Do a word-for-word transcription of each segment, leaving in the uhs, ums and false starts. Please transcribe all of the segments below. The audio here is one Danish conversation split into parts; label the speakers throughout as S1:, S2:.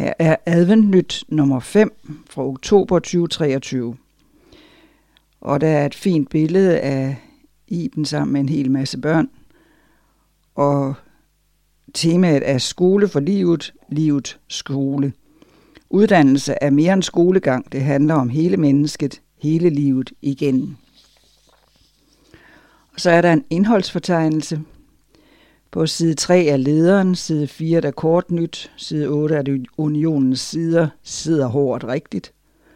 S1: Her er Adventnyt nummer fem fra oktober tyve treogtyve. Og der er et fint billede af Iben sammen med en hel masse børn. Og temaet er skole for livet, livet skole. Uddannelse er mere end skolegang. Det handler om hele mennesket, hele livet igen. Og så er der en indholdsfortegnelse. På side tre er lederen, side fire er kort nyt, side otte er det unionens sider, sidder hårdt rigtigt.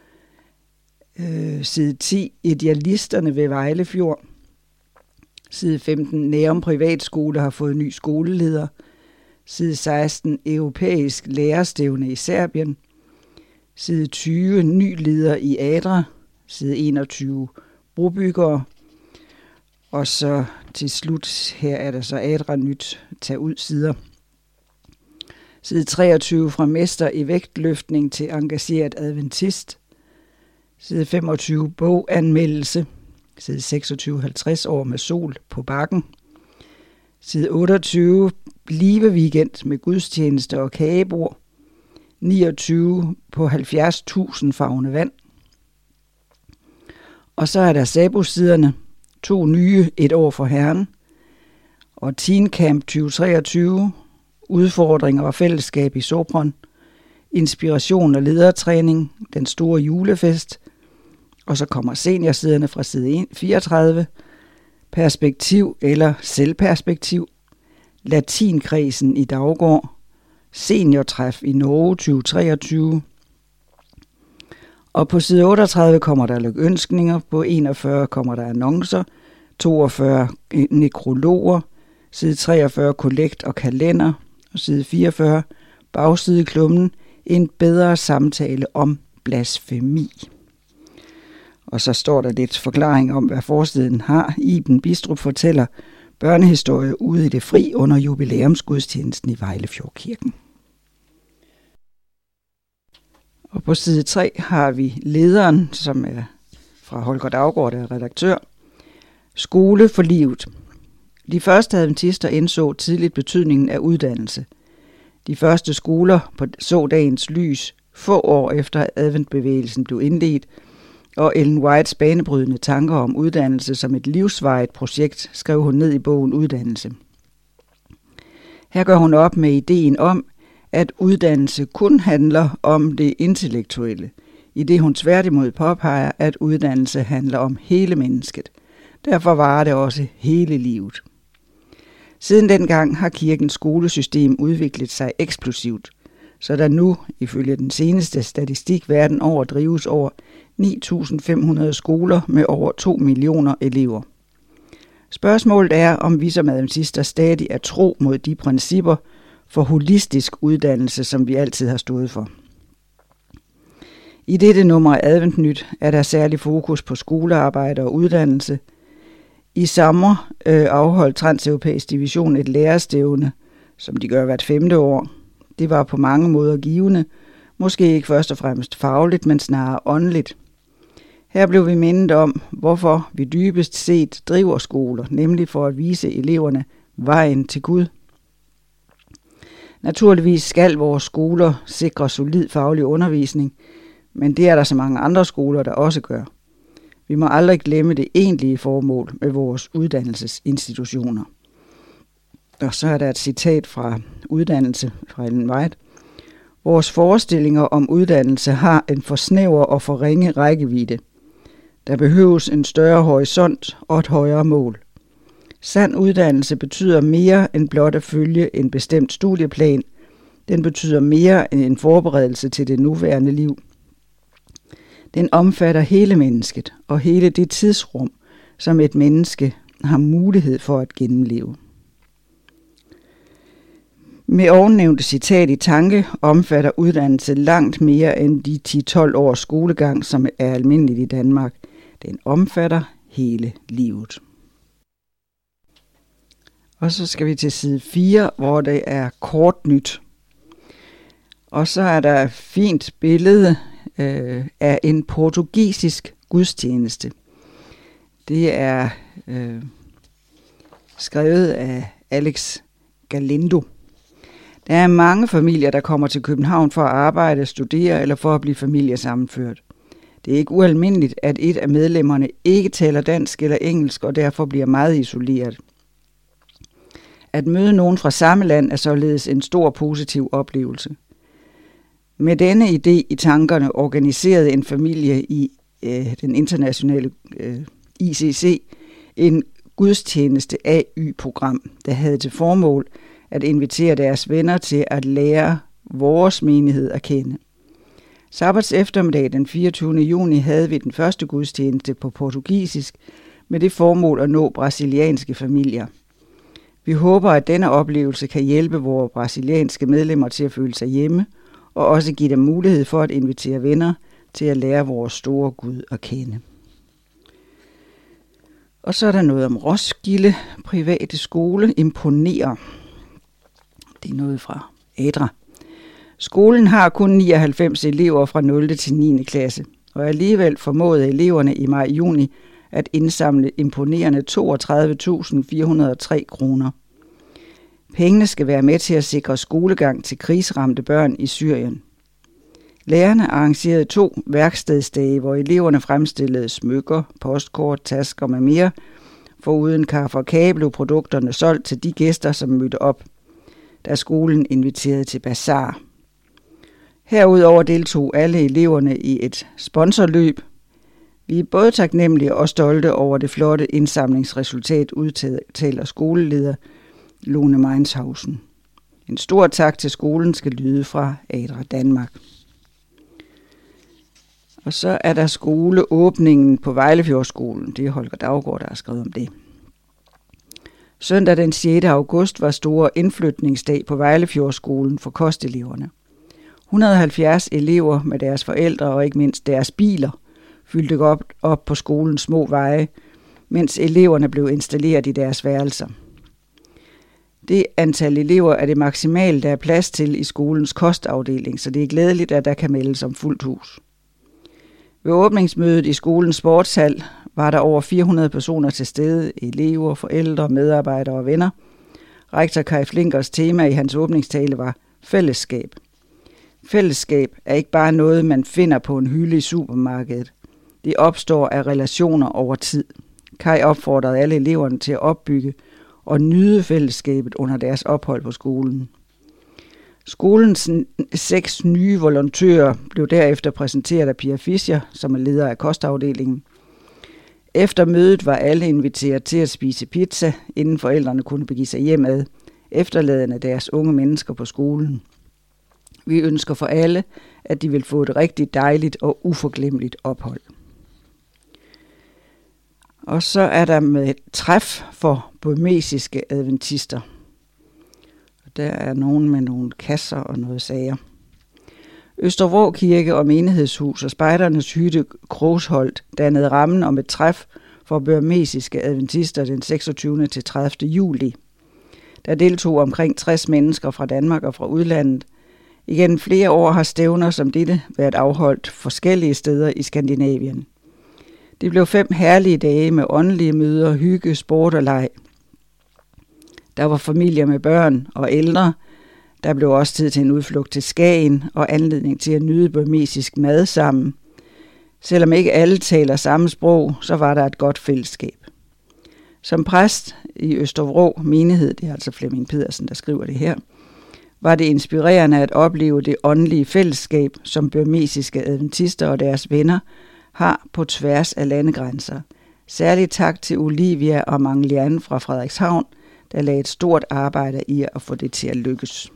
S1: Øh, side ti, idealisterne ved Vejlefjord. Side femten, Nærum Privatskole har fået ny skoleleder. Side seksten, europæisk lærerstævne i Serbien. Side tyve, ny leder i Adra. Side enogtyve, brobyggere. Og så til slut, her er der så Adra nyt, tag ud sider. Side treogtyve, fra mester i vægtløftning til engageret adventist. Side femogtyve, boganmeldelse. Side seksogtyve, halvtreds år med sol på bakken. Side otteogtyve, blive weekend med gudstjeneste og kagebord. niogtyve, på halvfjerds tusind favne vand. Og så er der Sabus-siderne. To nye, et år for Herren, og Teen Camp tyve treogtyve, udfordringer og fællesskab i Sopron, inspiration og ledertræning, den store julefest, og så kommer seniorsiderne fra side fireogtredive, perspektiv eller selvperspektiv, latinkredsen i Daugård, seniortræf i Norge tyve treogtyve, og på side otteogtredive kommer der lykønskninger, på enogfyrre kommer der annoncer, toogfyrre nekrologer, side treogfyrre kollekt og kalender, og side fireogfyrre bagsideklummen, en bedre samtale om blasfemi. Og så står der lidt forklaring om, hvad forsiden har. Iben Bistrup fortæller børnehistorie ude i det fri under jubilæumsgudstjenesten i Vejlefjordkirken. Og på side tre har vi lederen, som er fra Holger Daugaard, der er redaktør. Skole for livet. De første adventister indså tidligt betydningen af uddannelse. De første skoler så dagens lys få år efter adventbevægelsen blev indledt, og Ellen Whites banebrydende tanker om uddannelse som et livsvarigt projekt skrev hun ned i bogen Uddannelse. Her gør hun op med ideen om, at uddannelse kun handler om det intellektuelle, i det hun tværtimod påpeger, at uddannelse handler om hele mennesket. Derfor varer det også hele livet. Siden dengang har kirkens skolesystem udviklet sig eksplosivt, så der nu, ifølge den seneste statistik, verden over drives over ni tusind fem hundrede skoler med over to millioner elever. Spørgsmålet er, om vi som adventister stadig er tro mod de principper for holistisk uddannelse, som vi altid har stået for. I dette nummer af Adventnyt er der særlig fokus på skolearbejde og uddannelse. I sommer øh, afholdt Transeuropæisk Division et lærerstævne, som de gør hvert femte år. Det var på mange måder givende, måske ikke først og fremmest fagligt, men snarere åndeligt. Her blev vi mindet om, hvorfor vi dybest set driver skoler, nemlig for at vise eleverne vejen til Gud. Naturligvis skal vores skoler sikre solid faglig undervisning, men det er der så mange andre skoler, der også gør. Vi må aldrig glemme det egentlige formål med vores uddannelsesinstitutioner. Og så er der et citat fra Uddannelse fra Ellen White. Vores forestillinger om uddannelse har en for snæver og for ringe rækkevidde. Der behøves en større horisont og et højere mål. Sand uddannelse betyder mere end blot at følge en bestemt studieplan. Den betyder mere end en forberedelse til det nuværende liv. Den omfatter hele mennesket og hele det tidsrum, som et menneske har mulighed for at gennemleve. Med ovennævnte citat i tanke omfatter uddannelse langt mere end de ti til tolv års skolegang, som er almindeligt i Danmark. Den omfatter hele livet. Og så skal vi til side fire, hvor det er kort nyt. Og så er der et fint billede øh, af en portugisisk gudstjeneste. Det er øh, skrevet af Alex Galindo. Der er mange familier, der kommer til København for at arbejde, studere eller for at blive familiesammenført. Det er ikke ualmindeligt, at et af medlemmerne ikke taler dansk eller engelsk og derfor bliver meget isoleret. At møde nogen fra samme land er således en stor positiv oplevelse. Med denne idé i tankerne organiserede en familie i øh, den internationale øh, I C C en gudstjeneste A Y-program, der havde til formål at invitere deres venner til at lære vores menighed at kende. Sabbats eftermiddag den fireogtyvende juni havde vi den første gudstjeneste på portugisisk med det formål at nå brasilianske familier. Vi håber, at denne oplevelse kan hjælpe vores brasilianske medlemmer til at føle sig hjemme, og også give dem mulighed for at invitere venner til at lære vores store Gud at kende. Og så er der noget om Roskilde Private Skole imponerer. Det er noget fra Adra. Skolen har kun nioghalvfems elever fra nul til niende klasse, og alligevel formåede eleverne i maj-juni at indsamle imponerende toogtredive tusind fire hundrede og tre kroner. Pengene skal være med til at sikre skolegang til krigsramte børn i Syrien. Lærerne arrangerede to værkstedsdage, hvor eleverne fremstillede smykker, postkort, tasker med mere. Foruden kaffe og kage blev produkterne solgt til de gæster, som mødte op, da skolen inviterede til bazar. Herudover deltog alle eleverne i et sponsorløb. Vi er både taknemmelige og stolte over det flotte indsamlingsresultat, udtaler skoleleder Lone Meinshausen. En stor tak til skolen skal lyde fra Adra Danmark. Og så er der skoleåbningen på Vejlefjordskolen. Det er Holger Daugaard, der har skrevet om det. Søndag den sjette august var store indflytningsdag på Vejlefjordskolen for kosteleverne. et hundrede og halvfjerds elever med deres forældre og ikke mindst deres biler fyldte op, op på skolens små veje, mens eleverne blev installeret i deres værelser. Det antal elever er det maksimale, der er plads til i skolens kostafdeling, så det er glædeligt, at der kan meldes om fuldt hus. Ved åbningsmødet i skolens sportshal var der over fire hundrede personer til stede, elever, forældre, medarbejdere og venner. Rektor Kai Flinkers tema i hans åbningstale var fællesskab. Fællesskab er ikke bare noget, man finder på en hylde i supermarkedet. Det opstår af relationer over tid. Kai opfordrede alle eleverne til at opbygge og nyde fællesskabet under deres ophold på skolen. Skolens seks nye volontører blev derefter præsenteret af Pia Fischer, som er leder af kostafdelingen. Efter mødet var alle inviteret til at spise pizza, inden forældrene kunne begive sig hjemad, efterladende deres unge mennesker på skolen. Vi ønsker for alle, at de vil få et rigtig dejligt og uforglemmeligt ophold. Og så er der med et træf for burmesiske adventister. Der er nogen med nogle kasser og noget sager. Østervrå Kirke og Menighedshus og Spejdernes Hytte Krogsholt dannede rammen om et træf for burmesiske adventister den seksogtyvende til tredivte juli. Der deltog omkring tres mennesker fra Danmark og fra udlandet. Igen flere år har stævner som dette været afholdt forskellige steder i Skandinavien. Det blev fem herlige dage med åndelige møder, hygge, sport og leg. Der var familier med børn og ældre. Der blev også tid til en udflugt til Skagen og anledning til at nyde burmesisk mad sammen. Selvom ikke alle taler samme sprog, så var der et godt fællesskab. Som præst i Østervrå menighed, det er altså Flemming Pedersen, der skriver det her, var det inspirerende at opleve det åndelige fællesskab, som burmesiske adventister og deres venner har på tværs af landegrænser. Særligt tak til Olivia og Manglian fra Frederikshavn, der lagde et stort arbejde i at få det til at lykkes.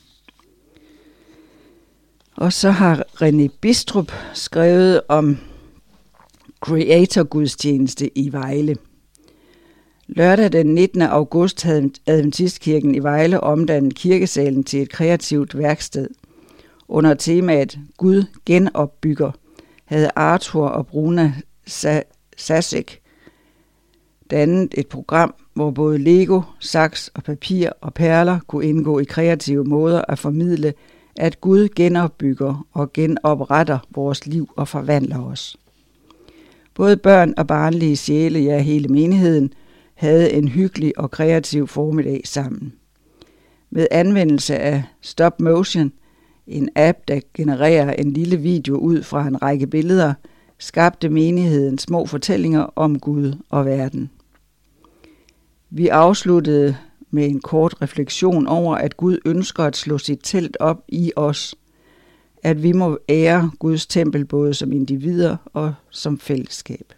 S1: Og så har René Bistrup skrevet om Creator-gudstjeneste i Vejle. Lørdag den nittende august havde Adventistkirken i Vejle omdannet kirkesalen til et kreativt værksted. Under temaet Gud genopbygger havde Arthur og Bruna Sasek dannet et program, hvor både Lego, saks og papir og perler kunne indgå i kreative måder at formidle, at Gud genopbygger og genopretter vores liv og forvandler os. Både børn og barnlige sjæle, ja hele menigheden, havde en hyggelig og kreativ formiddag sammen. Med anvendelse af stop motion, en app, der genererer en lille video ud fra en række billeder, skabte menigheden små fortællinger om Gud og verden. Vi afsluttede med en kort refleksion over, at Gud ønsker at slå sit telt op i os, at vi må ære Guds tempel både som individer og som fællesskab.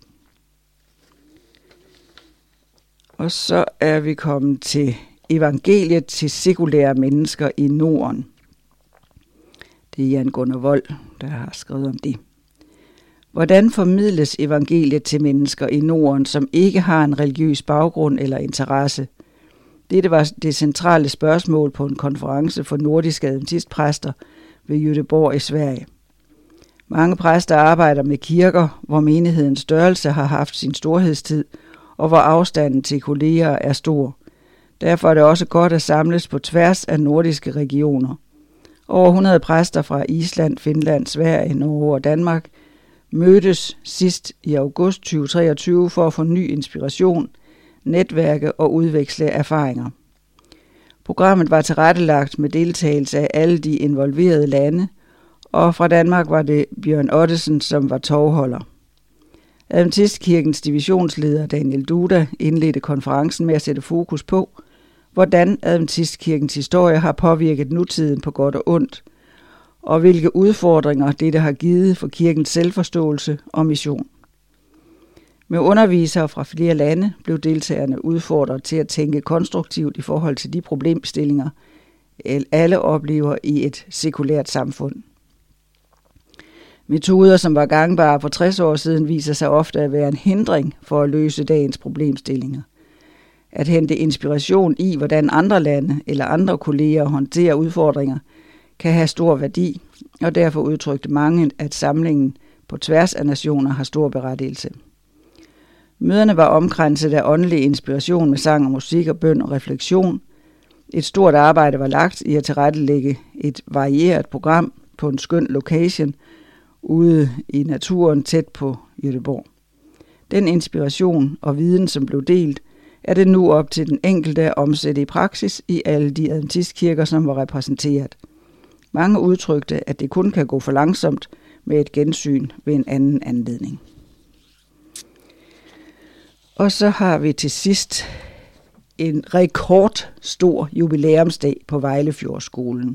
S1: Og så er vi kommet til evangeliet til sekulære mennesker i Norden. Det er Jan Gunnar Vold, der har skrevet om det. Hvordan formidles evangeliet til mennesker i Norden, som ikke har en religiøs baggrund eller interesse? Dette var det centrale spørgsmål på en konference for nordiske adventistpræster ved Göteborg i Sverige. Mange præster arbejder med kirker, hvor menighedens størrelse har haft sin storhedstid, og hvor afstanden til kolleger er stor. Derfor er det også godt at samles på tværs af nordiske regioner. Over hundrede præster fra Island, Finland, Sverige, Norge og Danmark mødtes sidst i august tyve treogtyve for at få ny inspiration, netværke og udveksle erfaringer. Programmet var tilrettelagt med deltagelse af alle de involverede lande, og fra Danmark var det Bjørn Ottesen, som var tovholder. Adventistkirkens divisionsleder Daniel Duda indledte konferencen med at sætte fokus på, hvordan Adventistkirkens historie har påvirket nutiden på godt og ondt, og hvilke udfordringer dette har givet for kirkens selvforståelse og mission. Med undervisere fra flere lande blev deltagerne udfordret til at tænke konstruktivt i forhold til de problemstillinger, alle oplever i et sekulært samfund. Metoder, som var gangbare for tres år siden, viser sig ofte at være en hindring for at løse dagens problemstillinger. At hente inspiration i, hvordan andre lande eller andre kolleger håndterer udfordringer, kan have stor værdi, og derfor udtrykte mange, at samlingen på tværs af nationer har stor berettigelse. Møderne var omkranset af åndelig inspiration med sang og musik og bøn og refleksion. Et stort arbejde var lagt i at tilrettelægge et varieret program på en skøn location ude i naturen tæt på Göteborg. Den inspiration og viden, som blev delt, er det nu op til den enkelte at omsætte i praksis i alle de adventistkirker, som var repræsenteret. Mange udtrykte, at det kun kan gå for langsomt med et gensyn ved en anden anledning. Og så har vi til sidst en rekordstor jubilæumsdag på Vejlefjordskolen.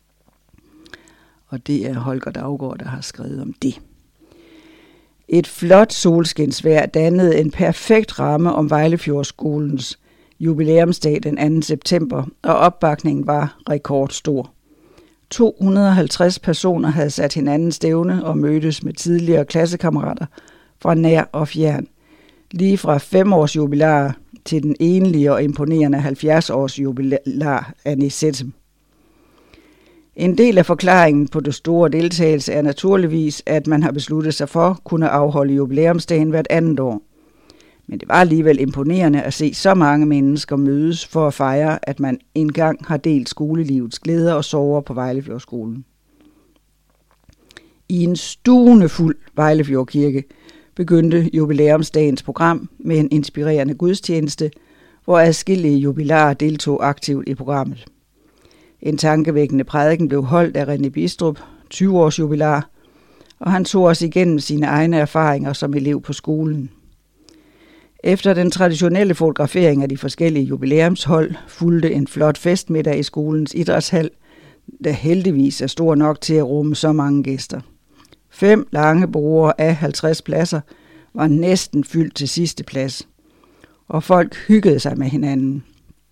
S1: Og det er Holger Daugaard, der har skrevet om det. Et flot solskinsvejr dannede en perfekt ramme om Vejlefjordskolens jubilæumsdag den anden september, og opbakningen var rekordstor. to hundrede og halvtreds personer havde sat hinanden stævne og mødtes med tidligere klassekammerater fra nær og fjern. Lige fra femårs jubilæer til den enlige og imponerende halvfjerds års jubilæer af Nisetem. En del af forklaringen på det store deltagelse er naturligvis, at man har besluttet sig for at kunne afholde jubilæumsdagen hvert andet år. Men det var alligevel imponerende at se så mange mennesker mødes for at fejre, at man engang har delt skolelivets glæder og sorger på Vejlefjordskolen. I en stuende fuld Vejlefjord Kirke begyndte jubilæumsdagens program med en inspirerende gudstjeneste, hvor adskillige jubilærer deltog aktivt i programmet. En tankevækkende prædiken blev holdt af René Bistrup, tyve års jubilæer, og han tog os igennem sine egne erfaringer som elev på skolen. Efter den traditionelle fotografering af de forskellige jubilæumshold fulgte en flot festmiddag i skolens idrætshal, der heldigvis er stor nok til at rumme så mange gæster. Fem lange borde af halvtreds pladser var næsten fyldt til sidste plads, og folk hyggede sig med hinanden.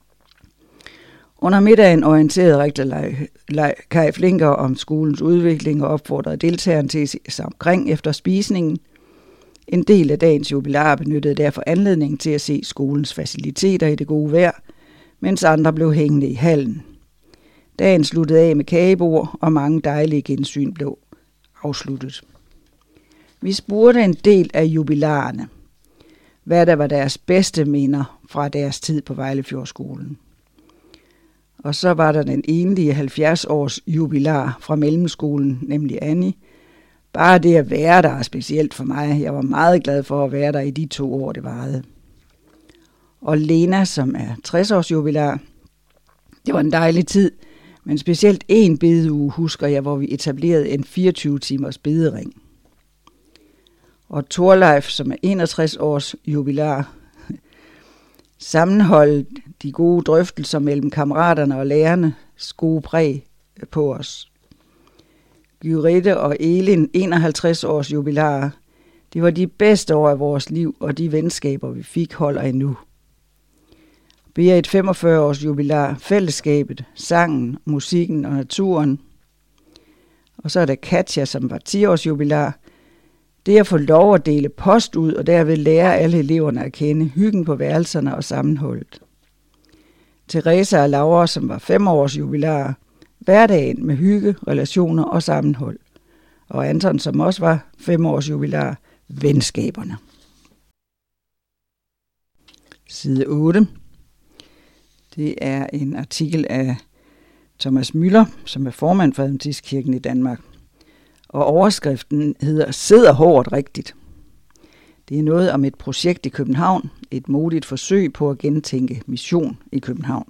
S1: Under middagen orienterede rektor Kai Flinker om skolens udvikling og opfordrede deltagerne til at se sig omkring efter spisningen. En del af dagens jubilæer benyttede derfor anledningen til at se skolens faciliteter i det gode vejr, mens andre blev hængende i hallen. Dagen sluttede af med kagebord, og mange dejlige gensyn blev afsluttet. Vi spurgte en del af jubilæerne, hvad der var deres bedste minder fra deres tid på Vejlefjordskolen. Og så var der den enlige halvfjerds års jubilæer fra mellemskolen, nemlig Annie. Bare det at være der er specielt for mig. Jeg var meget glad for at være der i de to år, det varede. Og Lena, som er tres års jubilæer, Det var en dejlig tid, men specielt en bedeuge husker jeg, hvor vi etablerede en fireogtyve timers bedering. Og Thorleif, som er enogtres års jubilar, sammenholdt de gode drøftelser mellem kammeraterne og lærerne, gode præg på os. Gyritte og Elin, enoghalvtreds års jubilarer, det var de bedste år af vores liv, og de venskaber, vi fik, holder endnu. Berit, femogfyrre års jubilar, fællesskabet, sangen, musikken og naturen. Og så er der Katja, som var ti års jubilar. Det at få lov at dele post ud, og derved lære alle eleverne at kende, hyggen på værelserne og sammenholdet. Teresa og Laura, som var fem års jubilar, hverdagen med hygge, relationer og sammenhold. Og Anton, som også var fem års jubilar, venskaberne. Side otte. Det er en artikel af Thomas Müller, som er formand for Adventistkirken i Danmark. Og overskriften hedder "Sidder hårdt rigtigt". Det er noget om et projekt i København, et modigt forsøg på at gentænke mission i København.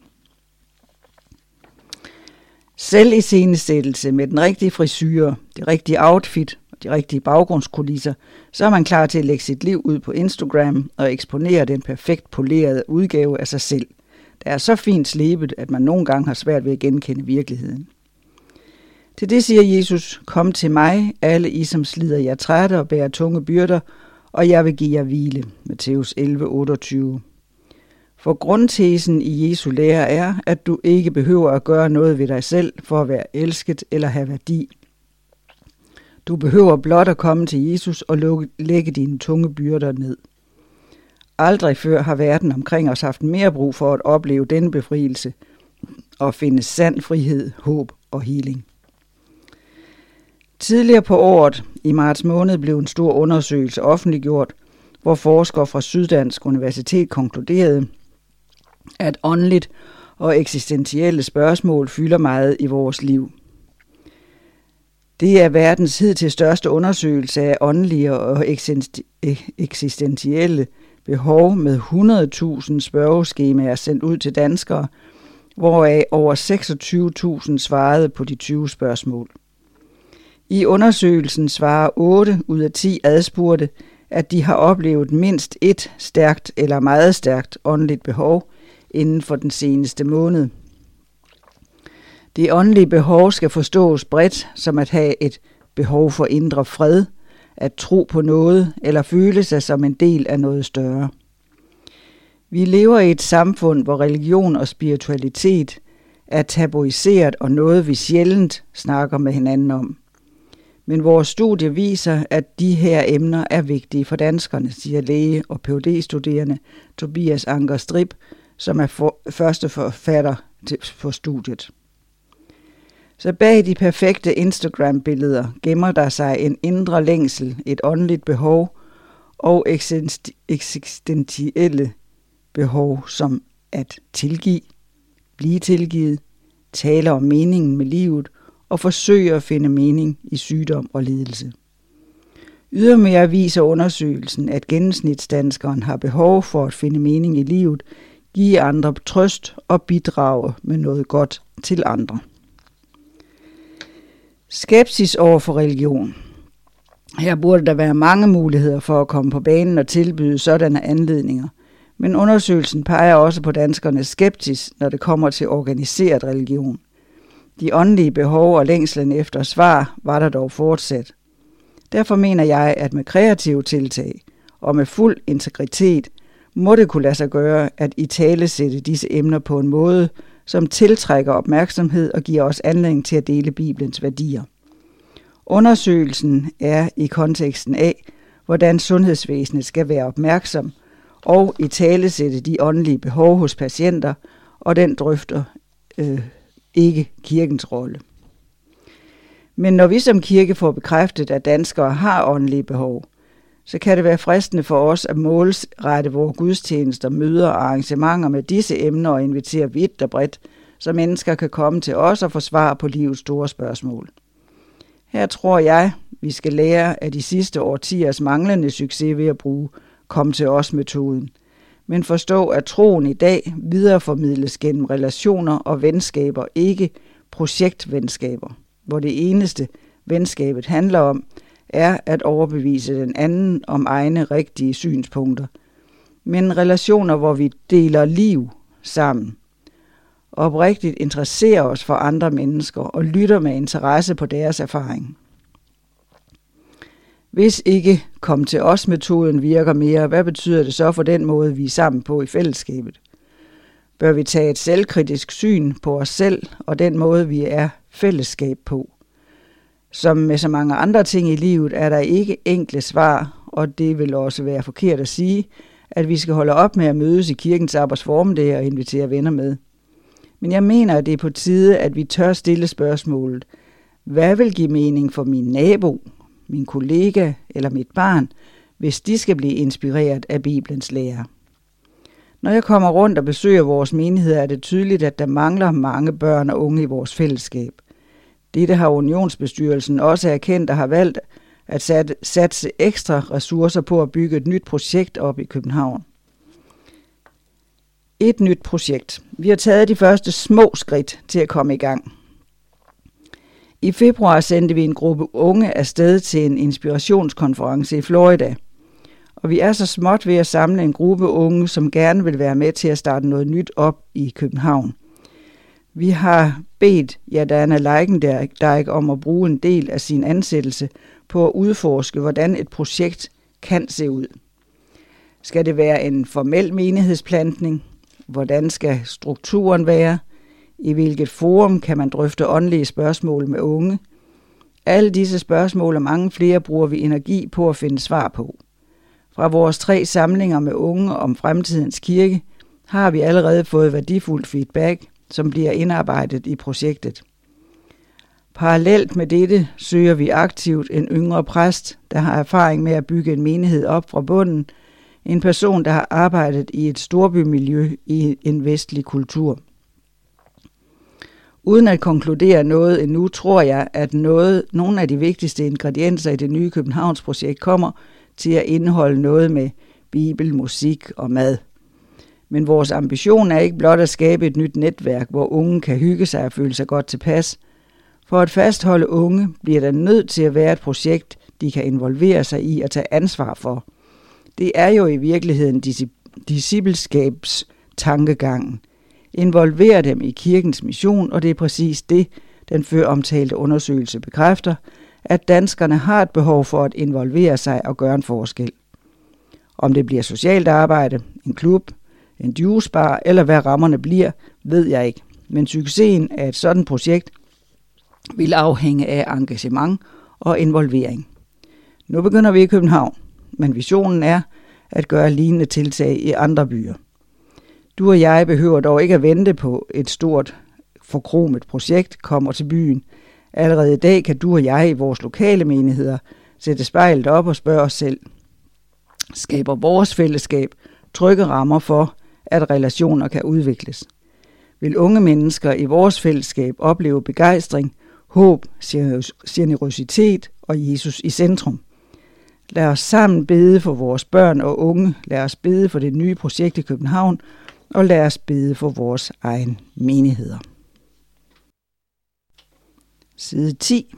S1: Selv i scenesættelse med den rigtige frisyre, det rigtige outfit og de rigtige baggrundskulisser, så er man klar til at lægge sit liv ud på Instagram og eksponere den perfekt polerede udgave af sig selv. Der er så fint slebet, at man nogle gange har svært ved at genkende virkeligheden. Til det siger Jesus: "Kom til mig, alle I, som slider jer trætte og bærer tunge byrder, og jeg vil give jer hvile." Matthæus elleve otteogtyve. For grundtesen i Jesu lære er, at du ikke behøver at gøre noget ved dig selv for at være elsket eller have værdi. Du behøver blot at komme til Jesus og lægge dine tunge byrder ned. Aldrig før har verden omkring os haft mere brug for at opleve denne befrielse og finde sand frihed, håb og healing. Tidligere på året, i marts måned, blev en stor undersøgelse offentliggjort, hvor forskere fra Syddansk Universitet konkluderede, at åndeligt og eksistentielle spørgsmål fylder meget i vores liv. Det er verdens hidtil største undersøgelse af åndelige og eksistentielle behov med hundrede tusind spørgeskemaer sendt ud til danskere, hvoraf over seksogtyve tusind svarede på de tyve spørgsmål. I undersøgelsen svarer otte ud af ti adspurgte, at de har oplevet mindst et stærkt eller meget stærkt åndeligt behov inden for den seneste måned. Det åndelige behov skal forstås bredt som at have et behov for indre fred, at tro på noget eller føle sig som en del af noget større. Vi lever i et samfund, hvor religion og spiritualitet er tabuiseret og noget, vi sjældent snakker med hinanden om. Men vores studie viser, at de her emner er vigtige for danskerne, siger læge og Ph D-studerende Tobias Anker Strib, som er for, første forfatter til, for studiet. Så bag de perfekte Instagram-billeder gemmer der sig en indre længsel, et åndeligt behov og eksistentielle behov som at tilgive, blive tilgivet, tale om meningen med livet og forsøge at finde mening i sygdom og lidelse. Ydermere viser undersøgelsen, at gennemsnitsdanskeren har behov for at finde mening i livet, give andre trøst og bidrage med noget godt til andre. Skepsis over for religion. Her burde der være mange muligheder for at komme på banen og tilbyde sådanne anledninger, men undersøgelsen peger også på danskernes skepsis, når det kommer til organiseret religion. De åndelige behov og længslen efter svar var der dog fortsat. Derfor mener jeg, at med kreative tiltag og med fuld integritet må det kunne lade sig gøre at italesætte disse emner på en måde, som tiltrækker opmærksomhed og giver os anledning til at dele Bibelens værdier. Undersøgelsen er i konteksten af, hvordan sundhedsvæsenet skal være opmærksom og italesætte de åndelige behov hos patienter, og den drøfter øh, ikke kirkens rolle. Men når vi som kirke får bekræftet, at danskere har åndelige behov, så kan det være fristende for os at målrette vores gudstjenester, møder og arrangementer med disse emner og invitere vidt og bredt, så mennesker kan komme til os og få svar på livets store spørgsmål. Her tror jeg, vi skal lære af de sidste årtiers manglende succes ved at bruge kom til os-metoden. men forstå, at troen i dag videreformidles gennem relationer og venskaber, ikke projektvenskaber, hvor det eneste venskabet handler om, er at overbevise den anden om egne rigtige synspunkter. Men relationer, hvor vi deler liv sammen, oprigtigt interesserer os for andre mennesker og lytter med interesse på deres erfaring. Hvis ikke kom til os-metoden virker mere, hvad betyder det så for den måde, vi er sammen på i fællesskabet? Bør vi tage et selvkritisk syn på os selv og den måde, vi er fællesskab på? Som med så mange andre ting i livet er der ikke enkle svar, og det vil også være forkert at sige, at vi skal holde op med at mødes i kirkens arbejdsformiddag og invitere venner med. Men jeg mener, at det er på tide, at vi tør stille spørgsmålet: hvad vil give mening for min nabo, min kollega eller mit barn, hvis de skal blive inspireret af Bibelens lære? Når jeg kommer rundt og besøger vores menigheder, er det tydeligt, at der mangler mange børn og unge i vores fællesskab. Dette har unionsbestyrelsen også erkendt og har valgt at satse ekstra ressourcer på at bygge et nyt projekt op i København. Et nyt projekt. Vi har taget de første små skridt til at komme i gang. I februar sendte vi en gruppe unge afsted til en inspirationskonference i Florida. Og vi er så småt ved at samle en gruppe unge, som gerne vil være med til at starte noget nyt op i København. Vi har bedt Jadana Leikendijk om at bruge en del af sin ansættelse på at udforske, hvordan et projekt kan se ud. Skal det være en formel menighedsplantning? Hvordan skal strukturen være? I hvilket forum kan man drøfte åndelige spørgsmål med unge? Alle disse spørgsmål og mange flere bruger vi energi på at finde svar på. Fra vores tre samlinger med unge om fremtidens kirke har vi allerede fået værdifuld feedback, som bliver indarbejdet i projektet. Parallelt med dette søger vi aktivt en yngre præst, der har erfaring med at bygge en menighed op fra bunden, en person, der har arbejdet i et storbymiljø i en vestlig kultur. Uden at konkludere noget endnu, tror jeg, at noget, nogle af de vigtigste ingredienser i det nye Københavnsprojekt kommer til at indeholde noget med bibel, musik og mad. Men vores ambition er ikke blot at skabe et nyt netværk, hvor unge kan hygge sig og føle sig godt tilpas. For at fastholde unge bliver der nødt til at være et projekt, de kan involvere sig i og tage ansvar for. Det er jo i virkeligheden discipleskabstankegangen. Involver dem i kirkens mission, og det er præcis det, den før omtalte undersøgelse bekræfter, at danskerne har et behov for at involvere sig og gøre en forskel. Om det bliver socialt arbejde, en klub, en juicebar eller hvad rammerne bliver, ved jeg ikke. Men succesen af et sådan projekt vil afhænge af engagement og involvering. Nu begynder vi i København, men visionen er at gøre lignende tiltag i andre byer. Du og jeg behøver dog ikke at vente på et stort forkromet projekt kommer til byen. Allerede i dag kan du og jeg i vores lokale menigheder sætte spejlet op og spørge os selv: skaber vores fællesskab trygge rammer for, at relationer kan udvikles? Vil unge mennesker i vores fællesskab opleve begejstring, håb, generøsitet og Jesus i centrum? Lad os sammen bede for vores børn og unge. Lad os bede for det nye projekt i København. Og lad os bede for vores egen menigheder. Side ti.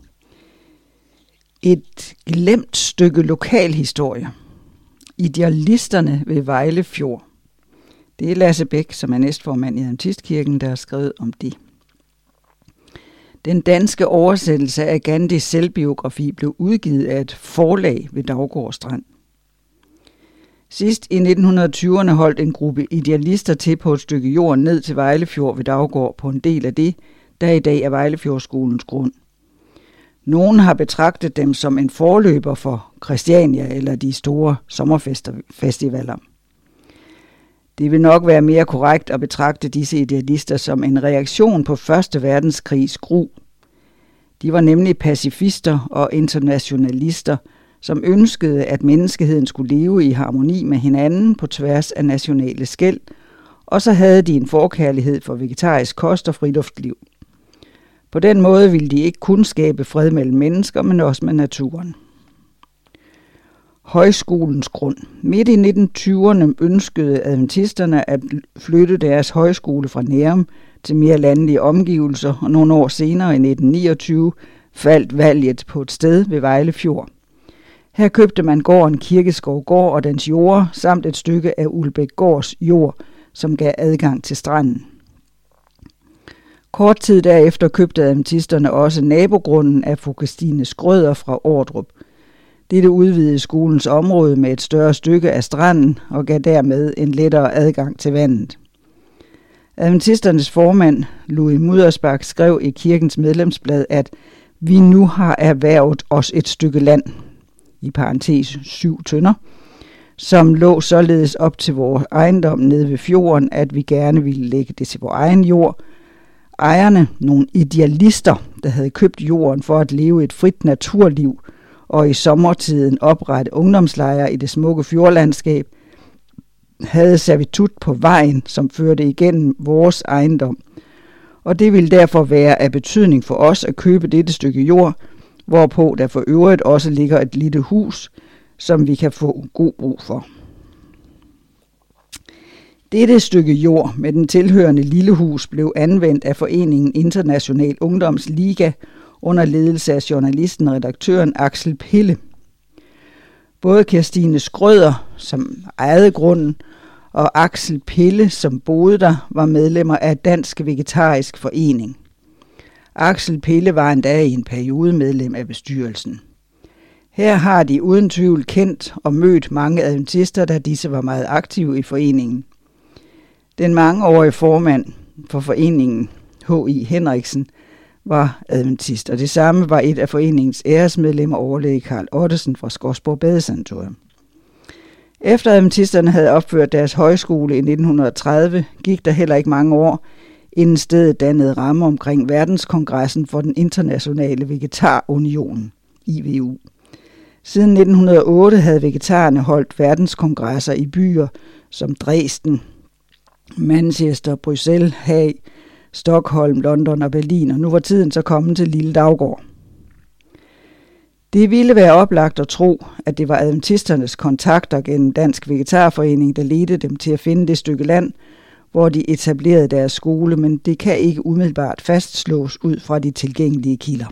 S1: Et glemt stykke lokalhistorie. Idealisterne ved Vejle Fjord. Det er Lasse Bæk, som er næstformand i Adventistkirken, der har skrevet om det. Den danske oversættelse af Gandhis selvbiografi blev udgivet af et forlag ved Daugård Strand. Sidst i nitten tyverne holdt en gruppe idealister til på et stykke jord ned til Vejlefjord ved Daugård på en del af det, der i dag er Vejlefjordskolens grund. Nogen har betragtet dem som en forløber for Christiania eller de store sommerfestivaler. Det vil nok være mere korrekt at betragte disse idealister som en reaktion på første verdenskrigs gru. De var nemlig pacifister og internationalister, som ønskede, at menneskeheden skulle leve i harmoni med hinanden på tværs af nationale skel, og så havde de en forkærlighed for vegetarisk kost og friluftsliv. På den måde ville de ikke kun skabe fred mellem mennesker, men også med naturen. højskolens grund. Midt i nitten tyverne ønskede adventisterne at flytte deres højskole fra Nærum til mere landlige omgivelser, og nogle år senere i nitten niogtyve faldt valget på et sted ved Vejle Fjord. Her købte man gården Kirkeskov Gård og dens jorder, samt et stykke af Ulbæk Gårds jord, som gav adgang til stranden. Kort tid derefter købte adventisterne også nabogrunden af fru Christine Skrøder fra Ordrup. Dette udvidede skolens område med et større stykke af stranden og gav dermed en lettere adgang til vandet. Adventisternes formand, Louis Mudersbach, skrev i kirkens medlemsblad, at vi nu har erhvervet os et stykke land, i parentes syv tønder, som lå således op til vores ejendom nede ved fjorden, at vi gerne ville lægge det til vores egen jord. Ejerne, nogle idealister, der havde købt jorden for at leve et frit naturliv, og i sommertiden oprette ungdomslejre i det smukke fjordlandskab, havde servitut på vejen, som førte igennem vores ejendom. Og det ville derfor være af betydning for os at købe dette stykke jord, hvorpå der for øvrigt også ligger et lille hus, som vi kan få god brug for. Dette stykke jord med den tilhørende lille hus blev anvendt af foreningen International Ungdomsliga under ledelse af journalisten og redaktøren Axel Pille. Både Kirstine Skrøder, som ejede grunden, og Axel Pille, som boede der, var medlemmer af Dansk Vegetarisk Forening. Axel Pille var endda i en periode medlem af bestyrelsen. Her har de uden tvivl kendt og mødt mange adventister, da disse var meget aktive i foreningen. Den mangeårige formand for foreningen, H I Henriksen, var adventist, og det samme var et af foreningens æresmedlemmer, overlæge Karl Ottesen fra Skodsborg Badesanatorium. Efter adventisterne havde opført deres højskole i nitten tredive, gik der heller ikke mange år, inden stedet dannede ramme omkring verdenskongressen for den internationale vegetarunion, I V U. Siden nitten hundrede og otte havde vegetarerne holdt verdenskongresser i byer som Dresden, Manchester, Bruxelles, Haag, Stockholm, London og Berlin, og nu var tiden så kommet til Lille Daugård. Det ville være oplagt at tro, at det var adventisternes kontakter gennem Dansk Vegetarforening, der ledte dem til at finde det stykke land, hvor de etablerede deres skole, men det kan ikke umiddelbart fastslås ud fra de tilgængelige kilder.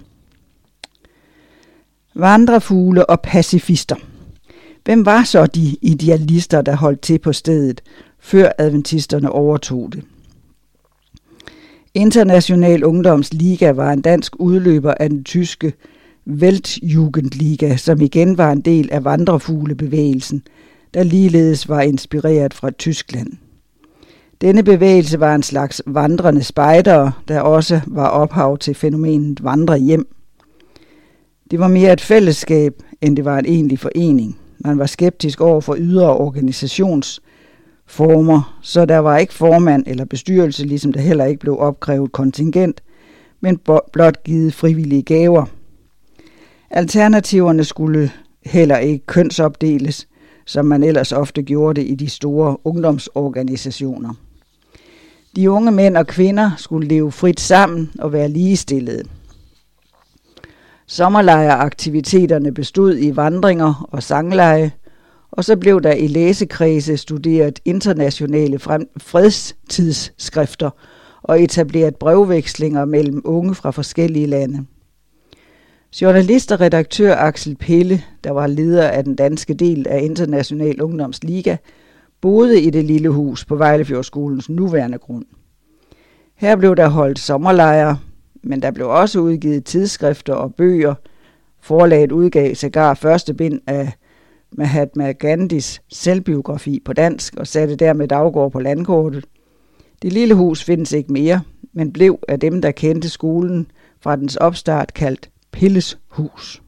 S1: Vandrefugle og pacifister. Hvem var så de idealister, der holdt til på stedet, før adventisterne overtog det? International Ungdomsliga var en dansk udløber af den tyske Weltjugendliga, som igen var en del af vandrefuglebevægelsen, der ligeledes var inspireret fra Tyskland. Denne bevægelse var en slags vandrende spejdere, der også var ophav til fænomenet vandrehjem. Det var mere et fællesskab, end det var en egentlig forening. Man var skeptisk over for ydre organisationsformer, så der var ikke formand eller bestyrelse, ligesom der heller ikke blev opkrævet kontingent, men blot givet frivillige gaver. Alternativerne skulle heller ikke kønsopdeles, som man ellers ofte gjorde det i de store ungdomsorganisationer. De unge mænd og kvinder skulle leve frit sammen og være ligestillede. Sommerlejreaktiviteterne bestod i vandringer og sangleje, og så blev der i læsekredse studeret internationale fredstidsskrifter og etableret brevvekslinger mellem unge fra forskellige lande. Journalist og redaktør Axel Pille, der var leder af den danske del af International Ungdomsliga, boede i det lille hus på Vejlefjordskolens nuværende grund. Her blev der holdt sommerlejre, men der blev også udgivet tidsskrifter og bøger. Forlaget udgav sågar første bind af Mahatma Gandhis selvbiografi på dansk og satte dermed Daugård på landkortet. Det lille hus findes ikke mere, men blev af dem, der kendte skolen fra dens opstart, kaldt Pilles hus.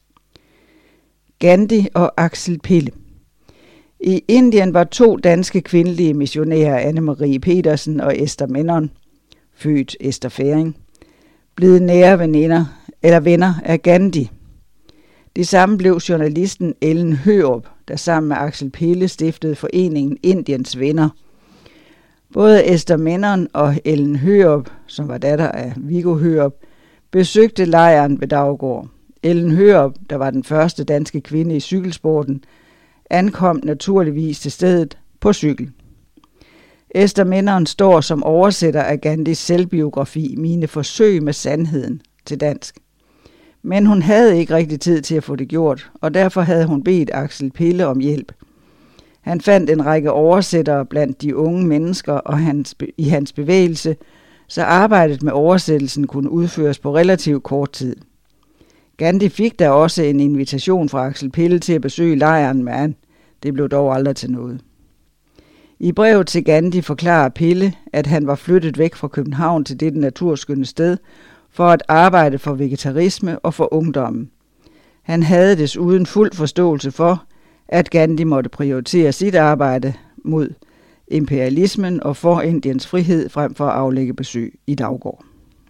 S1: Gandhi og Axel Pille. I Indien var to danske kvindelige missionærer, Anne-Marie Petersen og Esther Menon, født Esther Færing, blevet nære veninder eller venner af Gandhi. Det samme blev journalisten Ellen Hørup, der sammen med Axel Pille stiftede foreningen Indiens Venner. Både Esther Menon og Ellen Hørup, som var datter af Viggo Hørup, besøgte lejren ved Daugård. Ellen Hørup, der var den første danske kvinde i cykelsporten, ankom naturligvis til stedet på cykel. Esther Menneren står som oversætter af Gandhis selvbiografi Mine forsøg med sandheden til dansk. Men hun havde ikke rigtig tid til at få det gjort, og derfor havde hun bedt Aksel Pille om hjælp. Han fandt en række oversættere blandt de unge mennesker og hans, i hans bevægelse, så arbejdet med oversættelsen kunne udføres på relativt kort tid. Gandhi fik da også en invitation fra Aksel Pille til at besøge lejren, men det blev dog aldrig til noget. I brevet til Gandhi forklarer Pille, at han var flyttet væk fra København til dette naturskønne sted for at arbejde for vegetarisme og for ungdommen. Han havde desuden fuld forståelse for, at Gandhi måtte prioritere sit arbejde mod imperialismen og for Indiens frihed frem for at aflægge besøg i Daugård.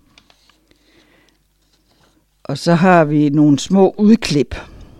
S1: Og så har vi nogle små udklip.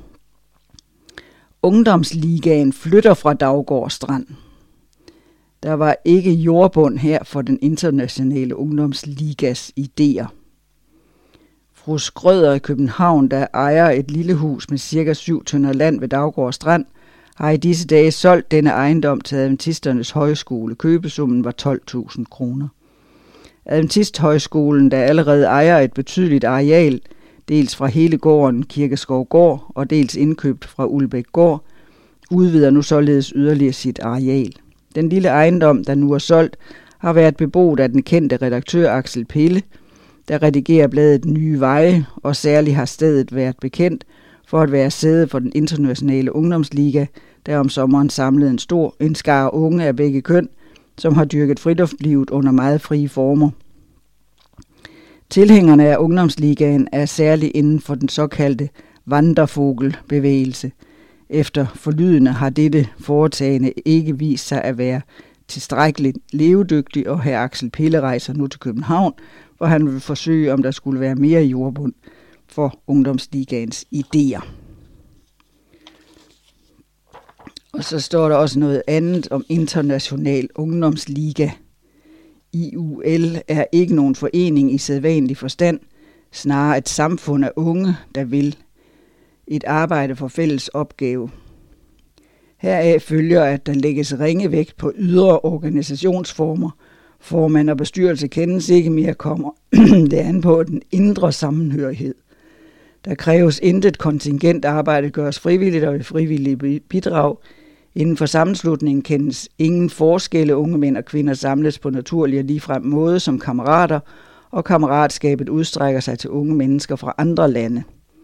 S1: Ungdomsligaen flytter fra Daugård Strand. Der var ikke jordbund her for den internationale ungdomsligas idéer. Fru Skrøder i København, der ejer et lille hus med cirka syv tønder land ved Daugård Strand, har i disse dage solgt denne ejendom til Adventisternes Højskole. Købesummen var tolv tusind kroner. Adventisthøjskolen, der allerede ejer et betydeligt areal, dels fra hele gården Kirkeskov Gård og dels indkøbt fra Ulbæk Gård, udvider nu således yderligere sit areal. Den lille ejendom, der nu er solgt, har været beboet af den kendte redaktør Aksel Pille, der redigerer bladet Nye Veje, og særligt har stedet været bekendt for at være sæde for den internationale ungdomsliga, der om sommeren samlede en stor en skare unge af begge køn, som har dyrket friluftslivet under meget frie former. Tilhængerne af ungdomsligaen er særligt inden for den såkaldte vandrefogelbevægelse. Efter forlydende har dette foretagende ikke vist sig at være tilstrækkeligt levedygtig, og herr Aksel Pille rejser nu til København, hvor han vil forsøge, om der skulle være mere jordbund for ungdomsligaens idéer. Og så står der også noget andet om international ungdomsliga. I U L er ikke nogen forening i sædvanlig forstand, snarere et samfund af unge, der vil et arbejde for fælles opgave. Heraf følger, at der lægges ringe vægt på ydre organisationsformer. Formand og bestyrelse kendes ikke mere, kommer det an på den indre sammenhørighed. Der kræves intet kontingent, arbejde gøres frivilligt og et frivilligt bidrag. Inden for sammenslutningen kendes ingen forskelle, unge mænd og kvinder samles på naturlig og ligefrem måde som kammerater, og kammeratskabet udstrækker sig til unge mennesker fra andre lande.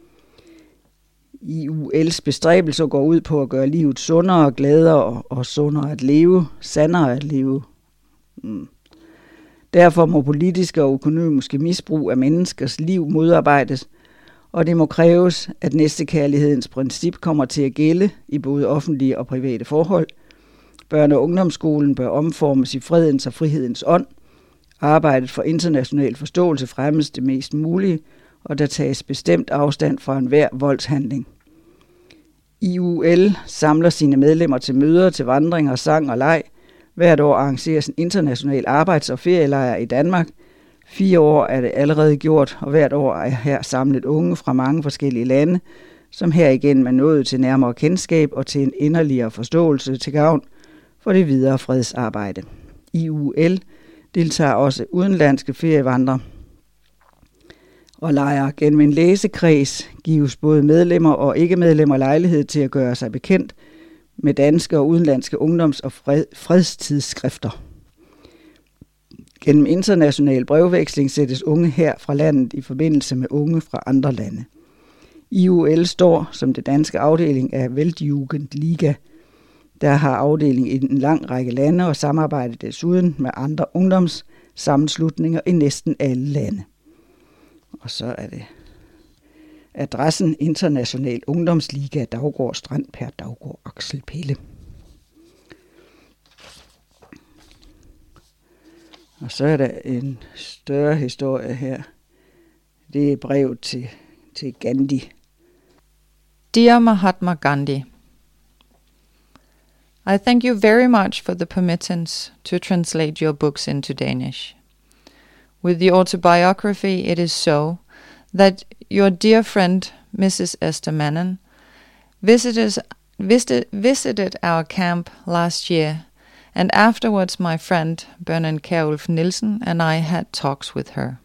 S1: I U L's bestræbelser går ud på at gøre livet sundere, gladere og, og sundere at leve, sandere at leve. Mm. Derfor må politiske og økonomiske misbrug af menneskers liv modarbejdes, og det må kræves, at næstekærlighedens princip kommer til at gælde i både offentlige og private forhold. Børne- og ungdomsskolen bør omformes i fredens og frihedens ånd. Arbejdet for international forståelse fremmes det mest mulige, og der tages bestemt afstand fra enhver voldshandling. I U L samler sine medlemmer til møder, til vandringer, sang og leg. Hvert år arrangeres en international arbejds- og ferielejr i Danmark. Fire år er det allerede gjort, og hvert år er her samlet unge fra mange forskellige lande, som her igen er nået til nærmere kendskab og til en inderligere forståelse til gavn for det videre fredsarbejde. I U L deltager også udenlandske ferievandrere og lejre. Gennem en læsekreds gives både medlemmer og ikke-medlemmer lejlighed til at gøre sig bekendt med danske og udenlandske ungdoms- og fred- fredstidsskrifter. Gennem international brevveksling sættes unge her fra landet i forbindelse med unge fra andre lande. I U L står som det danske afdeling af Weltjugendliga, der har afdeling i en lang række lande og samarbejder desuden med andre ungdomssammenslutninger i næsten alle lande. Og så er det adressen International Ungdomsliga, Daugård Strand, per Daugård Aksel Pille. Og så er der en større historie her. Det er brev til, til Gandhi.
S2: Dear Mahatma Gandhi, I thank you very much for the permittance to translate your books into Danish. With the autobiography, it is so that your dear friend Missus Esther Mannon, visited, visited, visited our camp last year, and afterwards my friend Bernard Kjærulf Nielsen and I had talks with her.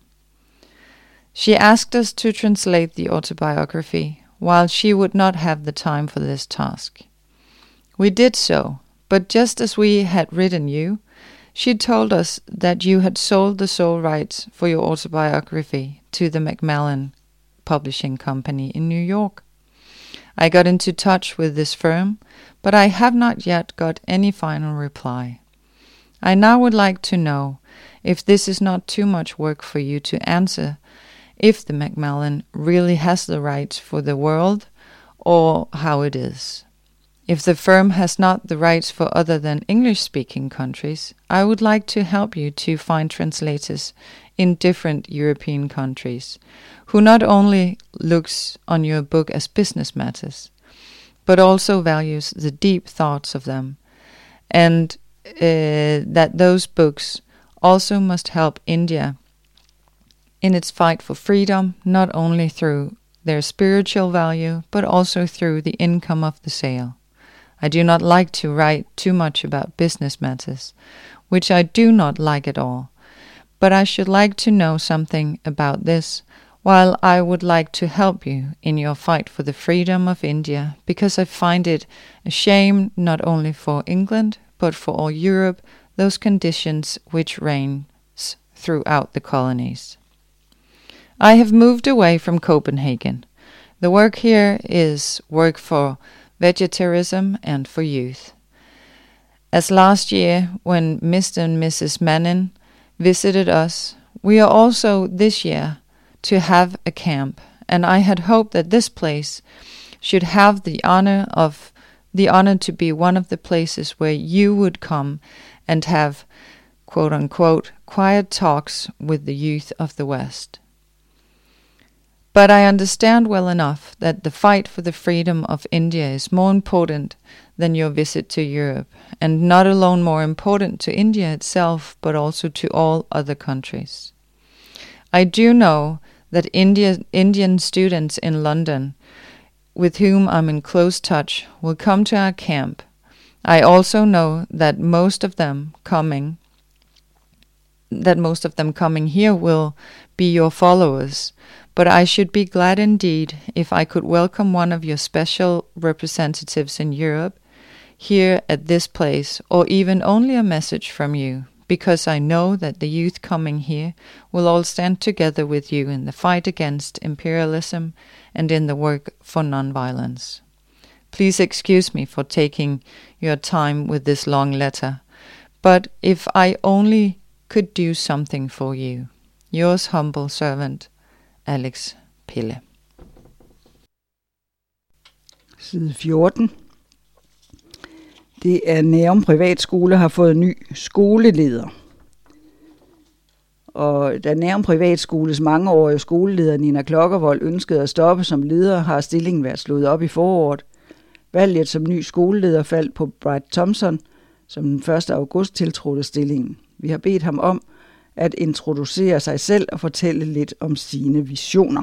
S2: She asked us to translate the autobiography, while she would not have the time for this task. We did so, but just as we had written you, she told us that you had sold the sole rights for your autobiography to the Macmillan Publishing Company in New York. I got into touch with this firm, but I have not yet got any final reply. I now would like to know if this is not too much work for you to answer, if the Macmillan really has the rights for the world, or how it is. If the firm has not the rights for other than English-speaking countries, I would like to help you to find translators in different European countries, who not only looks on your book as business matters, but also values the deep thoughts of them, and uh, that those books also must help India in its fight for freedom, not only through their spiritual value, but also through the income of the sale. I do not like to write too much about business matters, which I do not like at all, but I should like to know something about this, while I would like to help you in your fight for the freedom of India, because I find it a shame not only for England, but for all Europe, those conditions which reigns throughout the colonies. I have moved away from Copenhagen. The work here is work for vegetarianism and for youth. As last year, when Mister and Missus Mannon visited us, we are also this year to have a camp, and I had hoped that this place should have the honor of the honor to be one of the places where you would come and have, quote unquote, quiet talks with the youth of the West. But I understand well enough that the fight for the freedom of India is more important than your visit to Europe, and not alone more important to India itself, but also to all other countries. I do know that India, Indian students in London, with whom I'm in close touch, will come to our camp. I also know that most of them coming, that most of them coming here will be your followers, but I should be glad indeed if I could welcome one of your special representatives in Europe here at this place, or even only a message from you, because I know that the youth coming here will all stand together with you in the fight against imperialism and in the work for non-violence. Please excuse me for taking your time with this long letter, but if I only could do something for you. Yours humble servant, Alex Pille.
S1: Side fjorten. Det er Nærum Privatskole har fået ny skoleleder. Og da Nærum Privatskoles mangeårige skoleleder Nina Klokkervold ønskede at stoppe som leder, har stillingen været slået op i foråret. Valget som ny skoleleder faldt på Bright Thompson, som den første august tiltrådte stillingen. Vi har bedt ham om at introducere sig selv og fortælle lidt om sine visioner.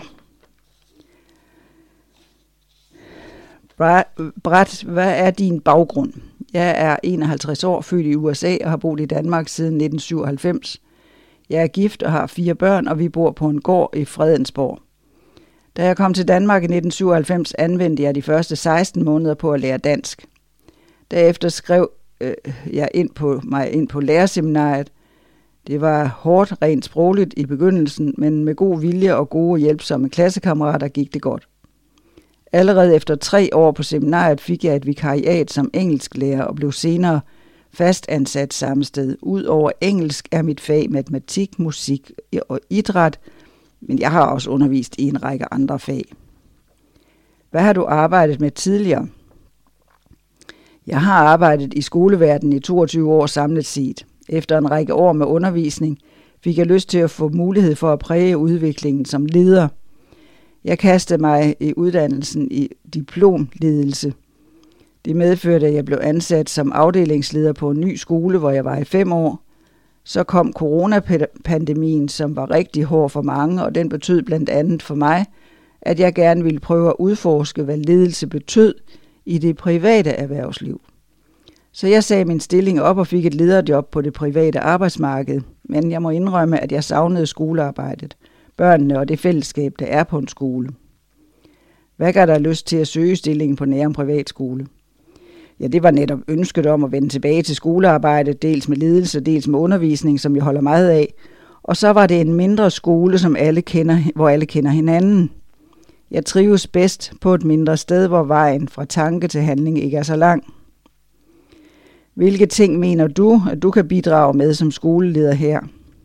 S1: Brat, hvad er din baggrund? Jeg er enoghalvtreds år, født i U S A og har boet i Danmark siden nitten syvoghalvfems. Jeg er gift og har fire børn, og vi bor på en gård i Fredensborg. Da jeg kom til Danmark i nitten syvoghalvfems, anvendte jeg de første seksten måneder på at lære dansk. Derefter skrev øh, jeg ind på, mig ind på lærerseminariet. Det var hårdt rent sprogligt i begyndelsen, men med god vilje og gode hjælpsomme klassekammerater gik det godt. Allerede efter tre år på seminariet fik jeg et vikariat som engelsklærer og blev senere fastansat samme sted. Udover engelsk er mit fag matematik, musik og idræt, men jeg har også undervist i en række andre fag. Hvad har du arbejdet med tidligere? Jeg har arbejdet i skoleverdenen i toogtyve år samlet set. Efter en række år med undervisning fik jeg lyst til at få mulighed for at præge udviklingen som leder. Jeg kastede mig i uddannelsen i diplomledelse. Det medførte, at jeg blev ansat som afdelingsleder på en ny skole, hvor jeg var i fem år. Så kom coronapandemien, som var rigtig hård for mange, og den betød blandt andet for mig, at jeg gerne ville prøve at udforske, hvad ledelse betød i det private erhvervsliv. Så jeg sagde min stilling op og fik et lederjob på det private arbejdsmarked, men jeg må indrømme, at jeg savnede skolearbejdet, børnene og det fællesskab, der er på en skole. Hvad gav der lyst til at søge stillingen på Nærum Privatskole? Ja, det var netop ønsket om at vende tilbage til skolearbejdet, dels med ledelse, dels med undervisning, som jeg holder meget af. Og så var det en mindre skole, som alle kender, hvor alle kender hinanden. Jeg trives bedst på et mindre sted, hvor vejen fra tanke til handling ikke er så lang. Hvilke ting mener du, at du kan bidrage med som skoleleder her?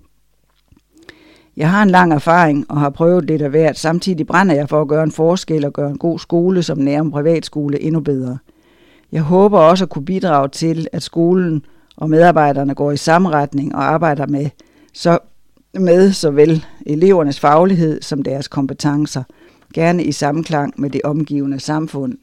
S1: Jeg har en lang erfaring og har prøvet lidt af hvert. Samtidig brænder jeg for at gøre en forskel og gøre en god skole som Nærum Privatskole endnu bedre. Jeg håber også at kunne bidrage til, at skolen og medarbejderne går i samme retning og arbejder med, så, med såvel elevernes faglighed som deres kompetencer, gerne i samklang med det omgivende samfund.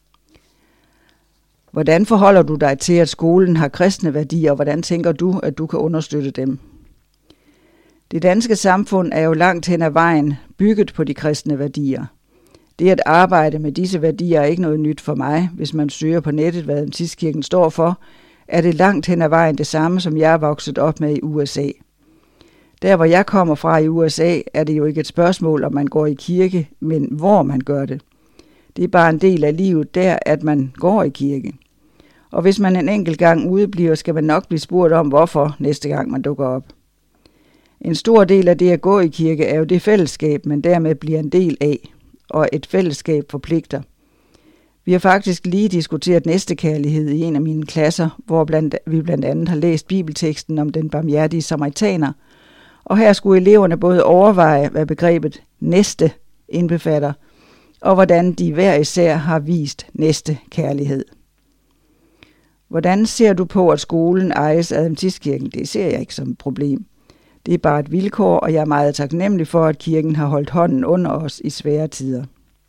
S1: Hvordan forholder du dig til, at skolen har kristne værdier, og hvordan tænker du, at du kan understøtte dem? Det danske samfund er jo langt hen ad vejen bygget på de kristne værdier. Det at arbejde med disse værdier er ikke noget nyt for mig. Hvis man søger på nettet, hvad Adventistkirken står for, er det langt hen ad vejen det samme, som jeg er vokset op med i U S A. Der, hvor jeg kommer fra i U S A, er det jo ikke et spørgsmål, om man går i kirke, men hvor man gør det. Det er bare en del af livet der, at man går i kirke. Og hvis man en enkelt gang udebliver, skal man nok blive spurgt om, hvorfor næste gang man dukker op. En stor del af det at gå i kirke er jo det fællesskab, man dermed bliver en del af, og et fællesskab forpligter. Vi har faktisk lige diskuteret næstekærlighed i en af mine klasser, hvor blandt, vi blandt andet har læst bibelteksten om den barmhjertige samaritaner, og her skulle eleverne både overveje, hvad begrebet næste indbefatter, og hvordan de hver især har vist næstekærlighed. Hvordan ser du på, at skolen ejes af Adventistkirken? Det ser jeg ikke som et problem. Det er bare et vilkår, og jeg er meget taknemmelig for, at kirken har holdt hånden under os i svære tider.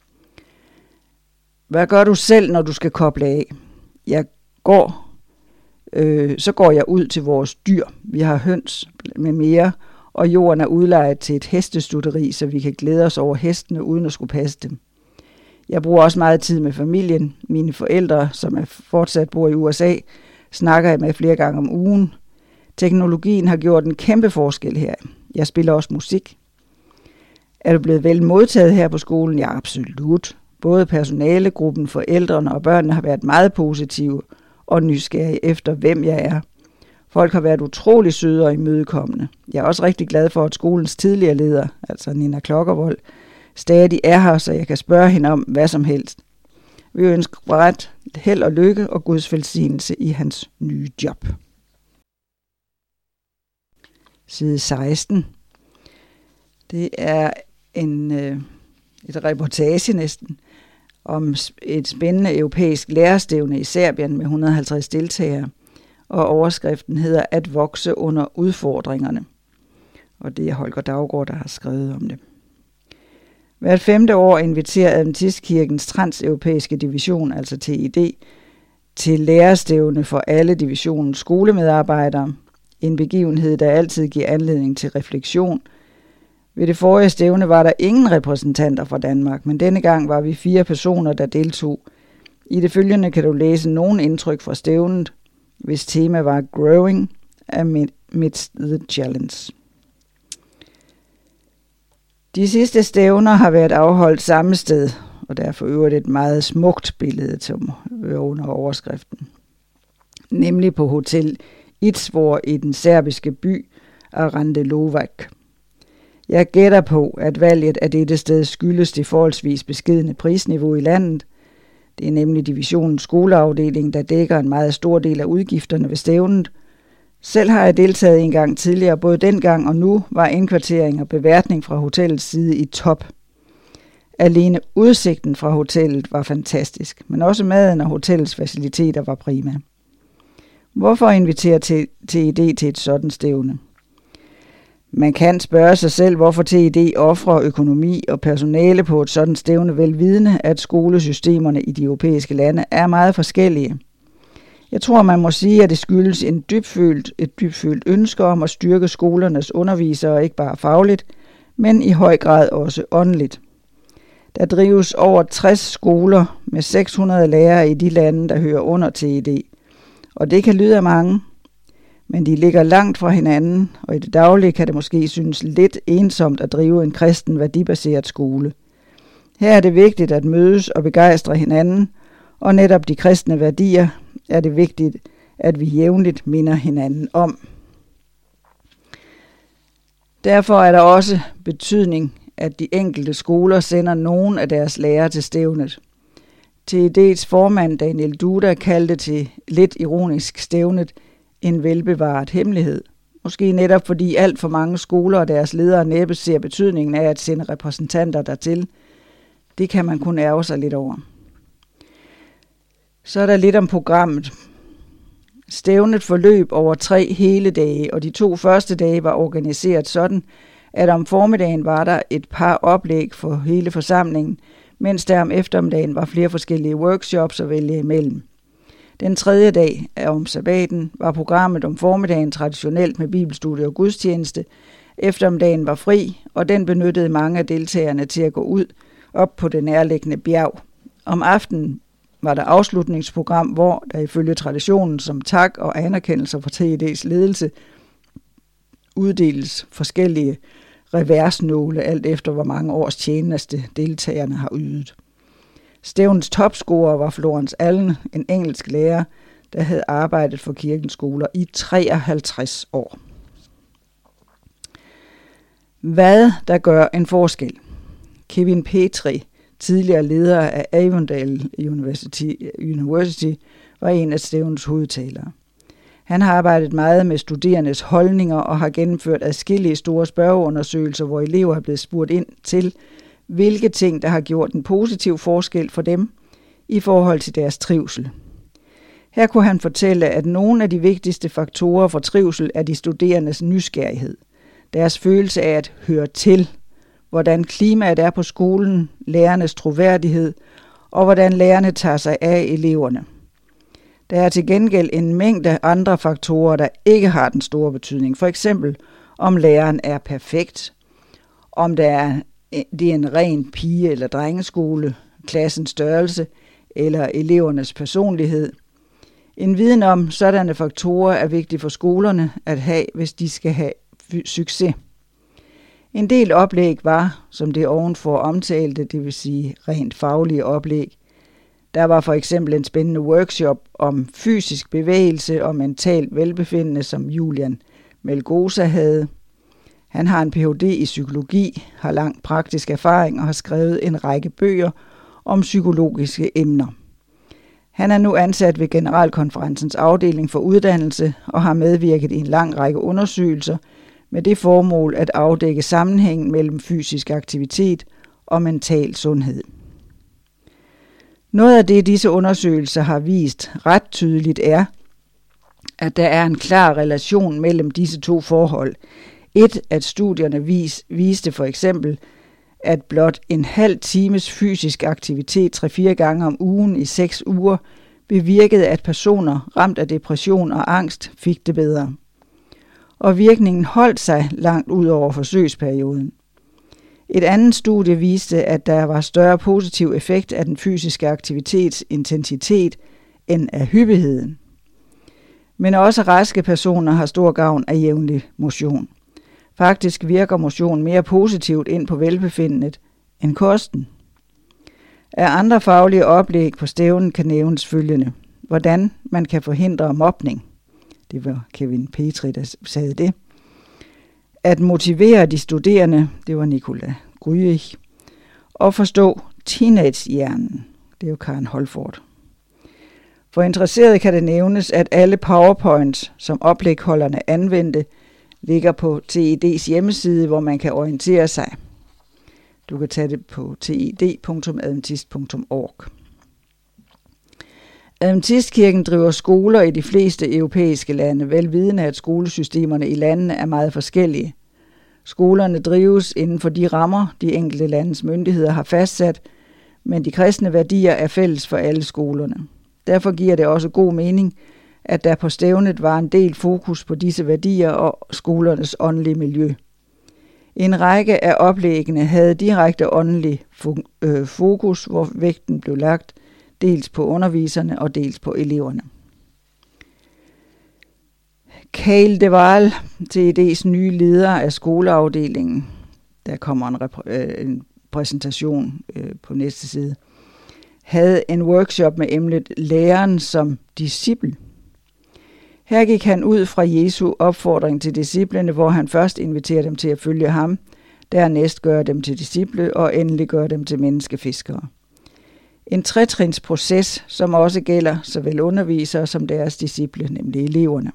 S1: Hvad gør du selv, når du skal koble af? Jeg går, øh, så går jeg ud til vores dyr. Vi har høns med mere, og jorden er udlejet til et hestestutteri, så vi kan glæde os over hestene uden at skulle passe dem. Jeg bruger også meget tid med familien. Mine forældre, som er fortsat bor i U S A, snakker jeg med flere gange om ugen. Teknologien har gjort en kæmpe forskel her. Jeg spiller også musik. Er du blevet vel modtaget her på skolen? Ja, absolut. Både personalegruppen, forældrene og børnene har været meget positive og nysgerrige efter, hvem jeg er. Folk har været utrolig søde og imødekommende. Jeg er også rigtig glad for, at skolens tidligere leder, altså Nina Klokkervold, stadig er her, så jeg kan spørge hende om hvad som helst. Vi ønsker ret held og lykke og Guds velsignelse i hans nye job. Side seksten. Det er en, øh, et reportage næsten om et spændende europæisk lærerstævne i Serbien med et hundrede og halvtreds deltagere, og overskriften hedder At vokse under udfordringerne. Og det er Holger Daugaard, der har skrevet om det. Hvert femte år inviterer Adventistkirkens transeuropæiske division, altså T I D, til lærerstævne for alle divisionens skolemedarbejdere. En begivenhed, der altid giver anledning til refleksion. Ved det forrige stævne var der ingen repræsentanter fra Danmark, men denne gang var vi fire personer, der deltog. I det følgende kan du læse nogle indtryk fra stævnet, hvis tema var Growing Amidst the Challenge. De sidste stævner har været afholdt samme sted, og derfor øvrigt et meget smukt billede som under overskriften. Nemlig på Hotel Itzvor i den serbiske by Arandelovac. Jeg gætter på, at valget af dette sted skyldes det forholdsvis beskedne prisniveau i landet. Det er nemlig divisionens skoleafdeling, der dækker en meget stor del af udgifterne ved stævnet. Selv har jeg deltaget en gang tidligere, både dengang og nu var indkvartering og beværtning fra hotellets side i top. Alene udsigten fra hotellet var fantastisk, men også maden og hotellets faciliteter var prima. Hvorfor invitere T I D til et sådan stævne? Man kan spørge sig selv, hvorfor T I D offrer økonomi og personale på et sådan stævne, velvidende, at skolesystemerne i de europæiske lande er meget forskellige. Jeg tror, man må sige, at det skyldes en dybfølt, et dybfølt ønske om at styrke skolernes undervisere, ikke bare fagligt, men i høj grad også åndeligt. Der drives over tres skoler med seks hundrede lærere i de lande, der hører under T E D. Og det kan lyde af mange, men de ligger langt fra hinanden, og i det daglige kan det måske synes lidt ensomt at drive en kristen værdibaseret skole. Her er det vigtigt at mødes og begejstre hinanden, og netop de kristne værdier er det vigtigt, at vi jævnligt minder hinanden om. Derfor er der også betydning, at de enkelte skoler sender nogen af deres lærere til stævnet. T E D's formand Daniel Duda kaldte til lidt ironisk stævnet en velbevaret hemmelighed. Måske netop fordi alt for mange skoler og deres ledere næppe ser betydningen af at sende repræsentanter dertil. Det kan man kun ærge sig lidt over. Så er der lidt om programmet. Stævnet forløb over tre hele dage, og de to første dage var organiseret sådan, at om formiddagen var der et par oplæg for hele forsamlingen, mens der om eftermiddagen var flere forskellige workshops at vælge imellem. Den tredje dag om sabbaten var programmet om formiddagen traditionelt med bibelstudie og gudstjeneste. Eftermiddagen var fri, og den benyttede mange af deltagerne til at gå ud op på det nærliggende bjerg. Om aftenen var der afslutningsprogram, hvor der ifølge traditionen som tak og anerkendelser for T E D's ledelse uddeles forskellige reversnåle, alt efter hvor mange års tjeneste deltagerne har ydet. Stævnets topscorer var Florence Allen, en engelsk lærer, der havde arbejdet for kirkens skoler i treoghalvtreds år. Hvad der gør en forskel? Kevin Petri, tidligere leder af Avondale University, University, var en af stævnets hovedtalere. Han har arbejdet meget med studerendes holdninger og har gennemført adskillige store spørgeundersøgelser, hvor elever er blevet spurgt ind til, hvilke ting, der har gjort en positiv forskel for dem i forhold til deres trivsel. Her kunne han fortælle, at nogle af de vigtigste faktorer for trivsel er de studerendes nysgerrighed, deres følelse af at høre til, hvordan klimaet er på skolen, lærernes troværdighed og hvordan lærerne tager sig af eleverne. Der er til gengæld en mængde andre faktorer, der ikke har den store betydning. For eksempel, om læreren er perfekt, om der er, det er en ren pige- eller drengeskole, klassens størrelse eller elevernes personlighed. En viden om sådanne faktorer er vigtig for skolerne at have, hvis de skal have succes. En del oplæg var, som det ovenfor omtalte, det vil sige rent faglige oplæg. Der var for eksempel en spændende workshop om fysisk bevægelse og mentalt velbefindende, som Julian Melgoza havde. Han har en P H D i psykologi, har lang praktisk erfaring og har skrevet en række bøger om psykologiske emner. Han er nu ansat ved Generalkonferencens afdeling for uddannelse og har medvirket i en lang række undersøgelser med det formål at afdække sammenhængen mellem fysisk aktivitet og mental sundhed. Noget af det, disse undersøgelser har vist ret tydeligt er, at der er en klar relation mellem disse to forhold. Et, at studierne vis, viste for eksempel, at blot en halv times fysisk aktivitet tre-fire gange om ugen i seks uger bevirkede, at personer ramt af depression og angst fik det bedre. Og virkningen holdt sig langt ud over forsøgsperioden. Et andet studie viste, at der var større positiv effekt af den fysiske aktivitets intensitet end af hyppigheden. Men også raske personer har stor gavn af jævnlig motion. Faktisk virker motion mere positivt ind på velbefindendet end kosten. Af andre faglige oplæg på stævnen kan nævnes følgende. Hvordan man kan forhindre mobning. Det var Kevin Petri, der sagde det. At motivere de studerende, det var Nicola Gryich. Og forstå teenagehjernen, det er jo Karen Holford. For interesserede kan det nævnes, at alle powerpoints, som oplægholderne anvendte, ligger på T E D's hjemmeside, hvor man kan orientere sig. Du kan tage det på t e d punktum adventist punktum org. Adventistkirken driver skoler i de fleste europæiske lande, vel vidende at skolesystemerne i landene er meget forskellige. Skolerne drives inden for de rammer, de enkelte landes myndigheder har fastsat, men de kristne værdier er fælles for alle skolerne. Derfor giver det også god mening, at der på stævnet var en del fokus på disse værdier og skolernes åndelige miljø. En række af oplæggene havde direkte åndelig fokus, hvor vægten blev lagt dels på underviserne og dels på eleverne. Kyle de Waal, T E D's nye leder af skoleafdelingen, der kommer en, repr- en præsentation øh, på næste side, havde en workshop med emnet læreren som disciple. Her gik han ud fra Jesu opfordring til disciplene, hvor han først inviterer dem til at følge ham, dernæst gør dem til disciple og endelig gør dem til menneskefiskere. En tretrinsproces, som også gælder såvel undervisere som deres disciple, nemlig eleverne.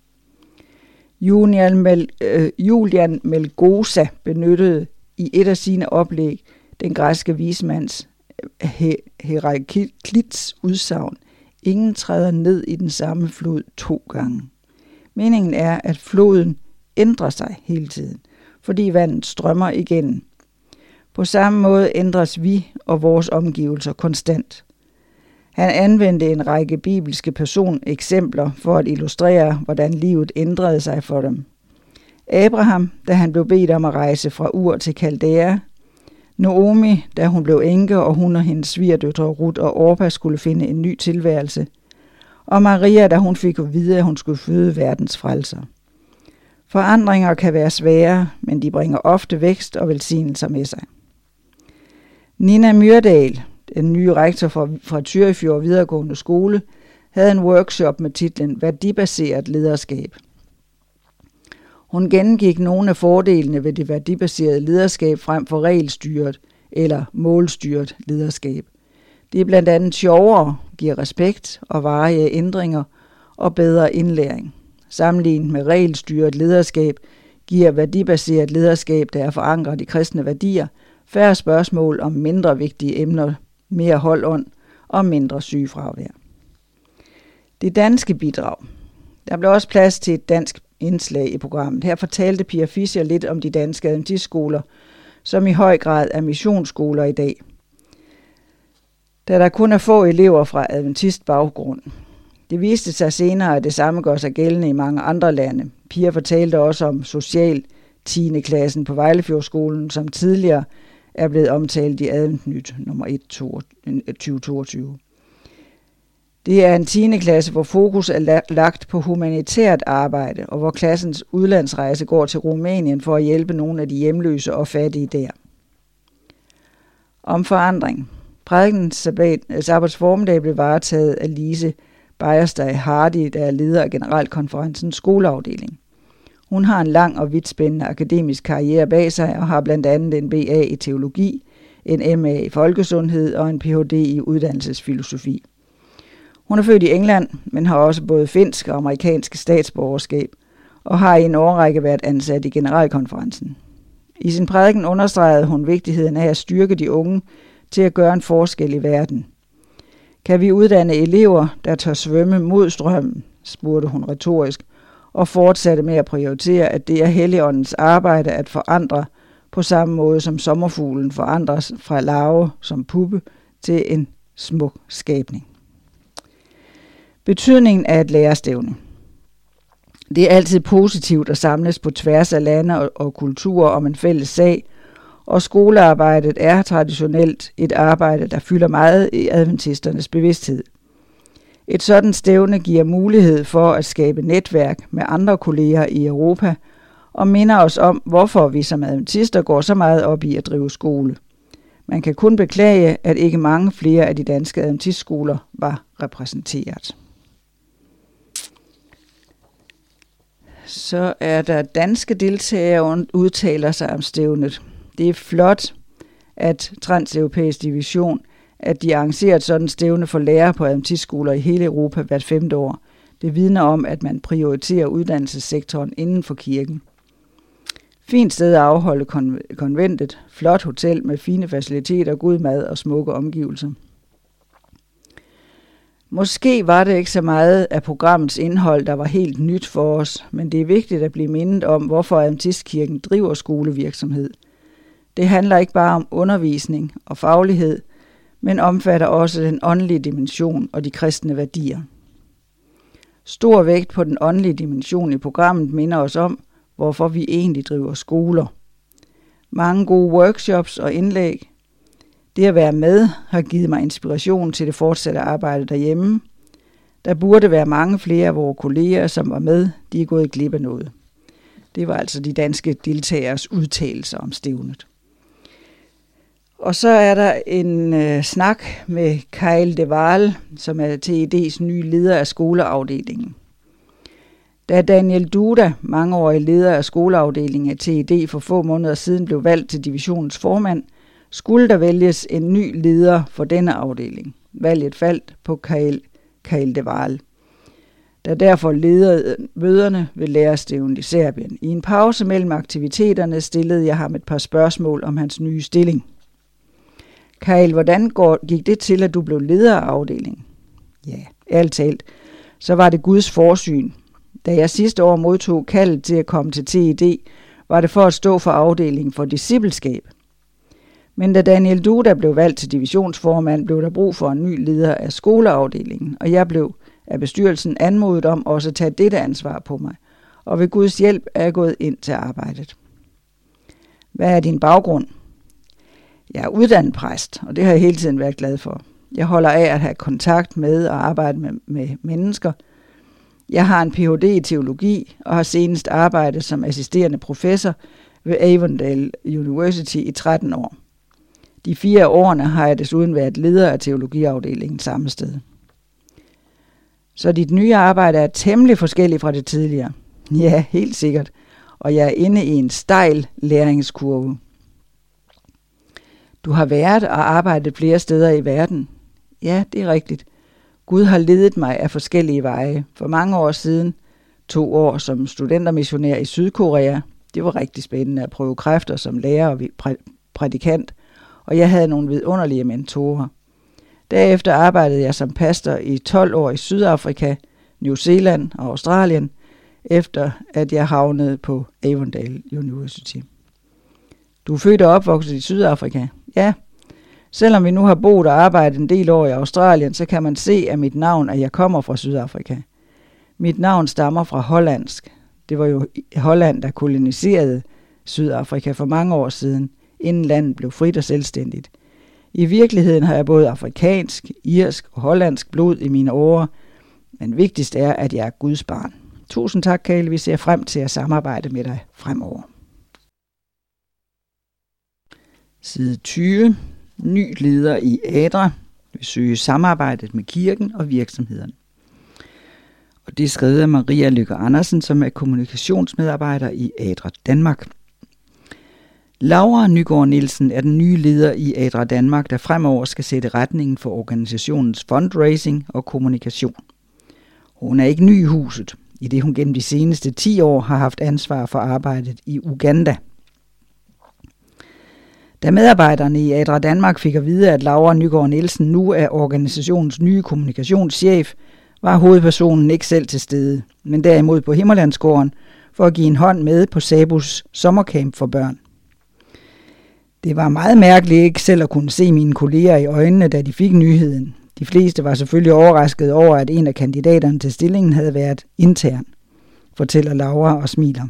S1: Julian, Mel, øh, Julian Melgoza benyttede i et af sine oplæg den græske vismands He, Heraklits udsagn: ingen træder ned i den samme flod to gange. Meningen er, at floden ændrer sig hele tiden, fordi vandet strømmer igennem. På samme måde ændres vi og vores omgivelser konstant. Han anvendte en række bibelske personeksempler for at illustrere, hvordan livet ændrede sig for dem. Abraham, da han blev bedt om at rejse fra Ur til Kaldæa. Naomi, da hun blev enke, og hun og hendes svigerdøtre Ruth og Orpa skulle finde en ny tilværelse. Og Maria, da hun fik at vide, at hun skulle føde verdens frelser. Forandringer kan være svære, men de bringer ofte vækst og velsignelser med sig. Nina Myrdal, den nye rektor fra, fra Tyrifjord videregående skole, havde en workshop med titlen Værdibaseret lederskab. Hun gennemgik nogle af fordelene ved det værdibaserede lederskab frem for regelstyret eller målstyret lederskab. Det er blandt andet sjovere, giver respekt og varige ændringer og bedre indlæring. Sammenlignet med regelstyret lederskab giver værdibaseret lederskab, der er forankret i kristne værdier, færre spørgsmål om mindre vigtige emner, mere holdånd og mindre sygefravær. Det danske bidrag. Der blev også plads til et dansk indslag i programmet. Her fortalte Pia Fischer lidt om de danske adventistskoler, som i høj grad er missionsskoler i dag. Da der kun er få elever fra adventistbaggrund. Det viste sig senere, at det samme gør sig gældende i mange andre lande. Pia fortalte også om social tiende klassen på Vejlefjordskolen, som tidligere er blevet omtalt i Adventnyt nummer et tyve toogtyve. Det er en tiende klasse, hvor fokus er lagt på humanitært arbejde, og hvor klassens udlandsrejse går til Rumænien for at hjælpe nogle af de hjemløse og fattige der. Om forandring. Prædikens sabbatsformiddag blev varetaget af Lise Bejerstad Hardy, der er leder af generalkonferencens skoleafdeling. Hun har en lang og vidtspændende akademisk karriere bag sig og har blandt andet en B A i teologi, en M A i folkesundhed og en P H D i uddannelsesfilosofi. Hun er født i England, men har også både finsk og amerikansk statsborgerskab og har i en årrække været ansat i generalkonferencen. I sin prædiken understregede hun vigtigheden af at styrke de unge til at gøre en forskel i verden. Kan vi uddanne elever, der tør svømme mod strømmen, spurgte hun retorisk, og fortsatte med at prioritere, at det er Helligåndens arbejde at forandre på samme måde som sommerfuglen forandres fra larve som puppe til en smuk skabning. Betydningen af et lærerstævne. Det er altid positivt at samles på tværs af lande og, og kulturer om en fælles sag, og skolearbejdet er traditionelt et arbejde, der fylder meget i adventisternes bevidsthed. Et sådan stævne giver mulighed for at skabe netværk med andre kolleger i Europa og minder os om, hvorfor vi som adventister går så meget op i at drive skole. Man kan kun beklage, at ikke mange flere af de danske adventistskoler var repræsenteret. Så er der danske deltagere, udtaler sig om stævnet. Det er flot, at Transeuropæisk Division, at de arrangerer et sådan stævne for lærere på adventistskoler i hele Europa hvert femte år. Det vidner om, at man prioriterer uddannelsessektoren inden for kirken. Fint sted at afholde kon- konventet, flot hotel med fine faciliteter, god mad og smukke omgivelser. Måske var det ikke så meget af programmets indhold, der var helt nyt for os, men det er vigtigt at blive mindet om, hvorfor Adventistkirken driver skolevirksomhed. Det handler ikke bare om undervisning og faglighed, men omfatter også den åndelige dimension og de kristne værdier. Stor vægt på den åndelige dimension i programmet minder os om, hvorfor vi egentlig driver skoler. Mange gode workshops og indlæg. Det at være med har givet mig inspiration til det fortsatte arbejde derhjemme. Der burde være mange flere af vores kolleger, som var med. De er gået glip af noget. Det var altså de danske deltagers udtalelser om stævnet. Og så er der en øh, snak med Kyle de Waal, som er T E D's nye leder af skoleafdelingen. Da Daniel Duda, mangeårig leder af skoleafdelingen af T E D, for få måneder siden blev valgt til divisionens formand, skulle der vælges en ny leder for denne afdeling. Valget faldt på Kyle, Kyle de Waal, der derfor leder møderne ved lærerstævnet i Serbien. I en pause mellem aktiviteterne stillede jeg ham et par spørgsmål om hans nye stilling. Kyle, hvordan går, gik det til, at du blev leder af afdelingen? Ja, ærligt talt, så var det Guds forsyn. Da jeg sidste år modtog kaldet til at komme til T E D, var det for at stå for afdelingen for discipleskab. Men da Daniel Duda blev valgt til divisionsformand, blev der brug for en ny leder af skoleafdelingen, og jeg blev af bestyrelsen anmodet om også at tage dette ansvar på mig, og ved Guds hjælp er jeg gået ind til arbejdet. Hvad er din baggrund? Jeg er uddannet præst, og det har jeg hele tiden været glad for. Jeg holder af at have kontakt med og arbejde med, med mennesker. Jeg har en P H D i teologi og har senest arbejdet som assisterende professor ved Avondale University i tretten år. De fire årene har jeg desuden været leder af teologiafdelingen samme sted. Så dit nye arbejde er temmelig forskelligt fra det tidligere. Ja, helt sikkert. Og jeg er inde i en stejl læringskurve. Du har været og arbejdet flere steder i verden. Ja, det er rigtigt. Gud har ledet mig af forskellige veje. For mange år siden, to år som studentermissionær i Sydkorea. Det var rigtig spændende at prøve kræfter som lærer og prædikant, og jeg havde nogle vidunderlige mentorer. Derefter arbejdede jeg som pastor i tolv år i Sydafrika, New Zealand og Australien, efter at jeg havnede på Avondale University. Du er født og opvokset i Sydafrika? Ja. Selvom vi nu har boet og arbejdet en del år i Australien, så kan man se af mit navn, at jeg kommer fra Sydafrika. Mit navn stammer fra hollandsk. Det var jo Holland, der koloniserede Sydafrika for mange år siden, inden landet blev frit og selvstændigt. I virkeligheden har jeg både afrikansk, irsk og hollandsk blod i mine årer, men vigtigst er, at jeg er Guds barn. Tusind tak, Kale. Vi ser frem til at samarbejde med dig fremover. Side tyve. Ny leder i ADRA vil søge samarbejdet med kirken og virksomhederne. Og det er skrevet af Maria Lykke Andersen, som er kommunikationsmedarbejder i ADRA Danmark. Laura Nygaard Nielsen er den nye leder i ADRA Danmark, der fremover skal sætte retningen for organisationens fundraising og kommunikation. Hun er ikke ny i huset, i det hun gennem de seneste ti år har haft ansvar for arbejdet i Uganda. Da medarbejderne i ADRA Danmark fik at vide, at Laura Nygaard Nielsen nu er organisationens nye kommunikationschef, var hovedpersonen ikke selv til stede, men derimod på Himmerlandsgården for at give en hånd med på Sabus sommercamp for børn. Det var meget mærkeligt ikke selv at kunne se mine kolleger i øjnene, da de fik nyheden. De fleste var selvfølgelig overrasket over, at en af kandidaterne til stillingen havde været intern, fortæller Laura og smiler.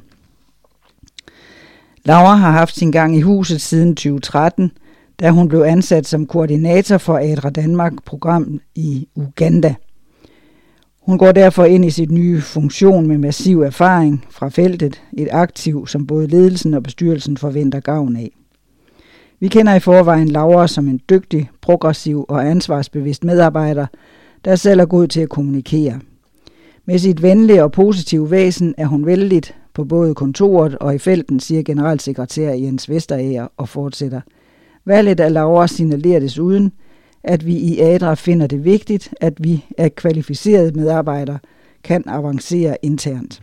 S1: Laura har haft sin gang i huset siden tyve tretten, da hun blev ansat som koordinator for ADRA Danmark-program i Uganda. Hun går derfor ind i sit nye funktion med massiv erfaring fra feltet, et aktiv, som både ledelsen og bestyrelsen forventer gavn af. Vi kender i forvejen Laura som en dygtig, progressiv og ansvarsbevidst medarbejder, der selv er god til at kommunikere. Med sit venlige og positive væsen er hun vældigt på både kontoret og i felten, siger generalsekretær Jens Vesterager og fortsætter. Valget af Laura signalerer desuden, at vi i ADRA finder det vigtigt, at vi af kvalificerede medarbejdere kan avancere internt.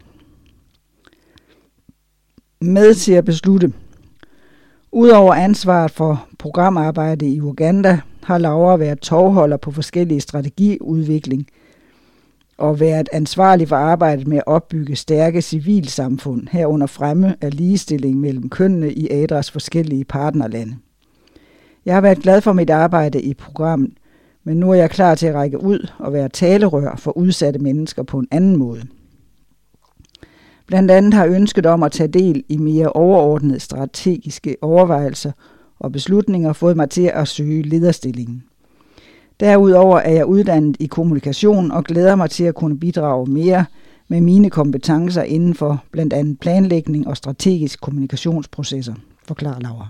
S1: Med til at beslutte. Udover ansvaret for programarbejde i Uganda, har Laura været tovholder på forskellige strategiudvikling og været ansvarlig for arbejdet med at opbygge stærke civilsamfund, herunder fremme af ligestilling mellem kønnene i ADRAs forskellige partnerlande. Jeg har været glad for mit arbejde i programmet, men nu er jeg klar til at række ud og være talerør for udsatte mennesker på en anden måde. Blandt andet har ønsket om at tage del i mere overordnede strategiske overvejelser og beslutninger fået mig til at søge lederstillingen. Derudover er jeg uddannet i kommunikation og glæder mig til at kunne bidrage mere med mine kompetencer inden for blandt andet planlægning og strategisk kommunikationsprocesser, forklarer Laura.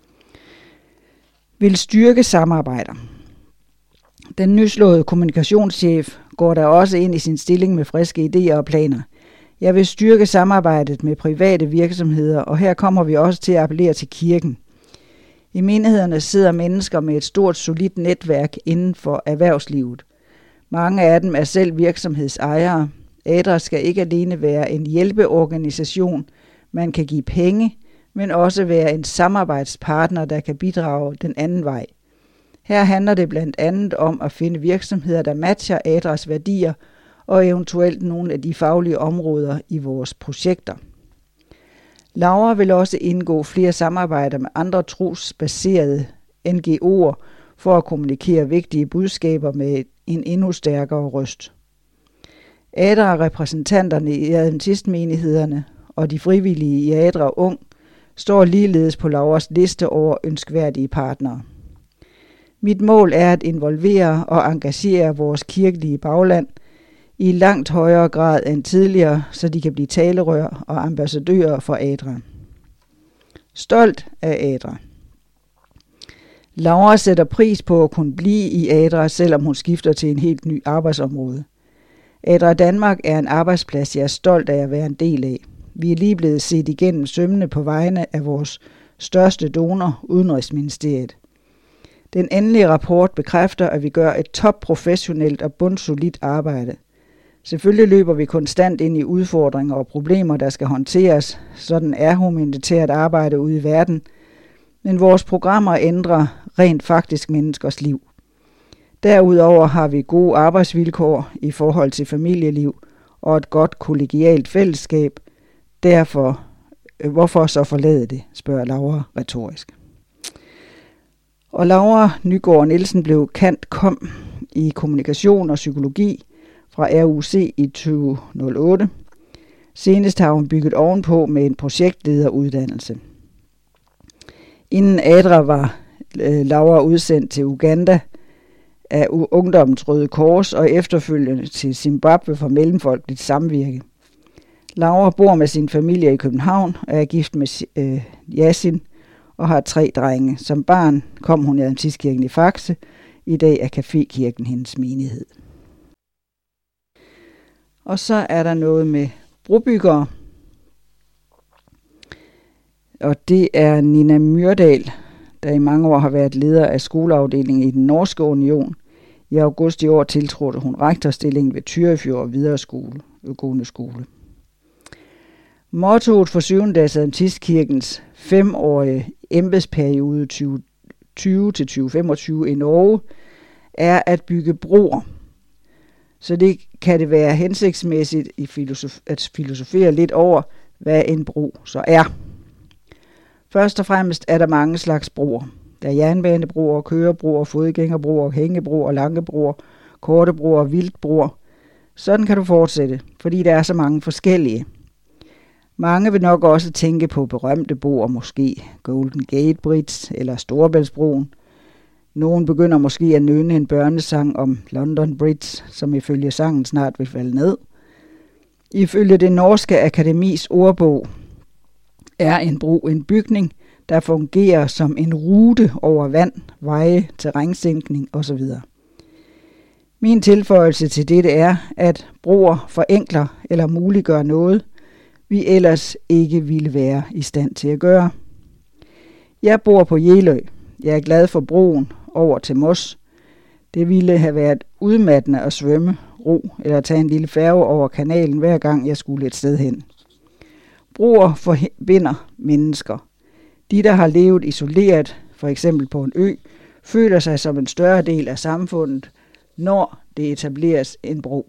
S1: Vil styrke samarbejder. Den nyslåede kommunikationschef går der også ind i sin stilling med friske idéer og planer. Jeg vil styrke samarbejdet med private virksomheder, og her kommer vi også til at appellere til kirken. I menighederne sidder mennesker med et stort, solidt netværk inden for erhvervslivet. Mange af dem er selv virksomhedsejere. ADRA skal ikke alene være en hjælpeorganisation, man kan give penge, men også være en samarbejdspartner, der kan bidrage den anden vej. Her handler det blandt andet om at finde virksomheder, der matcher ADRAs værdier og eventuelt nogle af de faglige områder i vores projekter. Laura vil også indgå flere samarbejder med andre trosbaserede N G O'er for at kommunikere vigtige budskaber med en endnu stærkere røst. ADRA-repræsentanterne i adventistmenighederne og de frivillige i ADRA Ung står ligeledes på Lauras liste over ønskværdige partnere. Mit mål er at involvere og engagere vores kirkelige bagland i langt højere grad end tidligere, så de kan blive talerør og ambassadører for ADRA. Stolt af ADRA. Laura sætter pris på at kunne blive i ADRA, selvom hun skifter til en helt ny arbejdsområde. ADRA Danmark er en arbejdsplads, jeg er stolt af at være en del af. Vi er lige blevet set igennem sømmene på vegne af vores største donor, Udenrigsministeriet. Den endelige rapport bekræfter, at vi gør et topprofessionelt og bundsolidt arbejde. Selvfølgelig løber vi konstant ind i udfordringer og problemer, der skal håndteres. Sådan er humanitært arbejde ude i verden. Men vores programmer ændrer rent faktisk menneskers liv. Derudover har vi gode arbejdsvilkår i forhold til familieliv og et godt kollegialt fællesskab. Derfor, hvorfor så forlade det, spørger Laura retorisk. Og Laura Nygaard Nielsen blev cand. Com. i kommunikation og psykologi fra R U C i to tusind og otte. Senest har hun bygget ovenpå med en projektlederuddannelse. Inden ADRA var øh, Laura udsendt til Uganda af Ungdommens Røde Kors og efterfølgende til Zimbabwe for Mellemfolkeligt Samvirke. Laura bor med sin familie i København og er gift med øh, Yasin og har tre drenge. Som barn kom hun i Adventistkirken i Faxe. I dag er Cafékirken hendes menighed. Og så er der noget med brobyggere. Og det er Nina Myrdal, der i mange år har været leder af skoleafdelingen i den Norske Union. I august i år tiltrådte hun rektorstillingen ved Tyrifjord Videregående Skole. Mottoet for Syvendags Adventistkirkens femårige embedsperiode tyve tyve til tyve femogtyve i Norge er at bygge broer. Så det kan det være hensigtsmæssigt i filosof- at filosofere lidt over, hvad en bro så er. Først og fremmest er der mange slags broer. Der er jernbanebroer, kørebroer, fodgængerbroer, hængebroer, langebroer, korte broer og vildbroer. Sådan kan du fortsætte, fordi der er så mange forskellige. Mange vil nok også tænke på berømte broer, måske Golden Gate Bridge eller Storebæltsbroen. Nogen begynder måske at nynne en børnesang om London Bridge, som ifølge sangen snart vil falde ned. Ifølge det norske akademis ordbog er en bro en bygning, der fungerer som en rute over vand, veje, terrænsænkning osv. Min tilføjelse til dette er, at broer forenkler eller muliggør noget, vi ellers ikke ville være i stand til at gøre. Jeg bor på Jelø. Jeg er glad for broen over til Moss. Det ville have været udmattende at svømme, ro eller tage en lille færge over kanalen, hver gang jeg skulle et sted hen. Broer forbinder mennesker. De, der har levet isoleret, for eksempel på en ø, føler sig som en større del af samfundet, når det etableres en bro.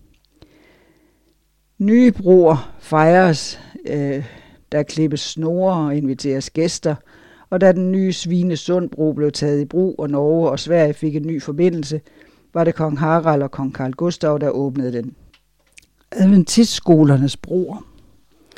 S1: Nye broer fejres, øh, der klippes snore og inviteres gæster, og da den nye Svinesundbro blev taget i brug, og Norge og Sverige fik en ny forbindelse, var det kong Harald og kong Carl Gustav, der åbnede den. Adventistskolernes broer.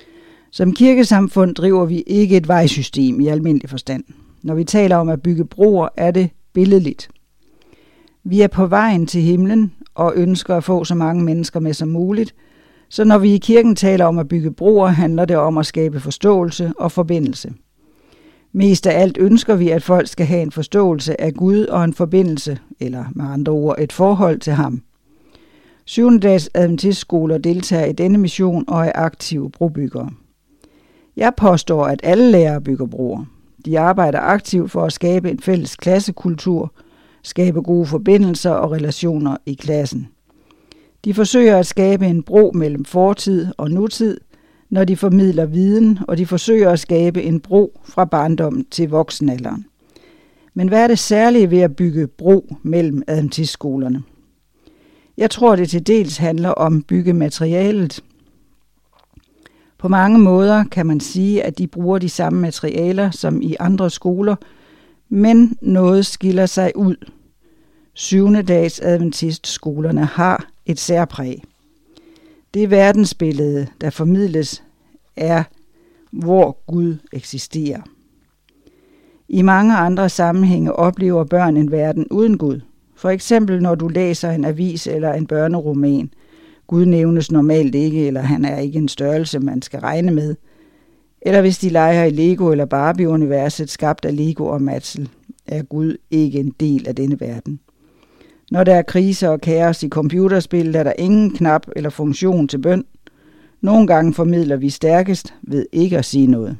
S1: Som kirkesamfund driver vi ikke et vejsystem i almindelig forstand. Når vi taler om at bygge broer, er det billedligt. Vi er på vejen til himlen og ønsker at få så mange mennesker med som muligt, så når vi i kirken taler om at bygge broer, handler det om at skabe forståelse og forbindelse. Mest af alt ønsker vi, at folk skal have en forståelse af Gud og en forbindelse, eller med andre ord et forhold til ham. Syvende dags adventistskoler deltager i denne mission og er aktive brobyggere. Jeg påstår, at alle lærere bygger broer. De arbejder aktivt for at skabe en fælles klassekultur, skabe gode forbindelser og relationer i klassen. De forsøger at skabe en bro mellem fortid og nutid, når de formidler viden, og de forsøger at skabe en bro fra barndommen til voksenalderen. Men hvad er det særlige ved at bygge bro mellem adventistskolerne? Jeg tror, det til dels handler om byggematerialet. På mange måder kan man sige, at de bruger de samme materialer som i andre skoler, men noget skiller sig ud. Syvende dags adventistskolerne har et særpræg. Det verdensbillede, der formidles, er, hvor Gud eksisterer. I mange andre sammenhænge oplever børn en verden uden Gud. For eksempel når du læser en avis eller en børneroman. Gud nævnes normalt ikke, eller han er ikke en størrelse, man skal regne med. Eller hvis de leger i Lego eller Barbie-universet skabt af Lego og Matzel, er Gud ikke en del af denne verden. Når der er krise og kaos i computerspil, er der ingen knap eller funktion til bøn. Nogle gange formidler vi stærkest ved ikke at sige noget.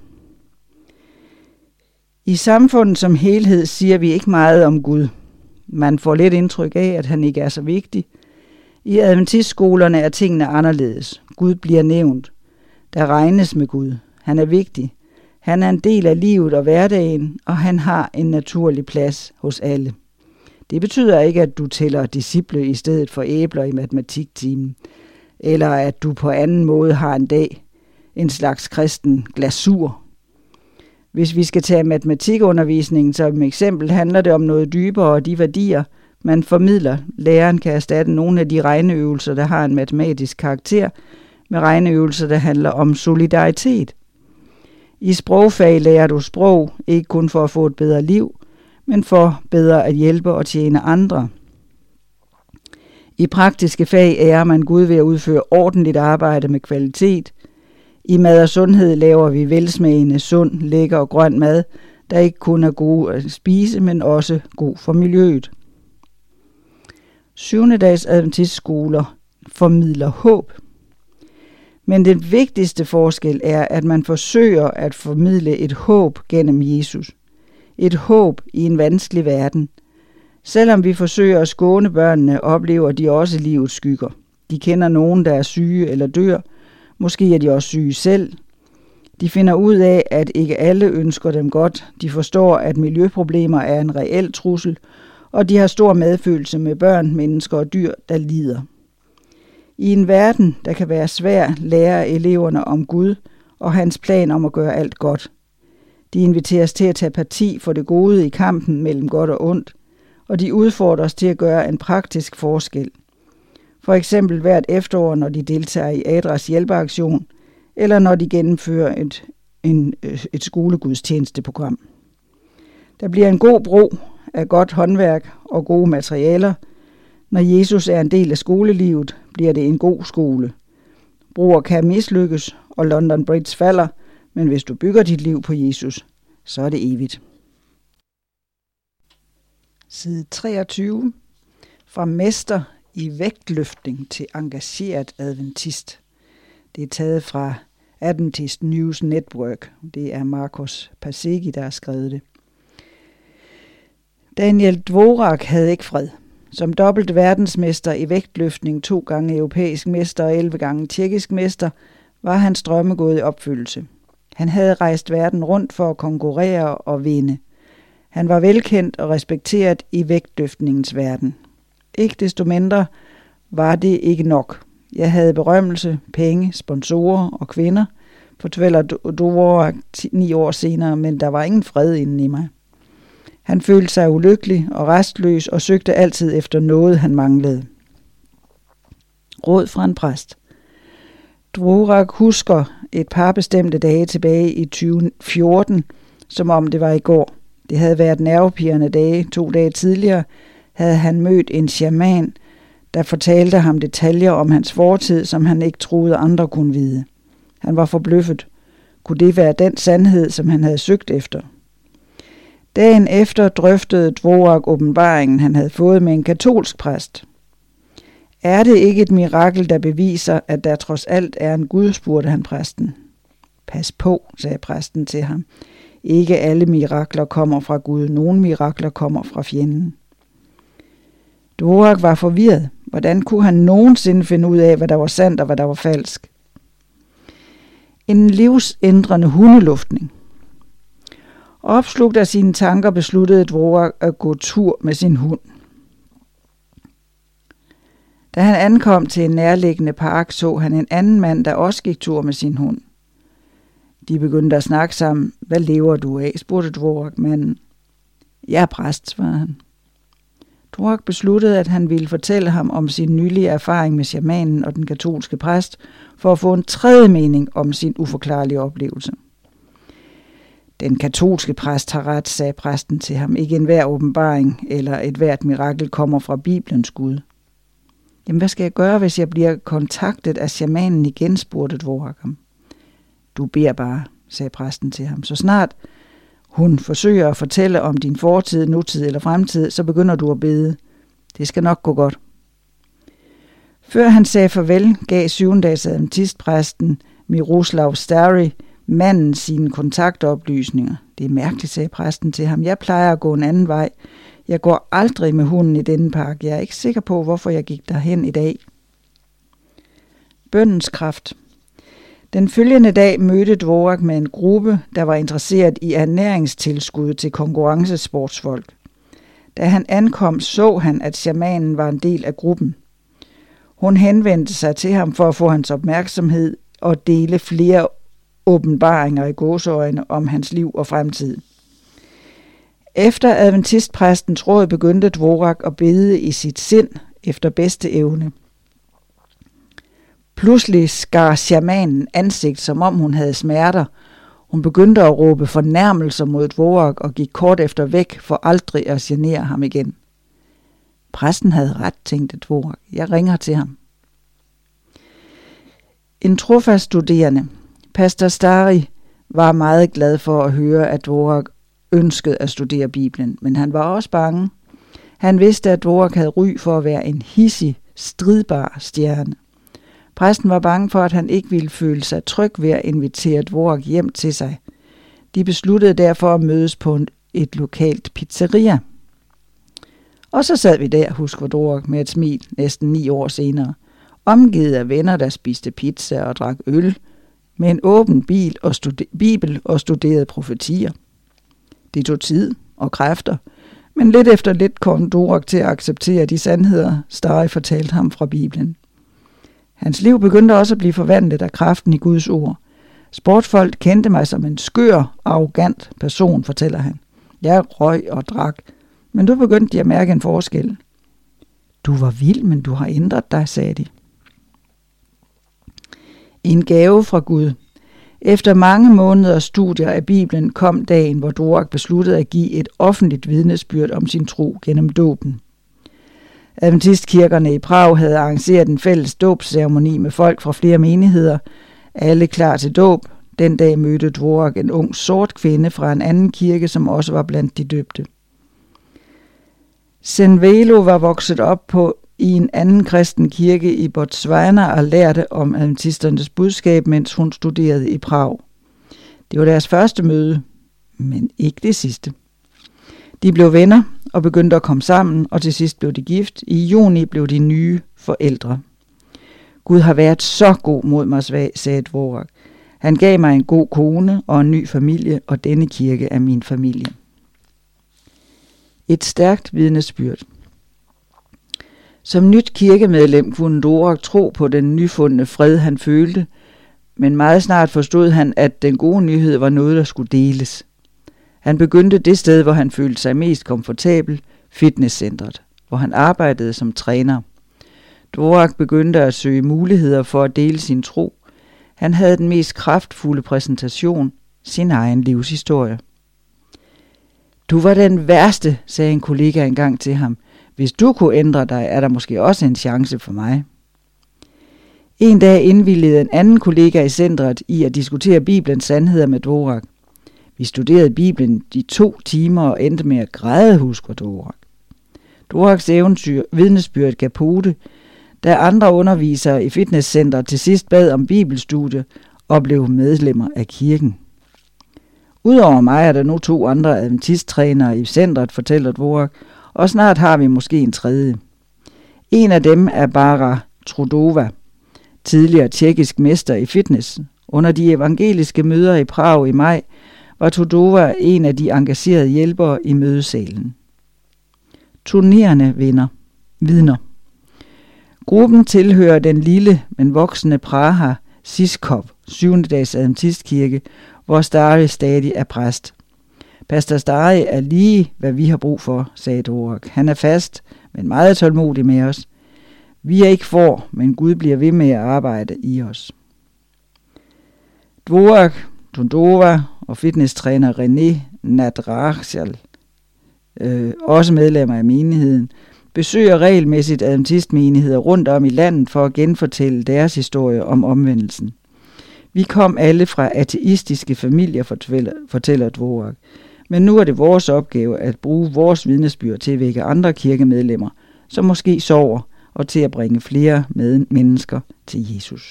S1: I samfundet som helhed siger vi ikke meget om Gud. Man får lidt indtryk af, at han ikke er så vigtig. I adventistskolerne er tingene anderledes. Gud bliver nævnt. Der regnes med Gud. Han er vigtig. Han er en del af livet og hverdagen, og han har en naturlig plads hos alle. Det betyder ikke, at du tæller disciple i stedet for æbler i matematiktimen, eller at du på anden måde har en dag en slags kristen glasur. Hvis vi skal tage matematikundervisningen som eksempel, handler det om noget dybere, og de værdier, man formidler. Læreren kan erstatte nogle af de regneøvelser, der har en matematisk karakter, med regneøvelser, der handler om solidaritet. I sprogfag lærer du sprog, ikke kun for at få et bedre liv, men for bedre at hjælpe og tjene andre. I praktiske fag ærer man Gud ved at udføre ordentligt arbejde med kvalitet. I mad og sundhed laver vi velsmagende, sund, lækker og grøn mad, der ikke kun er god at spise, men også god for miljøet. Syvende dags adventistskoler formidler håb. Men den vigtigste forskel er, at man forsøger at formidle et håb gennem Jesus. Et håb i en vanskelig verden. Selvom vi forsøger at skåne børnene, oplever de også livets skygger. De kender nogen, der er syge eller dør. Måske er de også syge selv. De finder ud af, at ikke alle ønsker dem godt. De forstår, at miljøproblemer er en reel trussel, og de har stor medfølelse med børn, mennesker og dyr, der lider. I en verden, der kan være svær, lærer eleverne om Gud og hans plan om at gøre alt godt. De inviteres til at tage parti for det gode i kampen mellem godt og ondt, og de udfordres til at gøre en praktisk forskel. For eksempel hvert efterår, når de deltager i Adras hjælpeaktion, eller når de gennemfører et, en, et skolegudstjenesteprogram. Der bliver en god bro af godt håndværk og gode materialer. Når Jesus er en del af skolelivet, bliver det en god skole. Broer kan mislykkes, og London Bridge falder, men hvis du bygger dit liv på Jesus, så er det evigt. Side treogtyve. Fra mester i vægtløftning til engageret adventist. Det er taget fra Adventist News Network. Det er Marcos Pasegi, der har skrevet det. Daniel Dvorak havde ikke fred. Som dobbelt verdensmester i vægtløftning, to gange europæisk mester og elleve gange tjekkisk mester, var hans drømme gået i opfyldelse. Han havde rejst verden rundt for at konkurrere og vinde. Han var velkendt og respekteret i vægtløftningens verden. Ikke desto mindre var det ikke nok. Jeg havde berømmelse, penge, sponsorer og kvinder, fortæller Dvorak ni år senere, men der var ingen fred inden i mig. Han følte sig ulykkelig og restløs og søgte altid efter noget, han manglede. Råd fra en præst. Dvorak husker, et par bestemte dage tilbage i tyve fjorten, som om det var i går. Det havde været nervepirrende dage. To dage tidligere havde han mødt en shaman, der fortalte ham detaljer om hans fortid, som han ikke troede andre kunne vide. Han var forbløffet. Kunne det være den sandhed, som han havde søgt efter? Dagen efter drøftede Dvorak åbenbaringen, han havde fået med en katolsk præst. Er det ikke et mirakel, der beviser, at der trods alt er en Gud, spurgte han præsten. Pas på, sagde præsten til ham. Ikke alle mirakler kommer fra Gud. Nogle mirakler kommer fra fjenden. Dvorak var forvirret. Hvordan kunne han nogensinde finde ud af, hvad der var sandt og hvad der var falsk? En livsændrende hundeluftning. Opslugt af sine tanker besluttede Dvorak at gå tur med sin hund. Da han ankom til en nærliggende park, så han en anden mand, der også gik tur med sin hund. De begyndte at snakke sammen. Hvad lever du af? Spurgte Dvorak manden. Jeg er præst, svarede han. Dvorak besluttede, at han ville fortælle ham om sin nylige erfaring med shamanen og den katolske præst, for at få en tredje mening om sin uforklarlige oplevelse. Den katolske præst har ret, sagde præsten til ham. Ikke enhver åbenbaring eller et hvert mirakel kommer fra Bibelens Gud. Jamen, hvad skal jeg gøre, hvis jeg bliver kontaktet af shamanen igen, spurgte Dvorak ham. Du beder bare, sagde præsten til ham. Så snart hun forsøger at fortælle om din fortid, nutid eller fremtid, så begynder du at bede. Det skal nok gå godt. Før han sagde farvel, gav syvendags adventistpræsten Miroslav Stary manden sine kontaktoplysninger. Det er mærkeligt, sagde præsten til ham. Jeg plejer at gå en anden vej. Jeg går aldrig med hunden i denne park. Jeg er ikke sikker på, hvorfor jeg gik derhen i dag. Bønnens kraft. Den følgende dag mødte Dvorak med en gruppe, der var interesseret i ernæringstilskud til konkurrencesportsfolk. Da han ankom, så han, at shamanen var en del af gruppen. Hun henvendte sig til ham for at få hans opmærksomhed og dele flere åbenbaringer i gåseøjne om hans liv og fremtid. Efter adventistpræstens råd begyndte Dvorak at bede i sit sind efter bedste evne. Pludselig skar shamanen ansigt, som om hun havde smerter. Hun begyndte at råbe fornærmelser mod Dvorak og gik kort efter væk for aldrig at genere ham igen. Præsten havde ret, tænkte Dvorak. Jeg ringer til ham. En trofast studerende, pastor Stary, var meget glad for at høre, at Dvorak ønskede at studere Bibelen, men han var også bange. Han vidste, at Dvorak havde ry for at være en hidsig, stridbar stjerne. Præsten var bange for, at han ikke ville føle sig tryg ved at invitere Dvorak hjem til sig. De besluttede derfor at mødes på et lokalt pizzeria. Og så sad vi der, husker Dvorak med et smil, næsten ni år senere, omgivet af venner, der spiste pizza og drak øl, med en åben bil og stude- bibel og studerede profetier. Det tog tid og kræfter, men lidt efter lidt kom Dvorak til at acceptere de sandheder, Stary fortalte ham fra Bibelen. Hans liv begyndte også at blive forvandlet af kraften i Guds ord. Sportsfolk kendte mig som en skør, arrogant person, fortæller han. Jeg røg og drak, men nu begyndte de at mærke en forskel. Du var vild, men du har ændret dig, sagde de. En gave fra Gud. Efter mange måneders studier af Bibelen kom dagen, hvor Dvorak besluttede at give et offentligt vidnesbyrd om sin tro gennem dåben. Adventistkirkerne i Prag havde arrangeret en fælles dåbsceremoni med folk fra flere menigheder, alle klar til dåb. Den dag mødte Dvorak en ung sort kvinde fra en anden kirke, som også var blandt de døbte. Senvelo var vokset op på i en anden kristen kirke i Botswana og lærte om adventisternes budskab, mens hun studerede i Prag. Det var deres første møde, men ikke det sidste. De blev venner og begyndte at komme sammen, og til sidst blev de gift. I juni blev de nye forældre. Gud har været så god mod mig, sagde Dvorak. Han gav mig en god kone og en ny familie, og denne kirke er min familie. Et stærkt vidnesbyrd. Som nyt kirkemedlem kunne Dvorak tro på den nyfundne fred, han følte, men meget snart forstod han, at den gode nyhed var noget, der skulle deles. Han begyndte det sted, hvor han følte sig mest komfortabel, fitnesscentret, hvor han arbejdede som træner. Dvorak begyndte at søge muligheder for at dele sin tro. Han havde den mest kraftfulde præsentation, sin egen livshistorie. Du var den værste, sagde en kollega engang til ham. Hvis du kunne ændre dig, er der måske også en chance for mig. En dag indvilligede en anden kollega i centret i at diskutere Bibelens sandheder med Dvorak. Vi studerede Bibelen de to timer og endte med at græde, husker Dvorak. Dvoraks eventyr, vidnesbyrd gav pote, da andre undervisere i fitnesscenter til sidst bad om bibelstudie og blev medlemmer af kirken. Udover mig er der nu to andre adventisttrænere i centret, fortæller Dvorak, og snart har vi måske en tredje. En af dem er Bara Trudova, tidligere tjekkisk mester i fitness. Under de evangeliske møder i Prag i maj var Trudova en af de engagerede hjælpere i mødesalen. Turnerende vinder, vidner. Gruppen tilhører den lille, men voksende Praha Siskov, syvende dags adventistkirke, hvor Stary stadig er præst. Pastor Stary er lige, hvad vi har brug for, sagde Dvorak. Han er fast, men meget tålmodig med os. Vi er ikke for, men Gud bliver ved med at arbejde i os. Dvorak, Trudova og fitnesstræner René Nadrachal, øh, også medlemmer af menigheden, besøger regelmæssigt adventistmenigheder rundt om i landet for at genfortælle deres historie om omvendelsen. Vi kom alle fra ateistiske familier, fortæller, fortæller Dvorak. Men nu er det vores opgave at bruge vores vidnesbyrd til at vække andre kirkemedlemmer, som måske sover, og til at bringe flere med mennesker til Jesus.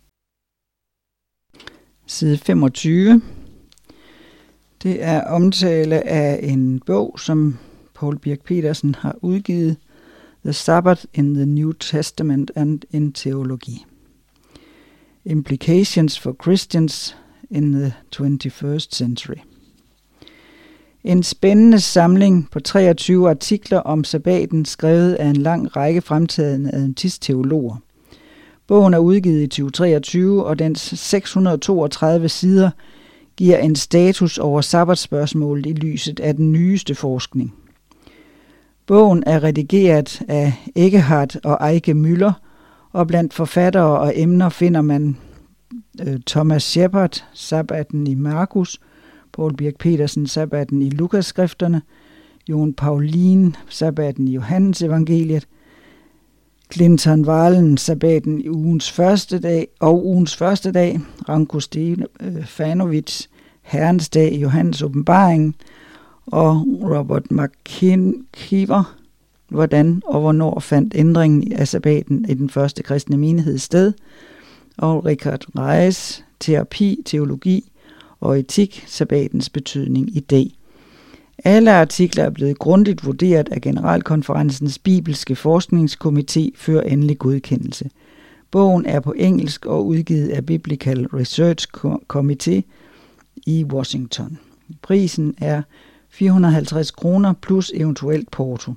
S1: Side femogtyve. Det er omtale af en bog, som Poul Birch Petersen har udgivet, The Sabbath in the New Testament and in Theology. Implications for Christians in the twenty-first century. En spændende samling på treogtyve artikler om sabbaten, skrevet af en lang række fremtrædende adventistteologer. Bogen er udgivet i tyve treogtyve, og dens seks hundrede og toogtredive sider giver en status over sabbatspørgsmålet i lyset af den nyeste forskning. Bogen er redigeret af Eckehart og Eike Müller, og blandt forfattere og emner finder man øh, Thomas Shepard, Sabbaten i Markus, Poul Birch Petersen, Sabbaten i Lukas-skrifterne, Jon Paulin, Sabbaten i Johannes evangeliet, Clinton Valen, Sabbaten i ugens første dag og ugens første dag, Ranko Stefanovic, Herrens dag i Johannes åbenbaringen, og Robert McKeever, hvordan og hvornår fandt ændringen af sabbaten i den første kristne menighed sted, og Richard Reis, terapi, teologi og etik, sabbatens betydning i dag. Alle artikler er blevet grundigt vurderet af Generalkonferencens bibelske forskningskomité før endelig godkendelse. Bogen er på engelsk og udgivet af Biblical Research Committee i Washington. Prisen er fire hundrede og halvtreds kroner plus eventuelt porto.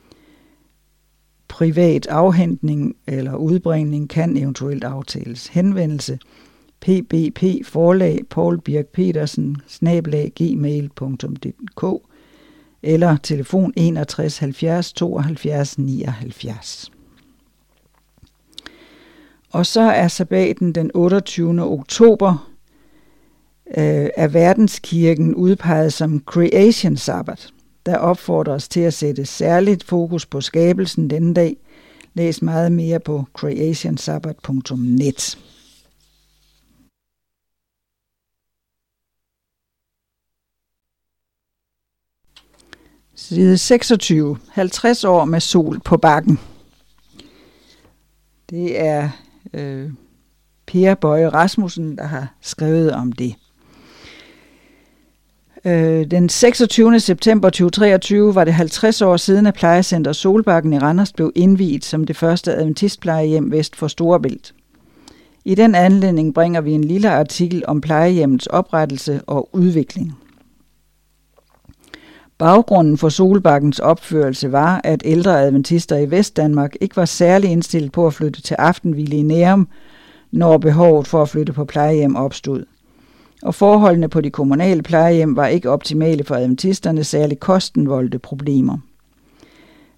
S1: Privat afhentning eller udbringning kan eventuelt aftales. Henvendelse p b p forlag Poul Birch Petersen snabel-a gmail punktum d k eller telefon enogtres halvfjerds tooghalvfjerds nioghalvfjerds. Og så er sabbaten den otteogtyvende oktober øh, af Verdenskirken udpeget som Creation Sabbath, der opfordrer os til at sætte særligt fokus på skabelsen denne dag. Læs meget mere på creation sabbath punktum net. Side seksogtyve. halvtreds år med sol på bakken. Det er øh, Per Bøje Rasmussen, der har skrevet om det. Øh, den seksogtyvende september tyve treogtyve var det halvtreds år siden, at plejecenter Solbakken i Randers blev indviet som det første adventistplejehjem vest for Storebælt. I den anledning bringer vi en lille artikel om plejehjemmets oprettelse og udvikling. Baggrunden for Solbakkens opførelse var, at ældre adventister i Vestdanmark ikke var særlig indstillet på at flytte til aftenhvile i Nærum, når behovet for at flytte på plejehjem opstod. Og forholdene på de kommunale plejehjem var ikke optimale for adventisterne, særligt kosten voldte problemer.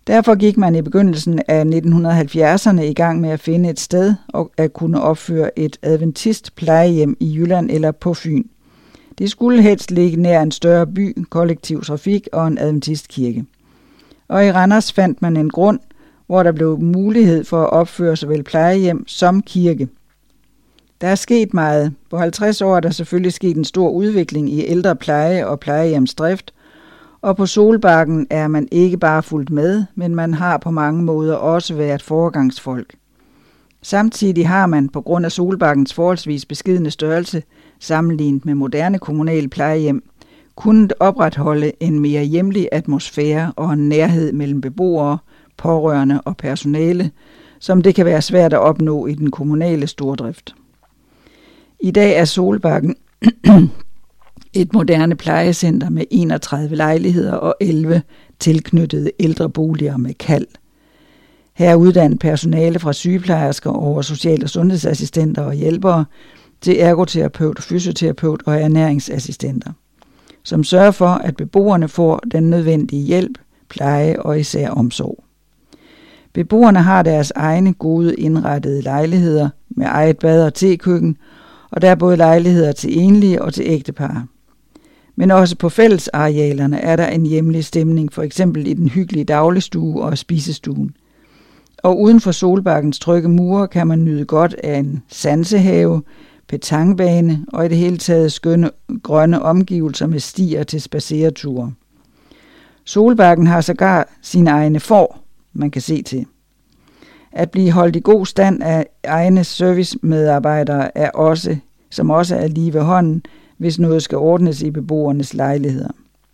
S1: Derfor gik man i begyndelsen af nitten halvfjerdserne i gang med at finde et sted og at kunne opføre et adventist plejehjem i Jylland eller på Fyn. Det skulle helst ligge nær en større by, kollektiv trafik og en adventistkirke. Og i Randers fandt man en grund, hvor der blev mulighed for at opføre såvel plejehjem som kirke. Der er sket meget. På halvtreds år er der selvfølgelig sket en stor udvikling i ældrepleje og plejehjemsdrift, og på Solbakken er man ikke bare fulgt med, men man har på mange måder også været foregangsfolk. Samtidig har man på grund af Solbakkens forholdsvis beskedne størrelse, sammenlignet med moderne kommunale plejehjem, kunnet opretholde en mere hjemlig atmosfære og en nærhed mellem beboere, pårørende og personale, som det kan være svært at opnå i den kommunale stordrift. I dag er Solbakken et moderne plejecenter med enogtredive lejligheder og elleve tilknyttede ældreboliger med kald. Her er uddannet personale fra sygeplejersker over social- og sundhedsassistenter og hjælpere til ergoterapeut, fysioterapeut og ernæringsassistenter, som sørger for, at beboerne får den nødvendige hjælp, pleje og især omsorg. Beboerne har deres egne gode indrettede lejligheder med eget bad og tekøkken, og der er både lejligheder til enlige og til ægtepar. Men også på fællesarealerne er der en hjemlig stemning, for eksempel i den hyggelige dagligstue og spisestuen. Og uden for Solbakkens trygge mure kan man nyde godt af en sansehave, petanquebane og i det hele taget skønne grønne omgivelser med stier til spadsereture. Solbakken har sågar sine egne får, man kan se til. At blive holdt i god stand af egne servicemedarbejdere er også, som også er lige ved hånden, hvis noget skal ordnes i beboernes lejligheder.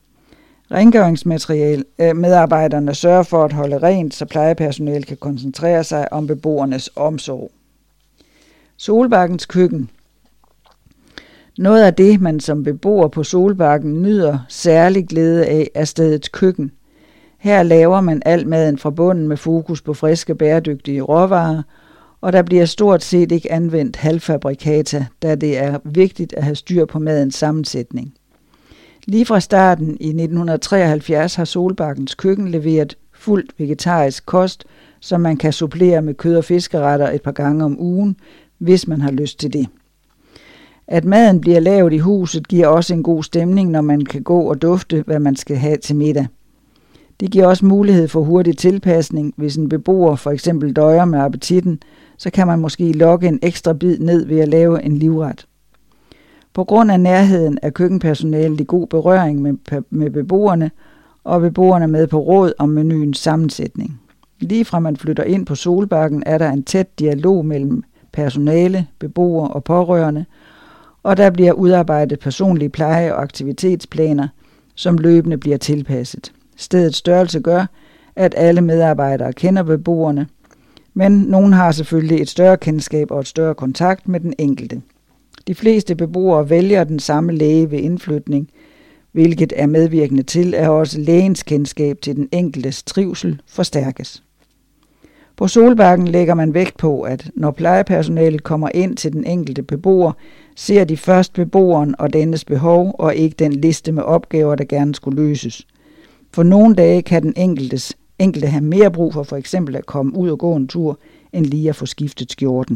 S1: Rengøringsmedarbejderne sørger for at holde rent, så plejepersonale kan koncentrere sig om beboernes omsorg. Solbakkens køkken. Noget af det, man som beboer på Solbakken nyder særlig glæde af, er stedets køkken. Her laver man al maden fra bunden med fokus på friske, bæredygtige råvarer, og der bliver stort set ikke anvendt halvfabrikata, da det er vigtigt at have styr på madens sammensætning. Lige fra starten i nitten treoghalvfjerds har Solbakkens køkken leveret fuldt vegetarisk kost, som man kan supplere med kød- og fiskeretter et par gange om ugen, hvis man har lyst til det. At maden bliver lavet i huset giver også en god stemning, når man kan gå og dufte, hvad man skal have til middag. Det giver også mulighed for hurtig tilpasning. Hvis en beboer for eksempel døjer med appetitten, så kan man måske lokke en ekstra bid ned ved at lave en livret. På grund af nærheden er køkkenpersonalet i god berøring med, med beboerne, og beboerne med på råd om menuens sammensætning. Lige fra man flytter ind på Solbakken, er der en tæt dialog mellem personale, beboere og pårørende, og der bliver udarbejdet personlige pleje- og aktivitetsplaner, som løbende bliver tilpasset. Stedets størrelse gør, at alle medarbejdere kender beboerne, men nogen har selvfølgelig et større kendskab og et større kontakt med den enkelte. De fleste beboere vælger den samme læge ved indflytning, hvilket er medvirkende til, at også lægens kendskab til den enkeltes trivsel forstærkes. På Solbakken lægger man vægt på, at når plejepersonalet kommer ind til den enkelte beboer, ser de først beboeren og dennes behov, og ikke den liste med opgaver, der gerne skulle løses. For nogle dage kan den enkeltes, enkelte have mere brug for for eksempel at komme ud og gå en tur, end lige at få skiftet skjorten.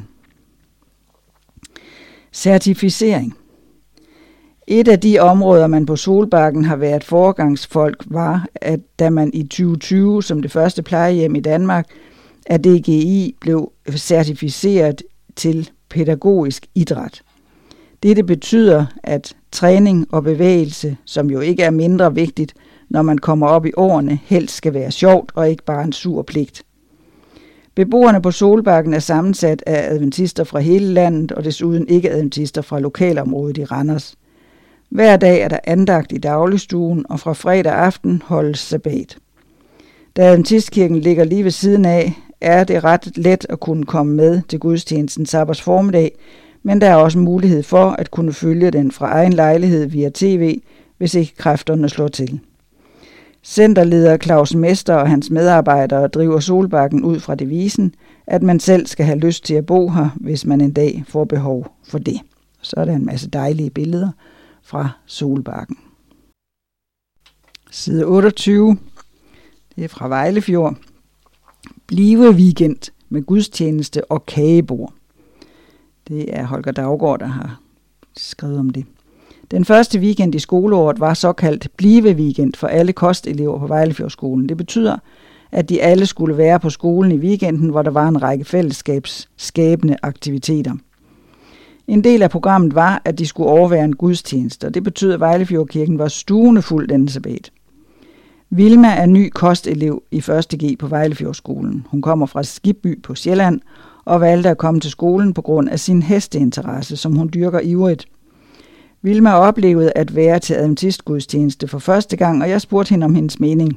S1: Certificering. Et af de områder, man på Solbakken har været foregangsfolk, var, at da man i tyve tyve som det første plejehjem i Danmark af D G I blev certificeret til pædagogisk idræt. Dette betyder, at træning og bevægelse, som jo ikke er mindre vigtigt, når man kommer op i årene, helst skal være sjovt og ikke bare en sur pligt. Beboerne på Solbakken er sammensat af adventister fra hele landet og desuden ikke-adventister fra lokalområdet i Randers. Hver dag er der andagt i dagligstuen, og fra fredag aften holdes sabbat. Da adventistkirken ligger lige ved siden af, er det ret let at kunne komme med til gudstjenesten sabbat formiddag, men der er også mulighed for at kunne følge den fra egen lejlighed via tv, hvis ikke kræfterne slår til. Centerleder Claus Mester og hans medarbejdere driver Solbakken ud fra devisen, at man selv skal have lyst til at bo her, hvis man en dag får behov for det. Så er der en masse dejlige billeder fra Solbakken. Side otteogtyve. Det er fra Vejlefjord. Blive weekend med gudstjeneste og kagebord. Det er Holger Daugaard, der har skrevet om det. Den første weekend i skoleåret var såkaldt Blive weekend for alle kostelever på Vejlefjordskolen. Det betyder, at de alle skulle være på skolen i weekenden, hvor der var en række fællesskabsskabende aktiviteter. En del af programmet var, at de skulle overvære en gudstjeneste, og det betød, at Vejlefjordkirken var stuende fuld denne sabbat. Vilma er ny kostelev i første G på Vejlefjordskolen. Hun kommer fra Skibby på Sjælland og valgte at komme til skolen på grund af sin hesteinteresse, som hun dyrker ivrigt. Vilma oplevede at være til adventistgudstjeneste for første gang, og jeg spurgte hende om hendes mening.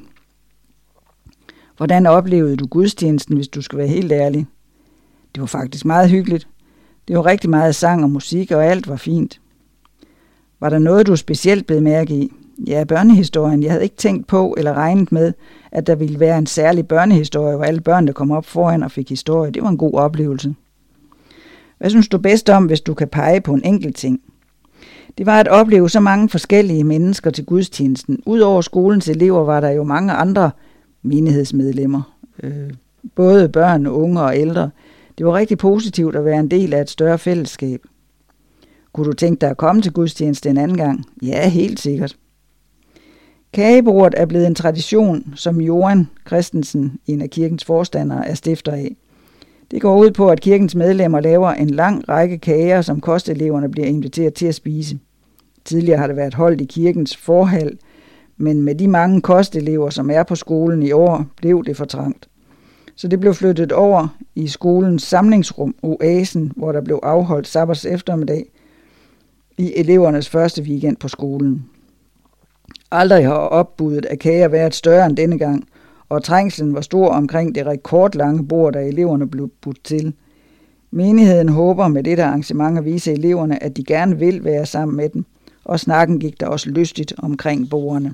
S1: Hvordan oplevede du gudstjenesten, hvis du skal være helt ærlig? Det var faktisk meget hyggeligt. Det var rigtig meget sang og musik, og alt var fint. Var der noget, du specielt blev mærke i? Ja, børnehistorien. Jeg havde ikke tænkt på eller regnet med, at der ville være en særlig børnehistorie, hvor alle børnene kom op foran og fik historie. Det var en god oplevelse. Hvad synes du bedst om, hvis du kan pege på en enkelt ting? Det var at opleve så mange forskellige mennesker til gudstjenesten. Udover skolens elever var der jo mange andre menighedsmedlemmer. Øh, både børn, unge og ældre. Det var rigtig positivt at være en del af et større fællesskab. Kunne du tænke dig at komme til gudstjeneste en anden gang? Ja, helt sikkert. Kagebordet er blevet en tradition, som Johan Christensen, en af kirkens forstandere, er stifter af. Det går ud på, at kirkens medlemmer laver en lang række kager, som kosteleverne bliver inviteret til at spise. Tidligere har det været holdt i kirkens forhal, men med de mange kostelever, som er på skolen i år, blev det for trangt. Så det blev flyttet over i skolens samlingsrum, Oasen, hvor der blev afholdt sabbats eftermiddag i elevernes første weekend på skolen. Aldrig har opbuddet af kager været større end denne gang, og trængslen var stor omkring det rekordlange bord, da eleverne blev budt til. Menigheden håber med dette arrangement at vise eleverne, at de gerne vil være sammen med dem, og snakken gik der også lystigt omkring bordene.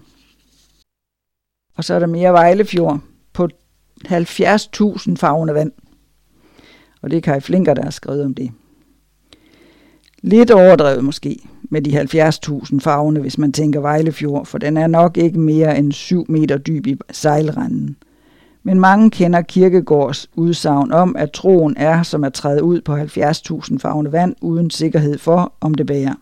S1: Og så er der mere Vejlefjord på halvfjerds tusind favne vand. Og det er Kai Flinker, der har skrevet om det. Lidt overdrevet måske med de halvfjerds tusind favne, hvis man tænker Vejlefjord, for den er nok ikke mere end syv meter dyb i sejlranden. Men mange kender Kierkegaards udsagn om, at troen er som at træde ud på halvfjerds tusind favne vand uden sikkerhed for, om det bærer.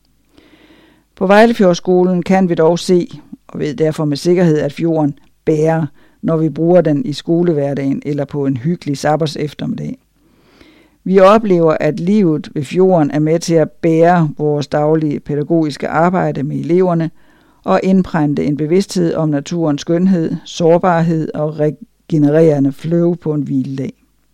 S1: På Vejlefjordskolen kan vi dog se, og ved derfor med sikkerhed, at fjorden bærer, når vi bruger den i skolehverdagen eller på en hyggelig sabbats eftermiddag. Vi oplever, at livet ved fjorden er med til at bære vores daglige pædagogiske arbejde med eleverne og indprænte en bevidsthed om naturens skønhed, sårbarhed og regenererende flow på en hviledag.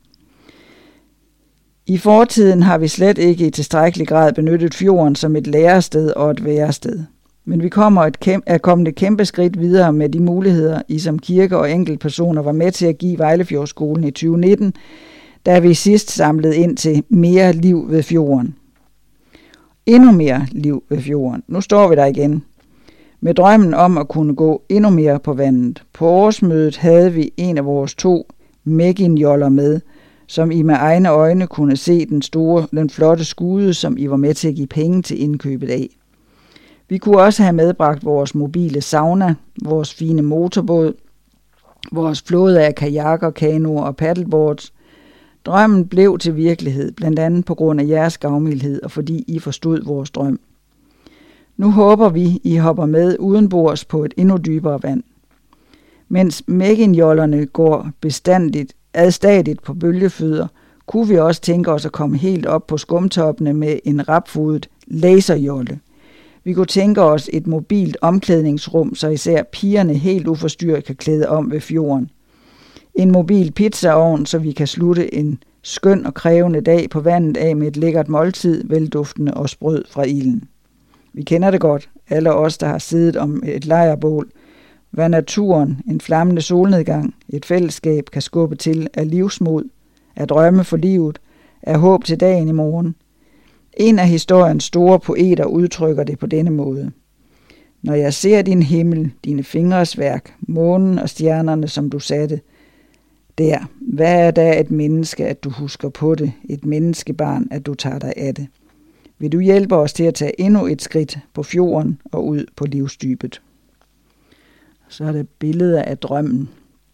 S1: I fortiden har vi slet ikke i tilstrækkelig grad benyttet fjorden som et lærested og et værested. Men vi kommer et kæm- er kommet et kæmpe skridt videre med de muligheder, I som kirke og enkeltpersoner var med til at give Vejlefjordskolen i tyve nitten, da vi sidst samlede ind til mere liv ved fjorden. Endnu mere liv ved fjorden. Nu står vi der igen. Med drømmen om at kunne gå endnu mere på vandet. På årsmødet havde vi en af vores to mækkinjoller med, som I med egne øjne kunne se den store, den flotte skude, som I var med til at give penge til indkøbet af. Vi kunne også have medbragt vores mobile sauna, vores fine motorbåd, vores flåde af kajakker, kanoer og paddleboards. Drømmen blev til virkelighed, blandt andet på grund af jeres gavmildhed og fordi I forstod vores drøm. Nu håber vi, I hopper med udenbords på et endnu dybere vand. Mens mækkinjollerne går bestandigt adstadigt på bølgefødder, kunne vi også tænke os at komme helt op på skumtoppene med en rapfodet laserjolle. Vi kunne tænke os et mobilt omklædningsrum, så især pigerne helt uforstyrret kan klæde om ved fjorden. En mobil pizzaovn, så vi kan slutte en skøn og krævende dag på vandet af med et lækkert måltid, velduftende og sprød fra ilden. Vi kender det godt, alle os, der har siddet om et lejrbål, hvad naturen, en flammende solnedgang, et fællesskab kan skubbe til af livsmod, af drømme for livet, af håb til dagen i morgen. En af historiens store poeter udtrykker det på denne måde. Når jeg ser din himmel, dine fingres værk, månen og stjernerne, som du satte, der, hvad er da et menneske, at du husker på det, et menneskebarn, at du tager dig af det? Vil du hjælpe os til at tage endnu et skridt på fjorden og ud på livsdybet? Så er det billeder af drømmen.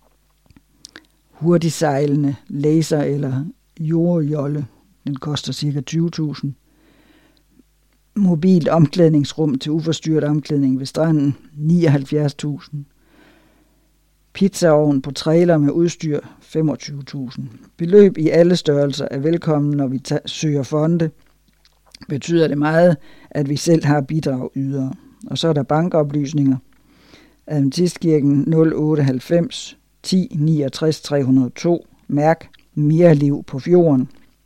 S1: hurtigsejlende laser eller jordjolle. Den koster ca. tyve tusind. Mobilt omklædningsrum til uforstyrret omklædning ved stranden, nioghalvfjerds tusind. Pizzaovn på trailer med udstyr, femogtyve tusind. Beløb i alle størrelser er velkommen, når vi ta- søger fonde. Betyder det meget, at vi selv har bidrag ydere. Og så er der bankoplysninger. Adventistkirken nul otte halvfems ti niogtres tre hundrede og to. Mærk Mere Liv på Fjorden.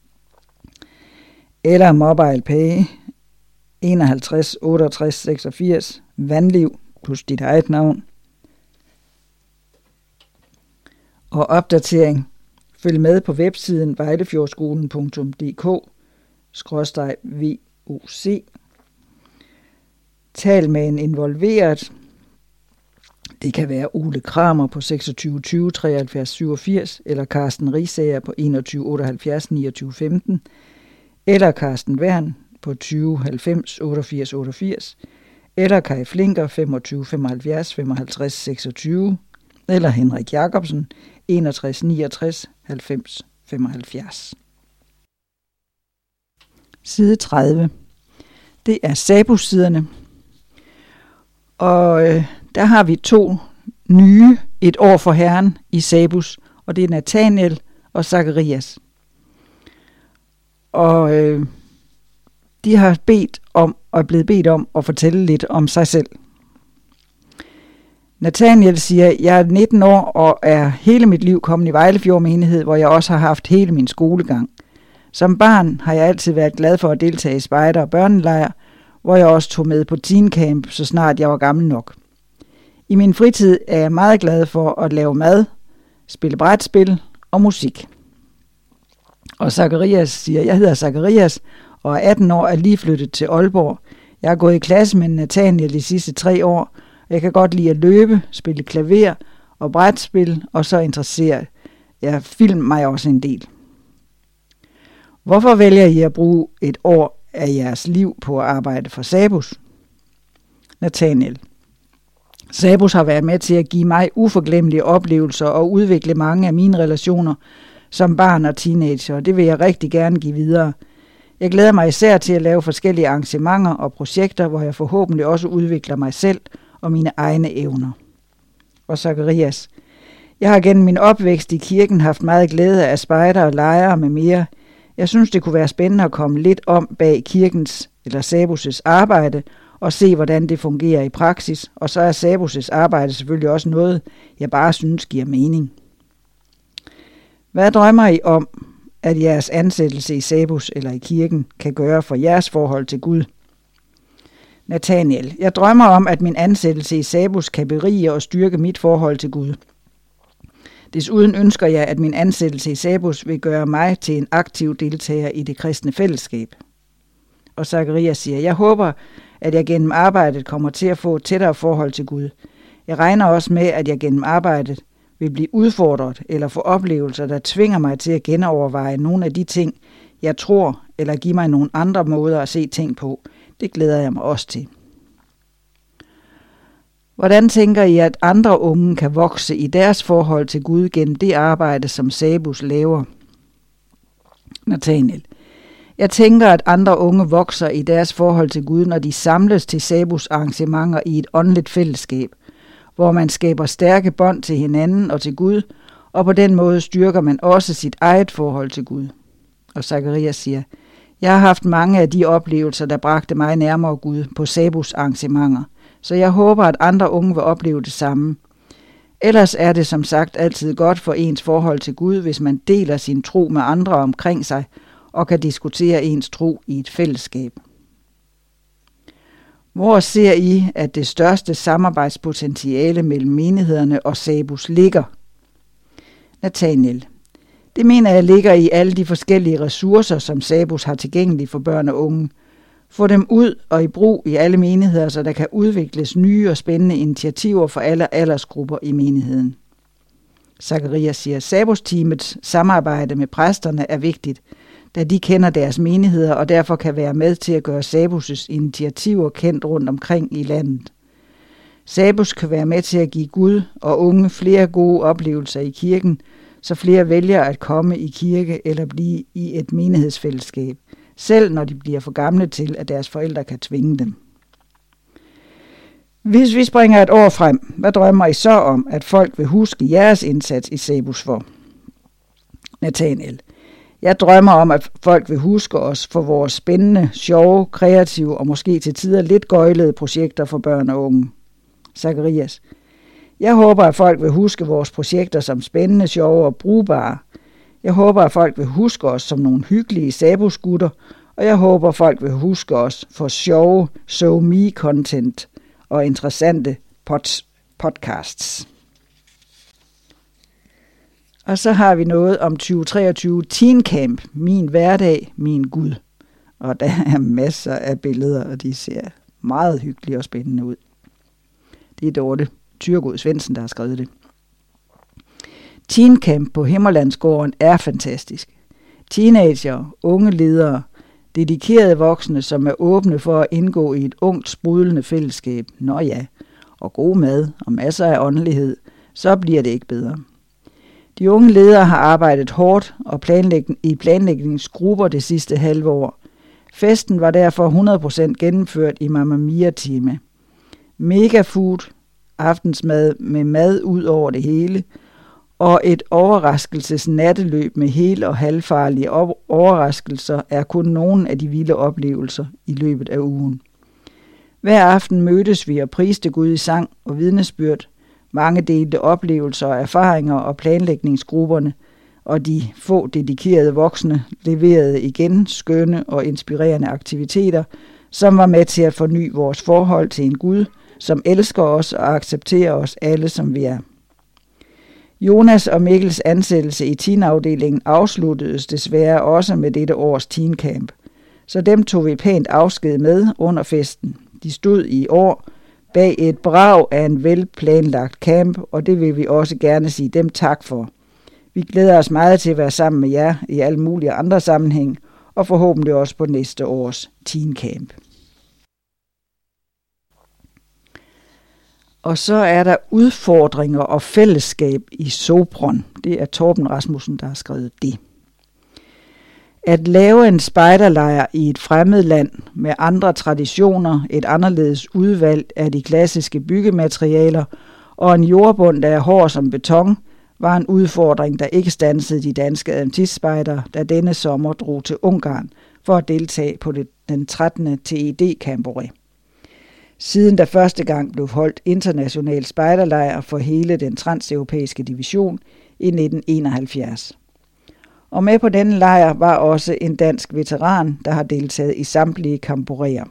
S1: Eller Mobile Pay enoghalvtreds otteogtres seksogfirs. Vandliv plus dit eget navn. Og opdatering. Følg med på websiden vejlefjordskolen punktum d k skråstreg V O C. Tal med en involveret. Det kan være Ole Kramer på seksogtyve tyve treoghalvfjerds syvogfirs, eller Carsten Risager på enogtyve otteoghalvfjerds niogtyve femten, eller Carsten Wern på tyve halvfems otteogfirs otteogfirs, eller Kai Flinker femogtyve femoghalvfjerds femoghalvtreds seksogtyve, eller Henrik Jacobsen enogtres niogtres halvfems femoghalvfjerds. Side tredive. Det er Sabus-siderne. Og øh, der har vi to nye et år for Herren i Sabus, og det er Nathaniel og Zacharias. Og øh, de har bedt om og er blevet bedt om at fortælle lidt om sig selv. Nathaniel siger, jeg er nitten år og er hele mit liv kommet i Vejlefjord menighed, hvor jeg også har haft hele min skolegang. Som barn har jeg altid været glad for at deltage i spejder og børnelejr, hvor jeg også tog med på teencamp, så snart jeg var gammel nok. I min fritid er jeg meget glad for at lave mad, spille brætspil og musik. Og Zacharias siger, jeg hedder Zacharias og er atten år og er lige flyttet til Aalborg. Jeg har gået i klasse med Nathaniel de sidste tre år. Jeg kan godt lide at løbe, spille klaver og brætspil, og så interesserer jeg film mig også en del. Hvorfor vælger I at bruge et år af jeres liv på at arbejde for Sabus? Nathaniel. Sabus har været med til at give mig uforglemmelige oplevelser og udvikle mange af mine relationer som barn og teenager, og det vil jeg rigtig gerne give videre. Jeg glæder mig især til at lave forskellige arrangementer og projekter, hvor jeg forhåbentlig også udvikler mig selv og mine egne evner. Og Zacharias. Jeg har gennem min opvækst i kirken haft meget glæde af spejder og lejre med mere. Jeg synes, det kunne være spændende at komme lidt om bag kirkens eller Sabus' arbejde og se, hvordan det fungerer i praksis. Og så er Sabus' arbejde selvfølgelig også noget, jeg bare synes giver mening. Hvad drømmer I om, at jeres ansættelse i Sabus eller i kirken kan gøre for jeres forhold til Gud? Nathaniel. Jeg drømmer om, at min ansættelse i Sabus kan berige og styrke mit forhold til Gud. Desuden ønsker jeg, at min ansættelse i Sabus vil gøre mig til en aktiv deltager i det kristne fællesskab. Og Zacharias siger, jeg håber, at jeg gennem arbejdet kommer til at få et tættere forhold til Gud. Jeg regner også med, at jeg gennem arbejdet vil blive udfordret eller få oplevelser, der tvinger mig til at genoverveje nogle af de ting, jeg tror, eller give mig nogle andre måder at se ting på. Det glæder jeg mig også til. Hvordan tænker I, at andre unge kan vokse i deres forhold til Gud gennem det arbejde, som Sabus laver? Nathaniel. Jeg tænker, at andre unge vokser i deres forhold til Gud, når de samles til Sabus arrangementer i et åndeligt fællesskab, hvor man skaber stærke bånd til hinanden og til Gud, og på den måde styrker man også sit eget forhold til Gud. Og Zacharias siger, jeg har haft mange af de oplevelser, der bragte mig nærmere Gud på Sabus arrangementer, så jeg håber, at andre unge vil opleve det samme. Ellers er det som sagt altid godt for ens forhold til Gud, hvis man deler sin tro med andre omkring sig og kan diskutere ens tro i et fællesskab. Hvor ser I, at det største samarbejdspotentiale mellem menighederne og Sabus ligger? Nathaniel. Det mener jeg ligger i alle de forskellige ressourcer, som Sabus har tilgængelige for børn og unge. Få dem ud og i brug i alle menigheder, så der kan udvikles nye og spændende initiativer for alle aldersgrupper i menigheden. Zacharias siger, Sabus-teamets samarbejde med præsterne er vigtigt, da de kender deres menigheder og derfor kan være med til at gøre Sabus' initiativer kendt rundt omkring i landet. Sabus kan være med til at give Gud og unge flere gode oplevelser i kirken, så flere vælger at komme i kirke eller blive i et menighedsfællesskab, selv når de bliver for gamle til, at deres forældre kan tvinge dem. Hvis vi springer et år frem, hvad drømmer I så om, at folk vil huske jeres indsats i Sebus for? Nathaniel: Jeg drømmer om, at folk vil huske os for vores spændende, sjove, kreative og måske til tider lidt gøjlede projekter for børn og unge. Zacharias: Jeg håber, at folk vil huske vores projekter som spændende, sjove og brugbare. Jeg håber, at folk vil huske os som nogle hyggelige sabusgutter, og jeg håber, at folk vil huske os for sjove SoMe-content og interessante pod- podcasts. Og så har vi noget om tyve treogtyve Teen Camp, min hverdag, min Gud. Og der er masser af billeder, og de ser meget hyggelige og spændende ud. Det er Dorte Thyregod Svendsen, der har skrevet det. Teen Camp på Himmerlandsgården er fantastisk. Teenager, unge ledere, dedikerede voksne, som er åbne for at indgå i et ungt, sprudlende fællesskab. Nå ja, og god mad og masser af åndelighed, så bliver det ikke bedre. De unge ledere har arbejdet hårdt og planlæg- i planlægningsgrupper det sidste halve år. Festen var derfor hundrede procent gennemført i Mamma Mia-tema. Mega food, aftensmad med mad ud over det hele, og et overraskelsesnatteløb med hel- og halvfarlige overraskelser er kun nogle af de vilde oplevelser i løbet af ugen. Hver aften mødtes vi og priste Gud i sang og vidnesbyrd. Mange delte oplevelser og erfaringer, og planlægningsgrupperne og de få dedikerede voksne leverede igen skønne og inspirerende aktiviteter, som var med til at forny vores forhold til en Gud, som elsker os og accepterer os alle, som vi er. Jonas og Mikkels ansættelse i teenafdelingen afsluttedes desværre også med dette års teencamp, så dem tog vi pænt afsked med under festen. De stod i år bag et brag af en velplanlagt camp, og det vil vi også gerne sige dem tak for. Vi glæder os meget til at være sammen med jer i alle mulige andre sammenhæng, og forhåbentlig også på næste års teencamp. Og så er der udfordringer og fællesskab i Sopron. Det er Torben Rasmussen, der har skrevet det. At lave en spejderlejr i et fremmed land med andre traditioner, et anderledes udvalg af de klassiske byggematerialer og en jordbund, der er hård som beton, var en udfordring, der ikke standsede de danske adventistspejdere, der denne sommer drog til Ungarn for at deltage på det, den trettende T E D-camporé. Siden der første gang blev holdt international spejderlejr for hele den transeuropæiske division i nitten enoghalvfjerds. Og med på denne lejr var også en dansk veteran, der har deltaget i samtlige camporéer.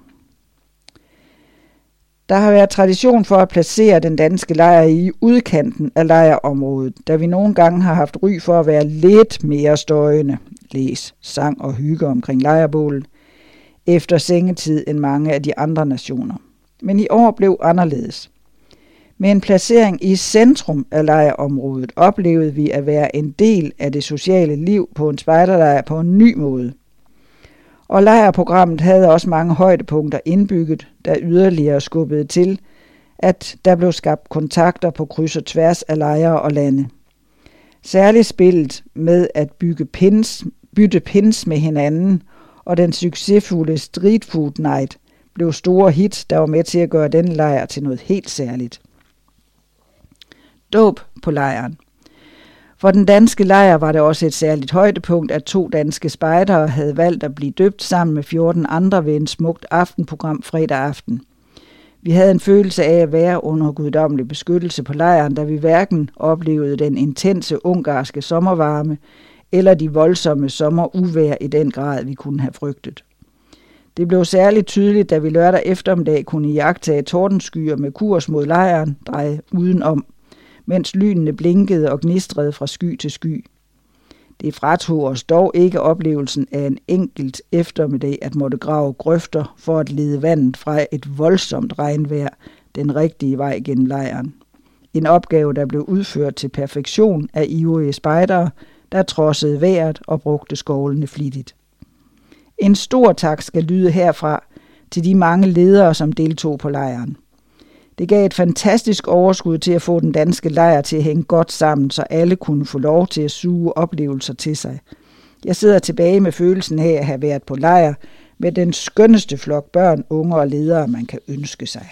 S1: Der har været tradition for at placere den danske lejr i udkanten af lejrområdet, da vi nogle gange har haft ry for at være lidt mere støjende, læs, sang og hygge omkring lejrbålet, efter sengetid end mange af de andre nationer. Men i år blev anderledes. Med en placering i centrum af lejrområdet oplevede vi at være en del af det sociale liv på en spejderlejr på en ny måde. Og lejrprogrammet havde også mange højdepunkter indbygget, der yderligere skubbede til, at der blev skabt kontakter på kryds og tværs af lejre og lande. Særligt spillet med at bygge pins, bytte pins med hinanden og den succesfulde Street Food Night blev store hit, der var med til at gøre denne lejr til noget helt særligt. Dåb på lejren. For den danske lejr var det også et særligt højdepunkt, at to danske spejdere havde valgt at blive døbt sammen med fjorten andre ved en smukt aftenprogram fredag aften. Vi havde en følelse af at være under guddommelig beskyttelse på lejren, da vi hverken oplevede den intense ungarske sommervarme eller de voldsomme sommeruvejr i den grad, vi kunne have frygtet. Det blev særligt tydeligt, da vi lørdag eftermiddag kunne iagttage tordenskyer med kurs mod lejren, dreje udenom, mens lynene blinkede og gnistrede fra sky til sky. Det fratog os dog ikke oplevelsen af en enkelt eftermiddag at måtte grave grøfter for at lede vandet fra et voldsomt regnvejr den rigtige vej gennem lejren. En opgave, der blev udført til perfektion af ivrige spejdere, der trodsede vejret og brugte skovlene flittigt. En stor tak skal lyde herfra til de mange ledere, som deltog på lejren. Det gav et fantastisk overskud til at få den danske lejr til at hænge godt sammen, så alle kunne få lov til at suge oplevelser til sig. Jeg sidder tilbage med følelsen af at have været på lejr med den skønneste flok børn, unge og ledere, man kan ønske sig.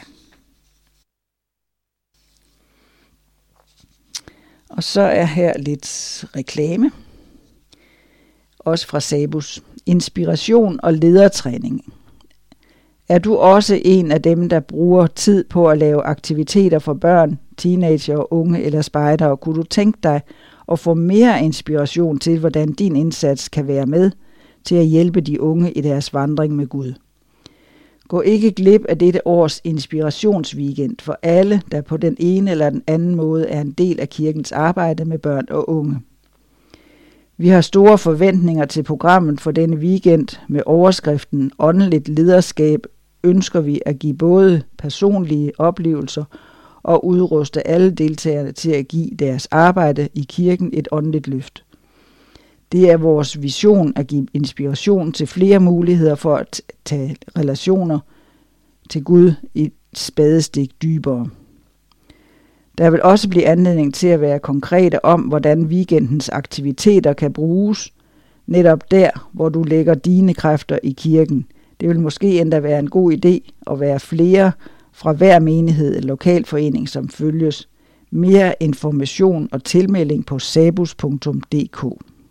S1: Og så er her lidt reklame. Også fra Sabus. Inspiration og ledertræning. Er du også en af dem, der bruger tid på at lave aktiviteter for børn, teenager, unge eller spejdere? Kunne du tænke dig at få mere inspiration til, hvordan din indsats kan være med til at hjælpe de unge i deres vandring med Gud? Gå ikke glip af dette års inspirationsweekend for alle, der på den ene eller den anden måde er en del af kirkens arbejde med børn og unge. Vi har store forventninger til programmet for denne weekend. Med overskriften Åndeligt lederskab ønsker vi at give både personlige oplevelser og udruste alle deltagerne til at give deres arbejde i kirken et åndeligt løft. Det er vores vision at give inspiration til flere muligheder for at tage relationer til Gud i spadestik dybere. Der vil også blive anledning til at være konkrete om, hvordan weekendens aktiviteter kan bruges, netop der, hvor du lægger dine kræfter i kirken. Det vil måske endda være en god idé at være flere fra hver menighed eller lokalforening, som følges. Mere information og tilmelding på sabus punktum d k.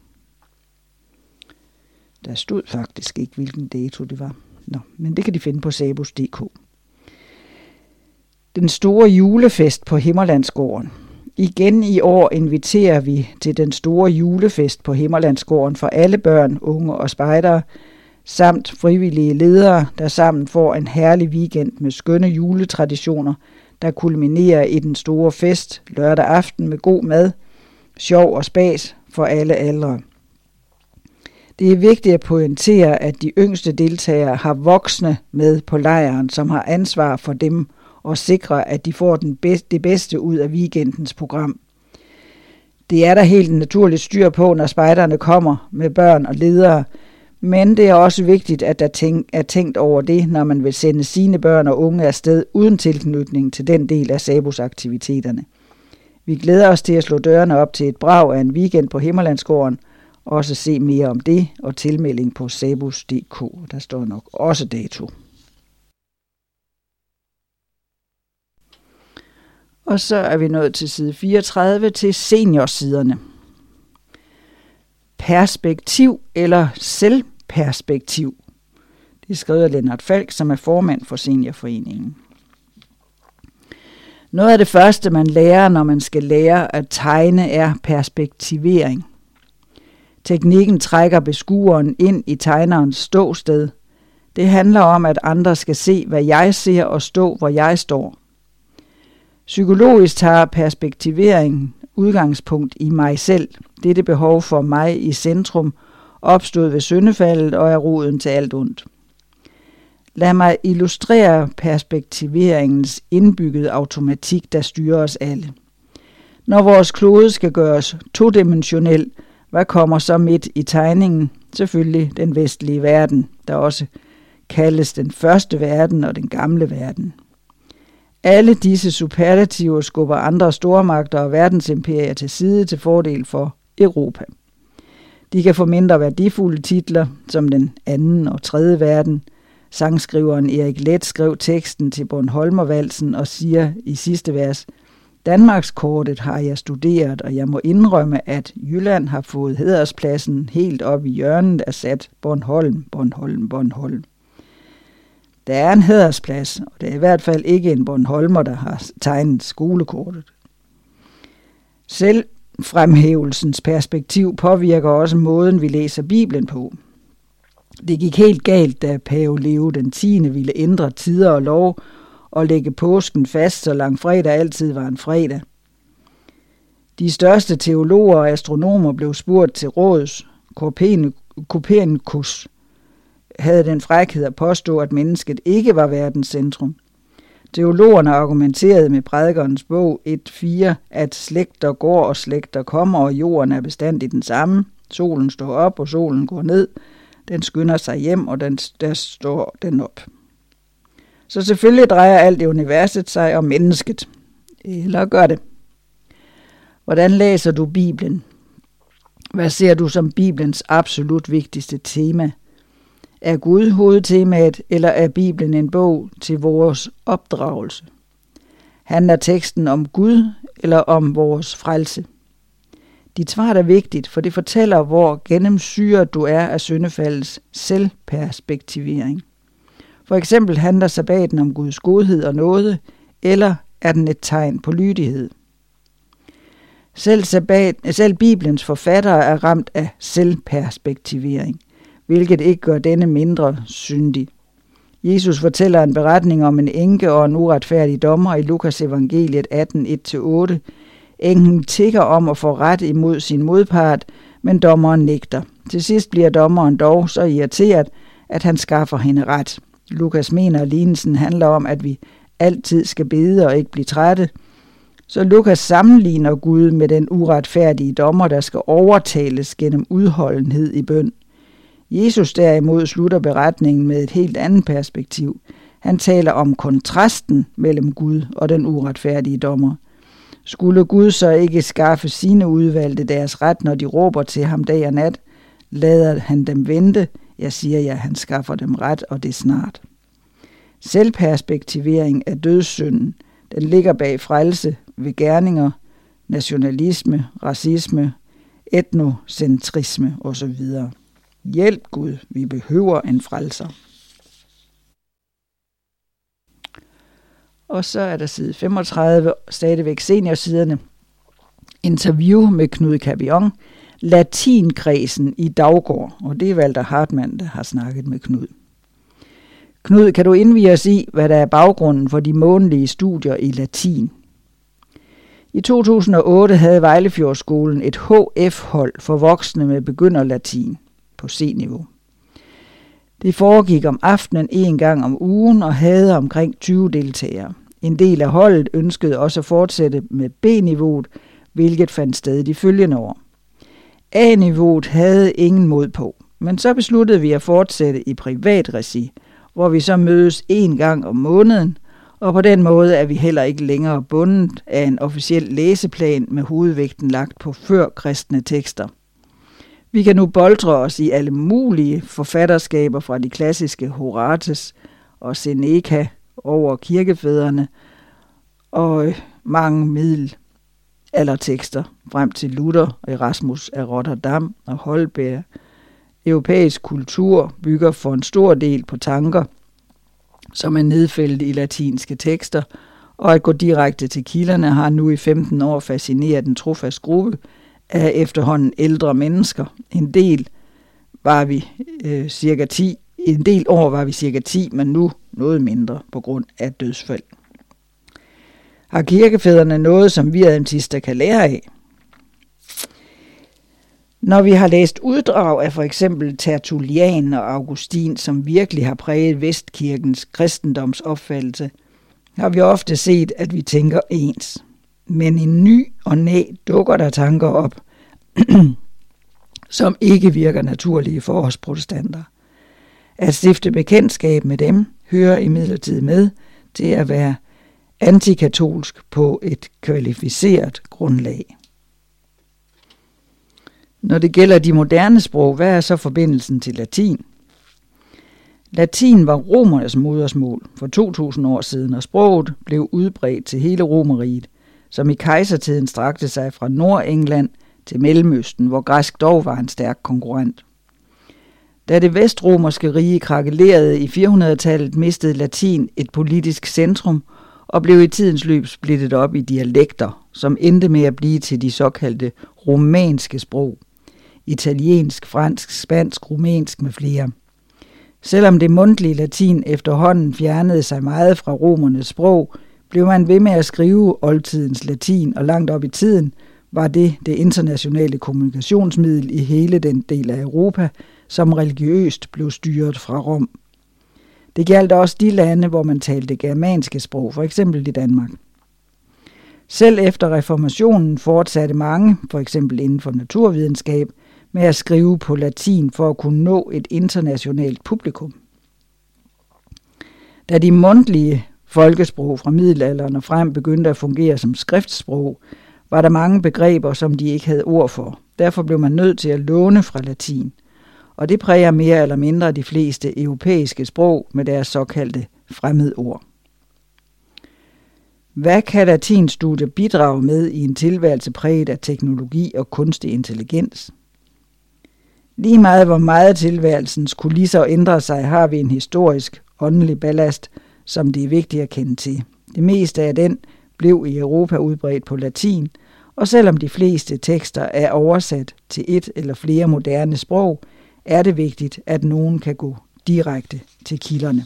S1: Der stod faktisk ikke, hvilken dato det var. Nå, men det kan de finde på sabus punktum d k. Den store julefest på Himmerlandsgården. Igen i år inviterer vi til den store julefest på Himmerlandsgården for alle børn, unge og spejdere, samt frivillige ledere, der sammen får en herlig weekend med skønne juletraditioner, der kulminerer i den store fest lørdag aften med god mad, sjov og spas for alle aldre. Det er vigtigt at pointere, at de yngste deltagere har voksne med på lejren, som har ansvar for dem og sikre, at de får den bedste, det bedste ud af weekendens program. Det er der helt naturligt styr på, når spejderne kommer med børn og ledere, men det er også vigtigt, at der tænk, er tænkt over det, når man vil sende sine børn og unge afsted uden tilknytning til den del af Sabus-aktiviteterne. Vi glæder os til at slå dørene op til et brag af en weekend på Himmerlandsgården. Også se mere om det og tilmelding på sabus punktum d k. Der står nok også dato. Og så er vi nået til side fireogtredive til seniorsiderne. Perspektiv eller selvperspektiv. Det er skrevet af Lennart Falk, som er formand for Seniorforeningen. Noget af det første, man lærer, når man skal lære at tegne, er perspektivering. Teknikken trækker beskueren ind i tegnerens ståsted. Det handler om, at andre skal se, hvad jeg ser, og stå, hvor jeg står. Psykologisk tager perspektivering udgangspunkt i mig selv. Dette behov for mig i centrum opstod ved syndefaldet og er roden til alt ondt. Lad mig illustrere perspektiveringens indbyggede automatik, der styrer os alle. Når vores klode skal gøres todimensionel, hvad kommer så midt i tegningen? Selvfølgelig den vestlige verden, der også kaldes den første verden og den gamle verden. Alle disse superlativer skubber andre stormagter og verdensimperier til side til fordel for Europa. De kan få mindre værdifulde titler, som den anden og tredje verden. Sangskriveren Erik Leth skrev teksten til Bornholmervalsen og siger i sidste vers: Danmarkskortet har jeg studeret, og jeg må indrømme, at Jylland har fået hæderspladsen helt op i hjørnet af sat Bornholm, Bornholm, Bornholm. Der er en hædersplads, og det er i hvert fald ikke en bornholmer, der har tegnet skolekortet. Selvfremhævelsens perspektiv påvirker også måden, vi læser Bibelen på. Det gik helt galt, da Pave Leo den tiende ville ændre tider og lov og lægge påsken fast, så langfredag altid var en fredag. De største teologer og astronomer blev spurgt til råds. Copernicus havde den frækhed at påstå, at mennesket ikke var verdens centrum. Teologerne argumenterede med prædikernes bog et fire, at slægter går og slægter kommer, og jorden er bestandig den samme. Solen står op, og solen går ned. Den skynder sig hjem, og den, der står den op. Så selvfølgelig drejer alt i universet sig om mennesket. Eller gør det. Hvordan læser du Bibelen? Hvad ser du som Bibelens absolut vigtigste tema? Er Gud hovedtemaet, eller er Bibelen en bog til vores opdragelse? Handler teksten om Gud eller om vores frelse? Dit svar er vigtigt, for det fortæller, hvor gennemsyret du er af syndefaldets selvperspektivering. For eksempel handler sabbaten om Guds godhed og nåde, eller er den et tegn på lydighed? Selv, sabbat, selv Bibelens forfattere er ramt af selvperspektivering, hvilket ikke gør denne mindre syndig. Jesus fortæller en beretning om en enke og en uretfærdig dommer i Lukas evangeliet atten, et til otte. Enken tigger om at få ret imod sin modpart, men dommeren nægter. Til sidst bliver dommeren dog så irriteret, at han skaffer hende ret. Lukas mener, at lignelsen handler om, at vi altid skal bede og ikke blive trætte. Så Lukas sammenligner Gud med den uretfærdige dommer, der skal overtales gennem udholdenhed i bøn. Jesus derimod slutter beretningen med et helt andet perspektiv. Han taler om kontrasten mellem Gud og den uretfærdige dommer. Skulle Gud så ikke skaffe sine udvalgte deres ret, når de råber til ham dag og nat? Lader han dem vente? Jeg siger jer, han skaffer dem ret, og det snart. Selvperspektivering er dødssynden. Den ligger bag frelse ved gerninger, nationalisme, racisme, etnocentrisme osv. Hjælp Gud, vi behøver en frelser. Og så er der side femogtredive, stadigvæk seniorsiderne. Interview med Knud Cavion, latinkredsen i Daugård, og det er Walter Hartmann, der har snakket med Knud. Knud, kan du indvie os i, hvad der er baggrunden for de månedlige studier i latin? I to tusind og otte havde Vejlefjordskolen et H F-hold for voksne med begynderlatin på C-niveau. Det foregik om aftenen en gang om ugen og havde omkring tyve deltagere. En del af holdet ønskede også at fortsætte med B-niveauet, hvilket fandt sted de følgende år. A-niveauet havde ingen mod på, men så besluttede vi at fortsætte i privat regi, hvor vi så mødes en gang om måneden, og på den måde er vi heller ikke længere bundet af en officiel læseplan med hovedvægten lagt på førkristne tekster. Vi kan nu boltre os i alle mulige forfatterskaber fra de klassiske Horaces og Seneca over kirkefædrene og mange middelaldertekster frem til Luther og Erasmus af Rotterdam og Holberg. Europæisk kultur bygger for en stor del på tanker, som er nedfældet i latinske tekster, og at gå direkte til kilderne har nu i femten år fascineret en trofast gruppe af efterhånden ældre mennesker. En del var vi øh, cirka ti, en del år var vi cirka ti, men nu noget mindre på grund af dødsfald. Har kirkefædrene noget, som vi adventister kan lære af? Når vi har læst uddrag af for eksempel Tertullian og Augustin, som virkelig har præget Vestkirkens kristendomsopfattelse, har vi ofte set, at vi tænker ens. Men i ny og næ dukker der tanker op, som ikke virker naturlige for os protestanter. At stifte bekendtskab med dem hører imidlertid med til at være antikatolsk på et kvalificeret grundlag. Når det gælder de moderne sprog, hvad er så forbindelsen til latin? Latin var romernes modersmål for to tusind år siden, og sproget blev udbredt til hele Romerriget, som i kejsertiden strakte sig fra Nordengland til Mellemøsten, hvor græsk dog var en stærk konkurrent. Da det vestromerske rige krakelerede i fire hundrede-tallet, mistede latin et politisk centrum og blev i tidens løb splittet op i dialekter, som endte med at blive til de såkaldte romanske sprog. Italiensk, fransk, spansk, rumænsk med flere. Selvom det mundtlige latin efterhånden fjernede sig meget fra romernes sprog, blev man ved med at skrive oldtidens latin, og langt op i tiden var det det internationale kommunikationsmiddel i hele den del af Europa, som religiøst blev styret fra Rom. Det gjaldt også de lande, hvor man talte germanske sprog, for eksempel i Danmark. Selv efter reformationen fortsatte mange, for eksempel inden for naturvidenskab, med at skrive på latin for at kunne nå et internationalt publikum. Da de mundtlige folkesprog fra middelalderen og frem begyndte at fungere som skriftsprog, var der mange begreber, som de ikke havde ord for. Derfor blev man nødt til at låne fra latin, og det præger mere eller mindre de fleste europæiske sprog med deres såkaldte fremmedord. Hvad kan latinstudie bidrage med i en tilværelse præget af teknologi og kunstig intelligens? Lige meget hvor meget tilværelsens kulisser ændrer sig, har vi en historisk, åndelig ballast, som det er vigtigt at kende til. Det meste af den blev i Europa udbredt på latin, og selvom de fleste tekster er oversat til et eller flere moderne sprog, er det vigtigt, at nogen kan gå direkte til kilderne.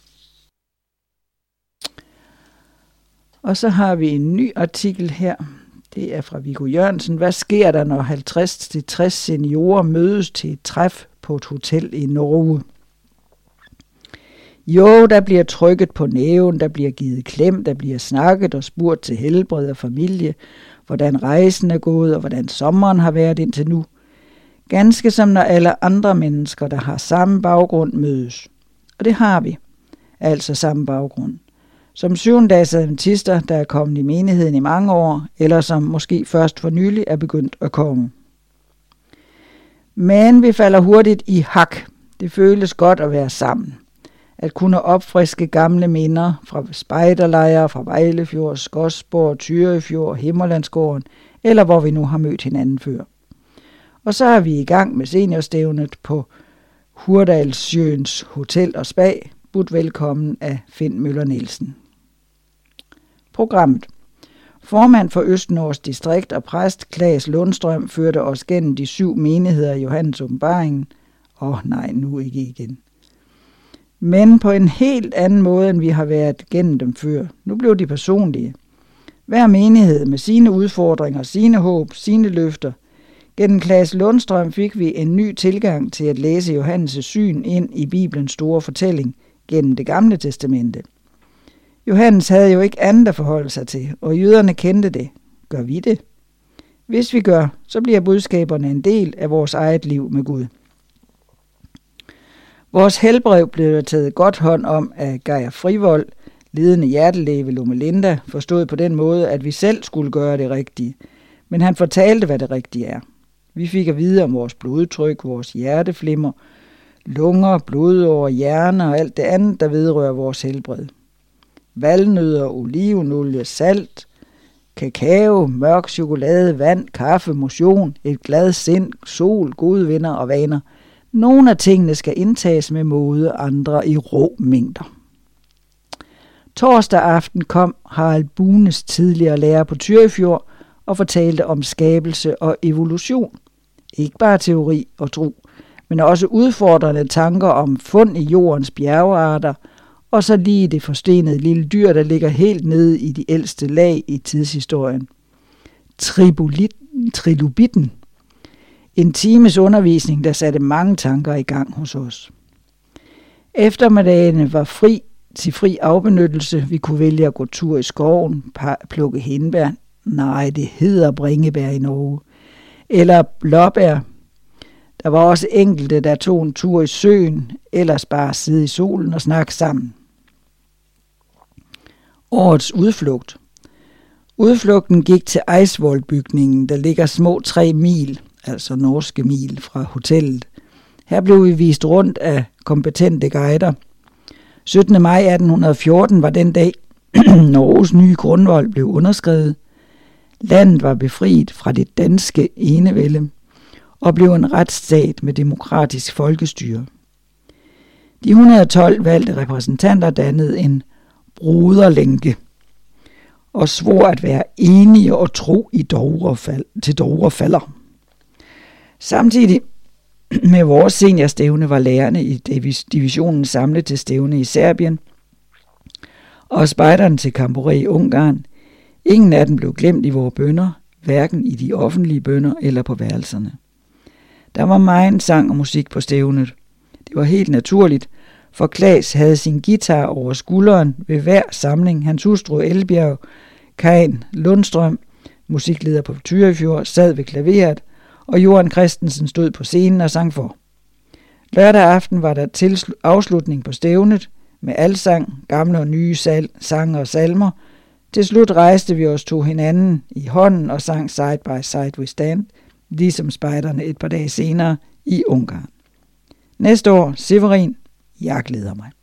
S1: Og så har vi en ny artikel her. Det er fra Viggo Jørgensen. Hvad sker der, når halvtreds til tres seniorer mødes til et træf på et hotel i Norge? Jo, der bliver trykket på næven, der bliver givet klem, der bliver snakket og spurgt til helbred og familie, hvordan rejsen er gået og hvordan sommeren har været indtil nu. Ganske som når alle andre mennesker, der har samme baggrund, mødes. Og det har vi, altså samme baggrund. Som syvendags adventister, der er kommet i menigheden i mange år, eller som måske først for nylig er begyndt at komme. Men vi falder hurtigt i hak. Det føles godt at være sammen. At kunne opfriske gamle minder fra spejderlejre, fra Vejlefjord, Skodsborg, Tyrefjord, Himmerlandsgården, eller hvor vi nu har mødt hinanden før. Og så er vi i gang med seniorstævnet på Hurdalssjøens Hotel og Spa, budt velkommen af Finn Møller Nielsen. Programmet. Formand for Østnords distrikt og præst Claes Lundstrøm førte os gennem de syv menigheder i Johannes åbenbaringen. Åh oh, nej, nu ikke igen. Men på en helt anden måde, end vi har været gennem dem før. Nu blev de personlige. Hver menighed med sine udfordringer, sine håb, sine løfter. Gennem Claes Lundstrøm fik vi en ny tilgang til at læse Johannes' syn ind i Bibelens store fortælling gennem det gamle testamente. Johannes havde jo ikke andet at forholde sig til, og jøderne kendte det. Gør vi det? Hvis vi gør, så bliver budskaberne en del af vores eget liv med Gud. Vores helbred blev taget godt hånd om af Geir Frivold, ledende hjertelæge ved Loma Linda, forstået på den måde, at vi selv skulle gøre det rigtige. Men han fortalte, hvad det rigtige er. Vi fik at vide om vores blodtryk, vores hjerteflimmer, lunger, blodårer, hjerne og alt det andet, der vedrører vores helbred. Valnødder, olivenolie, salt, kakao, mørk chokolade, vand, kaffe, motion, et glad sind, sol, gode venner og vaner. Nogle af tingene skal indtages med måde, andre i rå mængder. Torsdag aften kom Harald Bunes, tidligere lærer på Tyrefjord, og fortalte om skabelse og evolution. Ikke bare teori og tro, men også udfordrende tanker om fund i jordens bjergearter, og så lige det forstenede lille dyr, der ligger helt nede i de ældste lag i tidshistorien. Trilobitten. En times undervisning, der satte mange tanker i gang hos os. Eftermiddagene var fri til fri afbenyttelse. Vi kunne vælge at gå tur i skoven, plukke hindbær. Nej, det hedder bringebær i Norge. Eller blåbær. Der var også enkelte, der tog en tur i søen, ellers bare sidde i solen og snakke sammen. Årets udflugt. Udflugten gik til Eidsvoll-bygningen, der ligger små tre mil, altså norske mil, fra hotellet. Her blev vi vist rundt af kompetente guider. syttende maj atten fjorten var den dag, Norges nye grundvold blev underskrevet. Landet var befriet fra det danske enevælde og blev en retsstat med demokratisk folkestyre. De et hundrede og tolv valgte repræsentanter dannede en broderlænke og svor at være enige og tro i Dovrefald, til Dovrefalder. Samtidig med vores seniorstævne var lærerne i divisionen samlet til stævne i Serbien og spejderne til Camporé i Ungarn. Ingen af dem blev glemt i vores bønner, hverken i de offentlige bønner eller på værelserne. Der var megen sang og musik på stævnet. Det var helt naturligt, for Claes havde sin guitar over skulderen ved hver samling. Hans hustru Elbjerg, Karin Lundstrøm, musikleder på Tyrefjord, sad ved klaveret, og Johan Christensen stod på scenen og sang for. Lørdag aften var der til afslutning på stævnet med alsang, gamle og nye sal- sange og salmer. Til slut rejste vi os to hinanden i hånden og sang Side by Side We Stand, ligesom spejderne et par dage senere i Ungarn. Næste år, Severin, jeg glæder mig.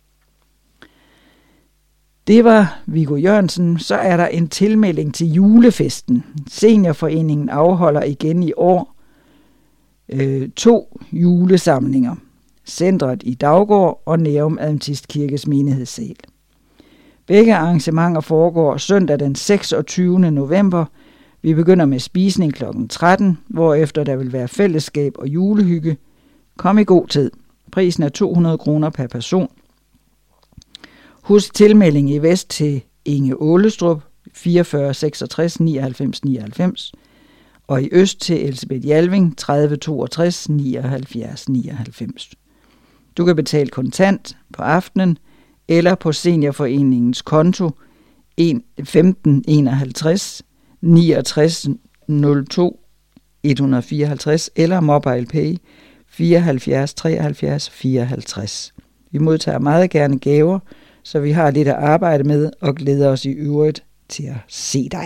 S1: Det var Viggo Jørgensen. Så er der en tilmelding til julefesten. Seniorforeningen afholder igen i år øh, to julesamlinger. Centret i Daugård og Nærum Adventistkirkes menighedssal. Begge arrangementer foregår søndag den seksogtyvende november. Vi begynder med spisning klokken tretten, hvorefter der vil være fællesskab og julehygge. Kom i god tid. Prisen er to hundrede kroner per person. Husk tilmelding i vest til Inge Ålestrup, fireogfyrre seksogtres nioghalvfems nioghalvfems, og i øst til Elsebeth Jalving, tredive toogtres nioghalvfjerds nioghalvfems. Du kan betale kontant på aftenen eller på Seniorforeningens konto femten enoghalvtreds niogtres nul to et hundrede fireoghalvtreds eller MobilePay fireoghalvfjerds treoghalvfjerds fireoghalvtreds. Vi modtager meget gerne gaver, så vi har lidt at arbejde med og glæder os i øvrigt til at se dig.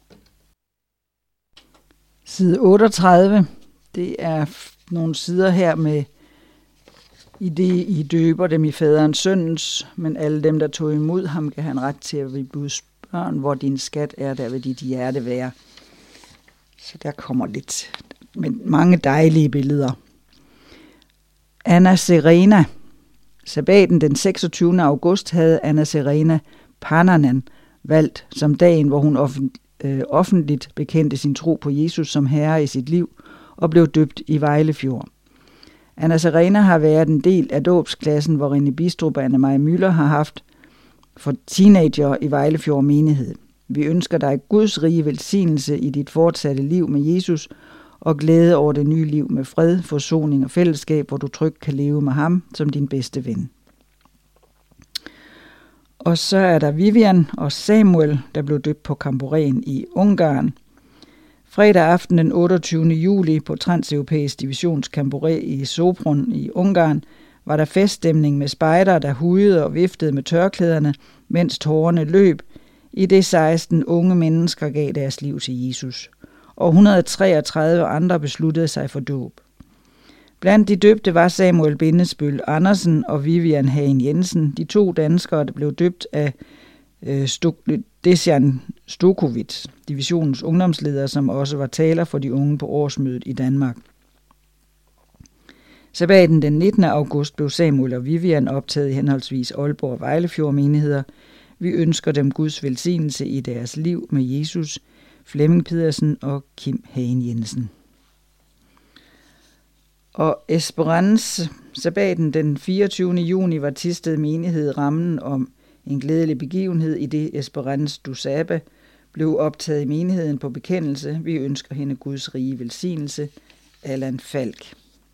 S1: Side otteogtredive, det er nogle sider her med i det, I døber dem i faderens søndens, men alle dem, der tog imod ham, kan have ret til at blive Guds børn, hvor din skat er, der vil dit hjerte være. Så der kommer lidt, men mange dejlige billeder. Anna Serena. Sabbaten den seksogtyvende august havde Anna Serena Pannanen valgt som dagen, hvor hun offent, øh, offentligt bekendte sin tro på Jesus som herre i sit liv og blev døbt i Vejlefjord. Anna Serena har været en del af dåbsklassen, hvor Rene Bistrup og Anne-Marie Müller har haft for teenager i Vejlefjord menighed. Vi ønsker dig Guds rige velsignelse i dit fortsatte liv med Jesus og glæde over det nye liv med fred, forsoning og fællesskab, hvor du trygt kan leve med ham som din bedste ven. Og så er der Vivian og Samuel, der blev døbt på Camporen i Ungarn. Fredag aften den otteogtyvende juli på Transeuropæisk Divisions Camporen i Sopron i Ungarn var der feststemning med spejdere, der hujede og viftede med tørklæderne, mens tårerne løb, i det seksten unge mennesker gav deres liv til Jesus, og et hundrede og treogtredive andre besluttede sig for dåb. Blandt de døbte var Samuel Bindesbøl Andersen og Vivian Hagen Jensen, de to danskere, der blev døbt af øh, Stok- Dejan Stokovic, divisionens ungdomsleder, som også var taler for de unge på årsmødet i Danmark. Sabbaten den nittende august blev Samuel og Vivian optaget i henholdsvis Aalborg og Vejlefjord menigheder. Vi ønsker dem Guds velsignelse i deres liv med Jesus, Flemming Pedersen og Kim Hagen Jensen. Og Esperance, sabbaten den fireogtyvende juni var Thisted menighed rammen om en glædelig begivenhed, i det Esperance du Saba blev optaget i menigheden på bekendelse. Vi ønsker hende Guds rige velsignelse. Allan Falk.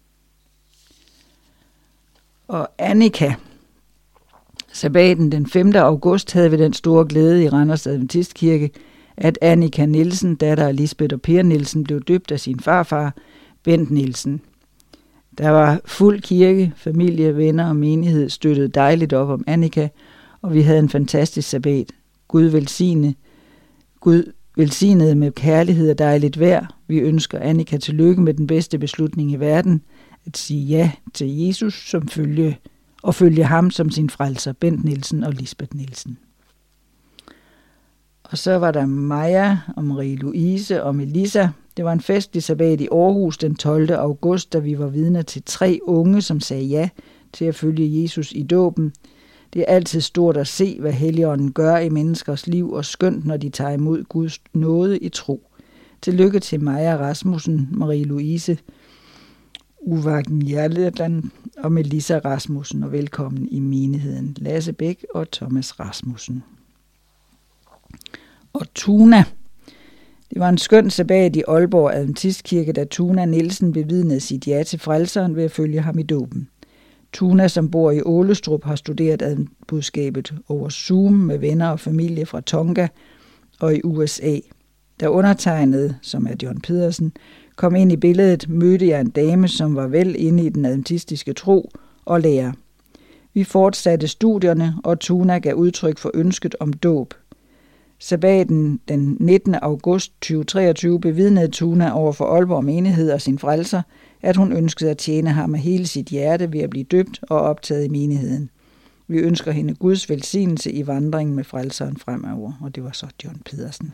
S1: Og Annika. Sabbaten den femte august havde vi den store glæde i Randers Adventistkirke, at Annika Nielsen, datter af Lisbeth og Per Nielsen, blev døbt af sin farfar, Bent Nielsen. Der var fuld kirke, familie, venner og menighed støttede dejligt op om Annika, og vi havde en fantastisk sabbat. Gud velsigne, Gud velsignede med kærlighed og dejligt vejr. Vi ønsker Annika tillykke med den bedste beslutning i verden, at sige ja til Jesus som følge, og følge ham som sin frelser, Bent Nielsen og Lisbeth Nielsen. Og så var der Maja og Marie-Louise og Melissa. Det var en festlig sabbat i Aarhus den tolvte august, da vi var vidner til tre unge, som sagde ja til at følge Jesus i dåben. Det er altid stort at se, hvad Helligånden gør i menneskers liv, og skønt, når de tager imod Guds nåde i tro. Tillykke til Maja Rasmussen, Marie-Louise Uvagn og Melissa Rasmussen, og velkommen i menigheden Lasse Bæk og Thomas Rasmussen. Og Tuna. Det var en skøn sabbat i Aalborg Adventistkirke, da Tuna Nielsen bevidnede sit ja til frelseren ved at følge ham i dåben. Tuna, som bor i Ålestrup, har studeret budskabet over Zoom med venner og familie fra Tonga og i U S A. Da undertegnede, som er John Pedersen, kom ind i billedet, mødte jeg en dame, som var vel inde i den adventistiske tro og lærer. Vi fortsatte studierne, og Tuna gav udtryk for ønsket om dåb. Sabbaten den nittende august to tusind og treogtyve bevidnede Tuna over for Aalborg menighed og sin frelser, at hun ønskede at tjene ham med hele sit hjerte ved at blive døbt og optaget i menigheden. Vi ønsker hende Guds velsignelse i vandringen med frelseren fremover, og det var så John Pedersen.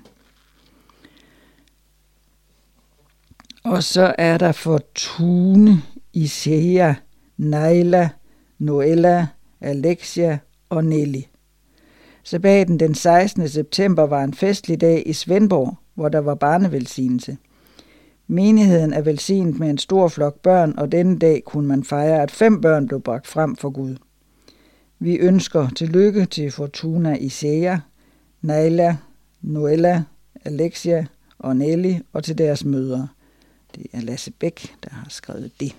S1: Og så er der for Tune, Isaiah, Naila, Noella, Alexia og Nelly. Sabbaten den sekstende september var en festlig dag i Svendborg, hvor der var barnevelsignelse. Menigheden er velsignet med en stor flok børn, og denne dag kunne man fejre, at fem børn blev bragt frem for Gud. Vi ønsker tillykke til Fortuna Isaiah, Naila, Noella, Alexia og Nelly og til deres mødre. Det er Lasse Bæk, der har skrevet det.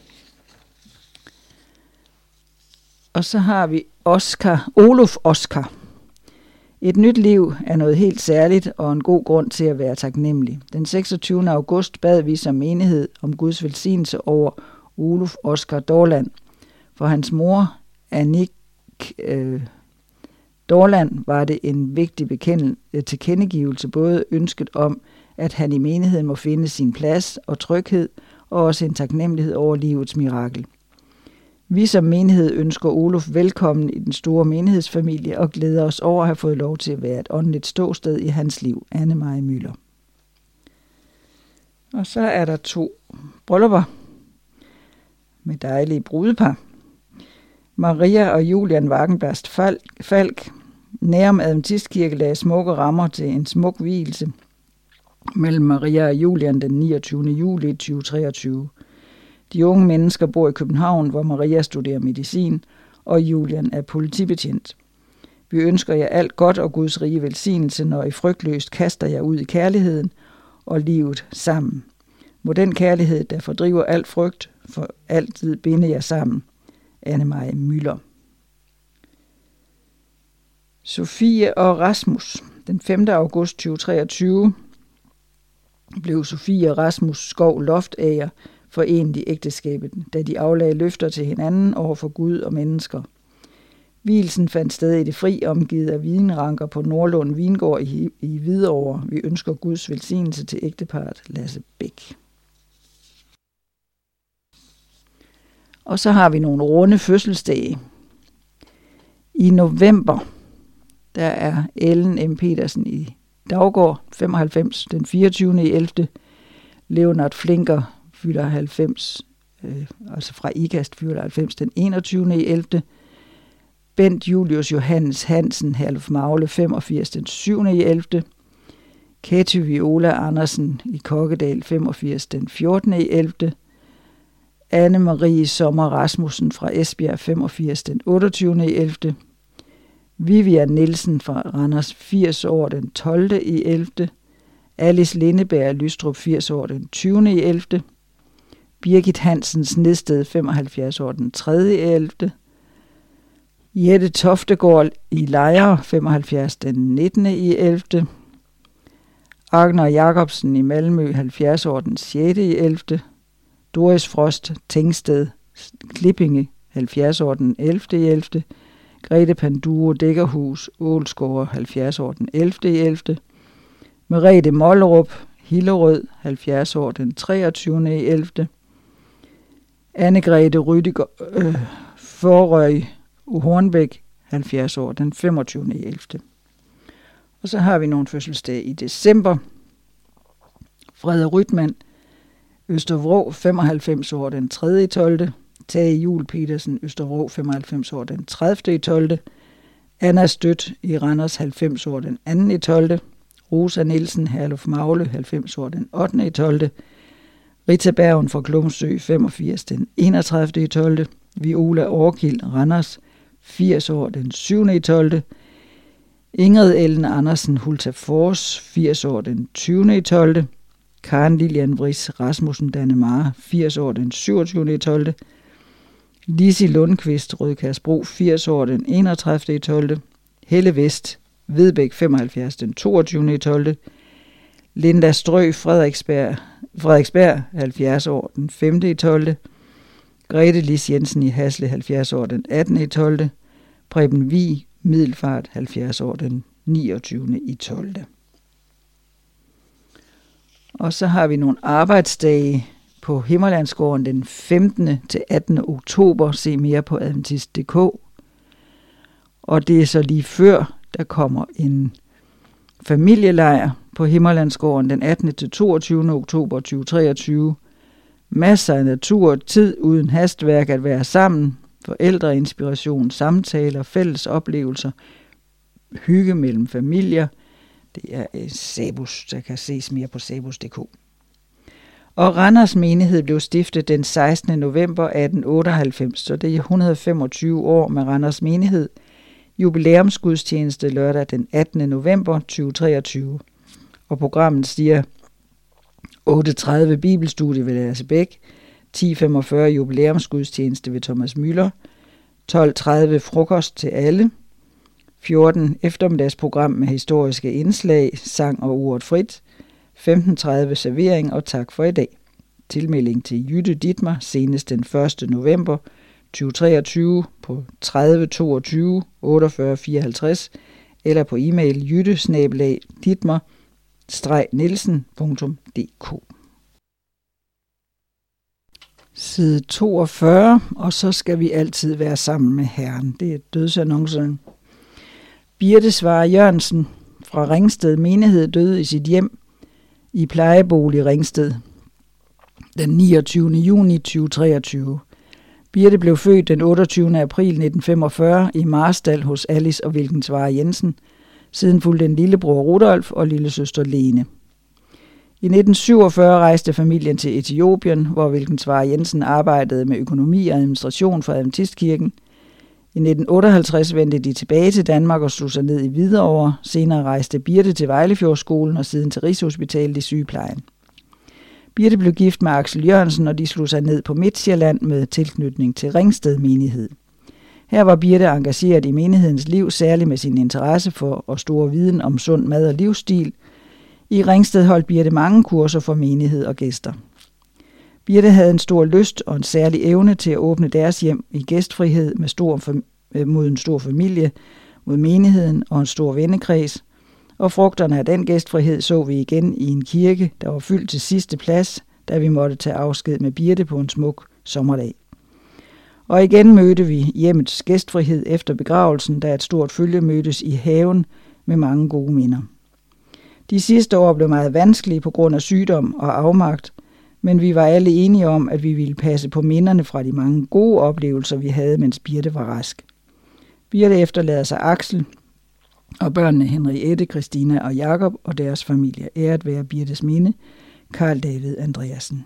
S1: Og så har vi Oscar, Olof Oscar. Et nyt liv er noget helt særligt og en god grund til at være taknemmelig. Den seksogtyvende august bad vi som menighed om Guds velsignelse over Olof Oscar Dorland. For hans mor, Annik øh, Dorland, var det en vigtig bekendelse, tilkendegivelse, både ønsket om, at han i menigheden må finde sin plads og tryghed, og også en taknemmelighed over livets mirakel. Vi som menighed ønsker Olof velkommen i den store menighedsfamilie og glæder os over at have fået lov til at være et åndeligt ståsted i hans liv. Anne-Marie Møller. Og så er der to bryllupper med dejlige brudepar. Maria og Julian Wagenblast Falk. Nærum Adventistkirke lagde smukke rammer til en smuk vielse mellem Maria og Julian den niogtyvende juli to tusind og treogtyve. De unge mennesker bor i København, hvor Maria studerer medicin, og Julian er politibetjent. Vi ønsker jer alt godt og Guds rige velsignelse, når I frygtløst kaster jer ud i kærligheden og livet sammen. Må den kærlighed, der fordriver alt frygt, for altid binde jer sammen. Anne-Marie Møller. Sofie og Rasmus. Den femte august to tusind og treogtyve blev Sofie og Rasmus Skov Loftager forenet i ægteskabet, da de aflagde løfter til hinanden over for Gud og mennesker. Vielsen fandt sted i det fri, omgivet af vinranker på Nordlund Vingård i, i Hvidovre. Vi ønsker Guds velsignelse til ægteparret Lasse Bæk. Og så har vi nogle runde fødselsdage. I november, der er Ellen M. Petersen i Daugård, femoghalvfems, den fireogtyvende ellevte Leonard Flinker fylder halvfems, øh, altså fra IKAST fylder halvfems den enogtyvende ellevte Bent Julius Johannes Hansen, Herluf Magle, femogfirs den syvende ellevte Ketty Viola Andersen i Kokkedal, femogfirs den fjortende ellevte Anne-Marie Sommer Rasmussen fra Esbjerg, femogfirs den otteogtyvende ellevte Vivian Nielsen fra Randers, firs år den tolvte ellevte Alice Lindeberg Lystrup, firs år den tyvende ellevte Birgit Hansens Nedsted, femoghalvfjerds år den tredje ellevte Jette Toftegård i Lejre, femoghalvfjerds den nittende ellevte Agner Jacobsen i Malmø, halvfjerds år den sjette ellevte Doris Frost Tengsted Klippinge, halvfjerds år den ellevte ellevte Grete Panduro Dækkerhus Ålsgård, halvfjerds år den ellevte ellevte Merete Mollerup Hillerød, halvfjerds år den treogtyvende ellevte Anne-Grethe Rydiger øh, Forrøg Hornbæk, halvfjerds år den femogtyvende ellevte Og så har vi nogle fødselsdage i december. Frederik Rytman Østervrå, femoghalvfems år den tredje tolvte Tage Jul Petersen Østervrå, femoghalvfems år den tredivte tolvte Anna Stødt i Randers, halvfems år den anden tolvte Rosa Nielsen Herluf Magle, halvfems år den ottende tolvte Rita Bergen fra Klumsø, femogfirs den enogtredivte tolvte Viola Orkild Randers, firs år den syvende tolvte Ingrid Ellen Andersen Hultafors, firs år den tyvende tolvte Karen Lilian Vris Rasmussen Dannemare, firs år den syvogtyvende tolvte Lisi Lundqvist Rødkærsbro, firs år den enogtredivte tolvte Helle Vest Vedbæk, femoghalvfjerds den toogtyvende tolvte Linda Strø Frederiksberg, Frederiksberg halvfjerds år den femte tolvte Grete Lis Jensen i Hasle, halvfjerds år den attende tolvte Preben Vig, Middelfart, halvfjerds år, den niogtyvende i tolvte Og så har vi nogle arbejdsdage på Himmerlandsgården den femtende til attende oktober. Se mere på adventist punktum d k. Og det er så lige før, der kommer en familielejr på Himmerlandsgården den attende til toogtyvende oktober tyve treogtyve. Masser af natur, tid uden hastværk, at være sammen, forældreinspiration, samtaler, fælles oplevelser, hygge mellem familier. Det er Sabus, der kan ses mere på sabus punktum d k. Og Randers menighed blev stiftet den sekstende november atten otteoghalvfems, så det er et hundrede og femogtyve år med Randers menighed. Jubilæumsgudstjeneste lørdag den attende november tyve treogtyve. Og programmet stiger otte tredive bibelstudie ved Lasse Bæk, ti femogfyrre jubilæumsgudstjeneste ved Thomas Müller, tolv tredive frokost til alle, fjorten eftermiddagsprogram med historiske indslag, sang og ordet frit, femten tredive servering og tak for i dag. Tilmelding til Jytte Dittmer senest den første november tyve treogtyve på tredive toogtyve otteogfyrre fireoghalvtreds eller på e-mail jytte bindestreg dittmer bindestreg nielsen punktum d k. Side toogfyrre, og så skal vi altid være sammen med Herren. Det er dødsannoncen. Birte Svare Jørgensen fra Ringsted menighed døde i sit hjem i plejebolig Ringsted den niogtyvende juni tyve treogtyve. Birte blev født den otteogtyvende april nitten femogfyrre i Marstal hos Alice og Vilken Svare Jensen. Siden fulgte en lillebror Rudolf og lillesøster Lene. I nitten syvogfyrre rejste familien til Etiopien, hvor Vilken Svare Jensen arbejdede med økonomi og administration for Adventistkirken. I nitten otteoghalvtreds vendte de tilbage til Danmark og slog sig ned i Hvidovre. Senere rejste Birte til Vejlefjordskolen og siden til Rigshospitalet i sygeplejen. Birte blev gift med Axel Jørgensen, og de slog sig ned på Midtsjælland med tilknytning til Ringsted menighed. Her var Birte engageret i menighedens liv, særligt med sin interesse for og store viden om sund mad og livsstil. I Ringsted holdt Birte mange kurser for menighed og gæster. Birte havde en stor lyst og en særlig evne til at åbne deres hjem i gæstfrihed med stor fam- mod en stor familie, mod menigheden og en stor vennekreds. Og frugterne af den gæstfrihed så vi igen i en kirke, der var fyldt til sidste plads, da vi måtte tage afsked med Birte på en smuk sommerdag. Og igen mødte vi hjemmets gæstfrihed efter begravelsen, da et stort følge mødtes i haven med mange gode minder. De sidste år blev meget vanskelige på grund af sygdom og afmagt, men vi var alle enige om, at vi ville passe på minderne fra de mange gode oplevelser, vi havde, mens Birte var rask. Birte efterlader sig Axel og børnene Henriette, Christina og Jakob og deres familie. Æret være Birtes minde. Carl David Andreasen.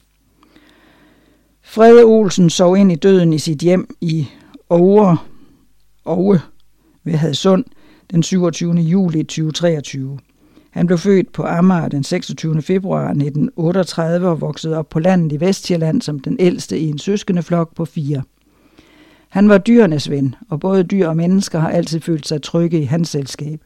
S1: Frede Olsen sov ind i døden i sit hjem i Åge, Åge ved Hadsund den syvogtyvende juli tyve treogtyve. Han blev født på Amager den seksogtyvende februar nitten otteogtredive og voksede op på landet i Vestsjælland som den ældste i en søskendeflok på fire. Han var dyrenes ven, og både dyr og mennesker har altid følt sig trygge i hans selskab.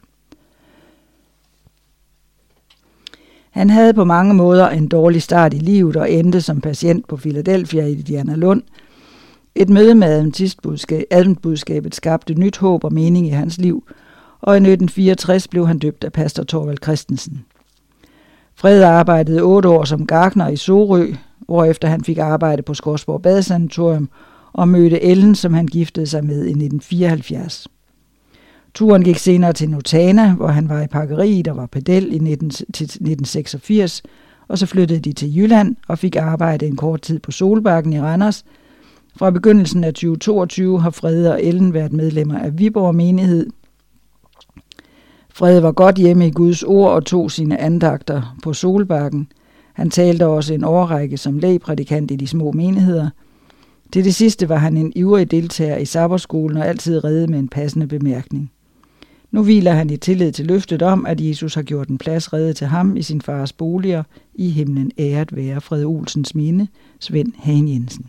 S1: Han havde på mange måder en dårlig start i livet og endte som patient på Philadelphia i Dianalund. Et møde med adventbudskabet skabte nyt håb og mening i hans liv, og i nitten fireogtres blev han døbt af pastor Thorvald Christensen. Frede arbejdede otte år som gartner i Sorø, hvorefter han fik arbejde på Skorsborg Badesanatorium og mødte Ellen, som han giftede sig med i nitten fireoghalvfjerds. Turen gik senere til Notana, hvor han var i pakkeriet og var pedel i nitten seksogfirs, og så flyttede de til Jylland og fik arbejde en kort tid på Solbakken i Randers. Fra begyndelsen af tyve toogtyve har Frede og Ellen været medlemmer af Viborg menighed. Frede var godt hjemme i Guds ord og tog sine andagter på Solbakken. Han talte også en årrække som lægprædikant i de små menigheder. Til det sidste var han en ivrig deltager i sabbatskolen og altid redde med en passende bemærkning. Nu hviler han i tillid til løftet om, at Jesus har gjort en plads reddet til ham i sin fars boliger i himlen. Æret være Frede Olsens minde, Svend Hagen Jensen.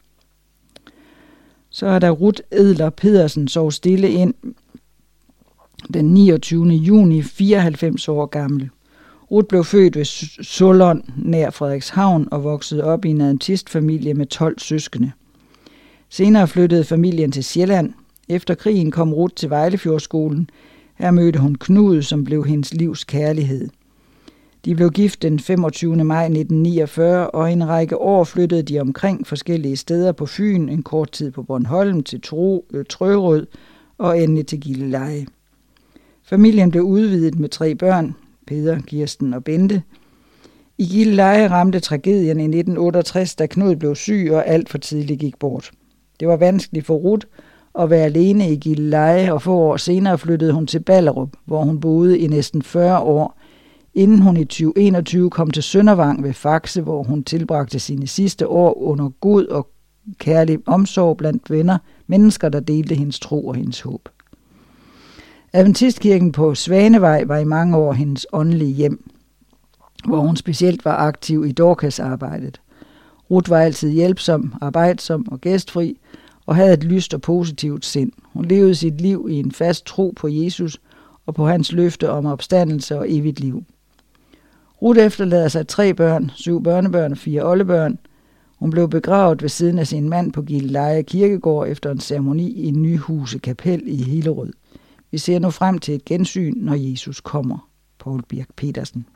S1: Så er der Ruth Edler Pedersen, sov stille ind den niogtyvende juni, fireoghalvfems år gammel. Ruth blev født ved Solund nær Frederikshavn og voksede op i en adventistfamilie med tolv søskende. Senere flyttede familien til Sjælland. Efter krigen kom Ruth til Vejlefjordskolen. Her mødte hun Knud, som blev hendes livs kærlighed. De blev gift den femogtyvende maj nitten niogfyrre, og i en række år flyttede de omkring forskellige steder på Fyn, en kort tid på Bornholm, til Trørød og endelig til Gilleleje. Familien blev udvidet med tre børn, Peder, Kirsten og Bente. I Gilleleje ramte tragedien i nitten otteogtres, da Knud blev syg og alt for tidligt gik bort. Det var vanskeligt for Ruth at være alene i Gilleleje, og få år senere flyttede hun til Ballerup, hvor hun boede i næsten fyrre år, inden hun i tyve enogtyve kom til Søndervang ved Faxe, hvor hun tilbragte sine sidste år under god og kærlig omsorg blandt venner, mennesker, der delte hendes tro og hendes håb. Adventistkirken på Svanevej var i mange år hendes åndelige hjem, hvor hun specielt var aktiv i Dorcas-arbejdet. Ruth var altid hjælpsom, arbejdsom og gæstfri, og havde et lyst og positivt sind. Hun levede sit liv i en fast tro på Jesus og på hans løfte om opstandelse og evigt liv. Ruth efterlader sig tre børn, syv børnebørn og fire oldebørn. Hun blev begravet ved siden af sin mand på Gilleleje Kirkegård efter en ceremoni i Nyhuse Kapel i Hillerød. Vi ser nu frem til et gensyn, når Jesus kommer. Poul Birk Petersen.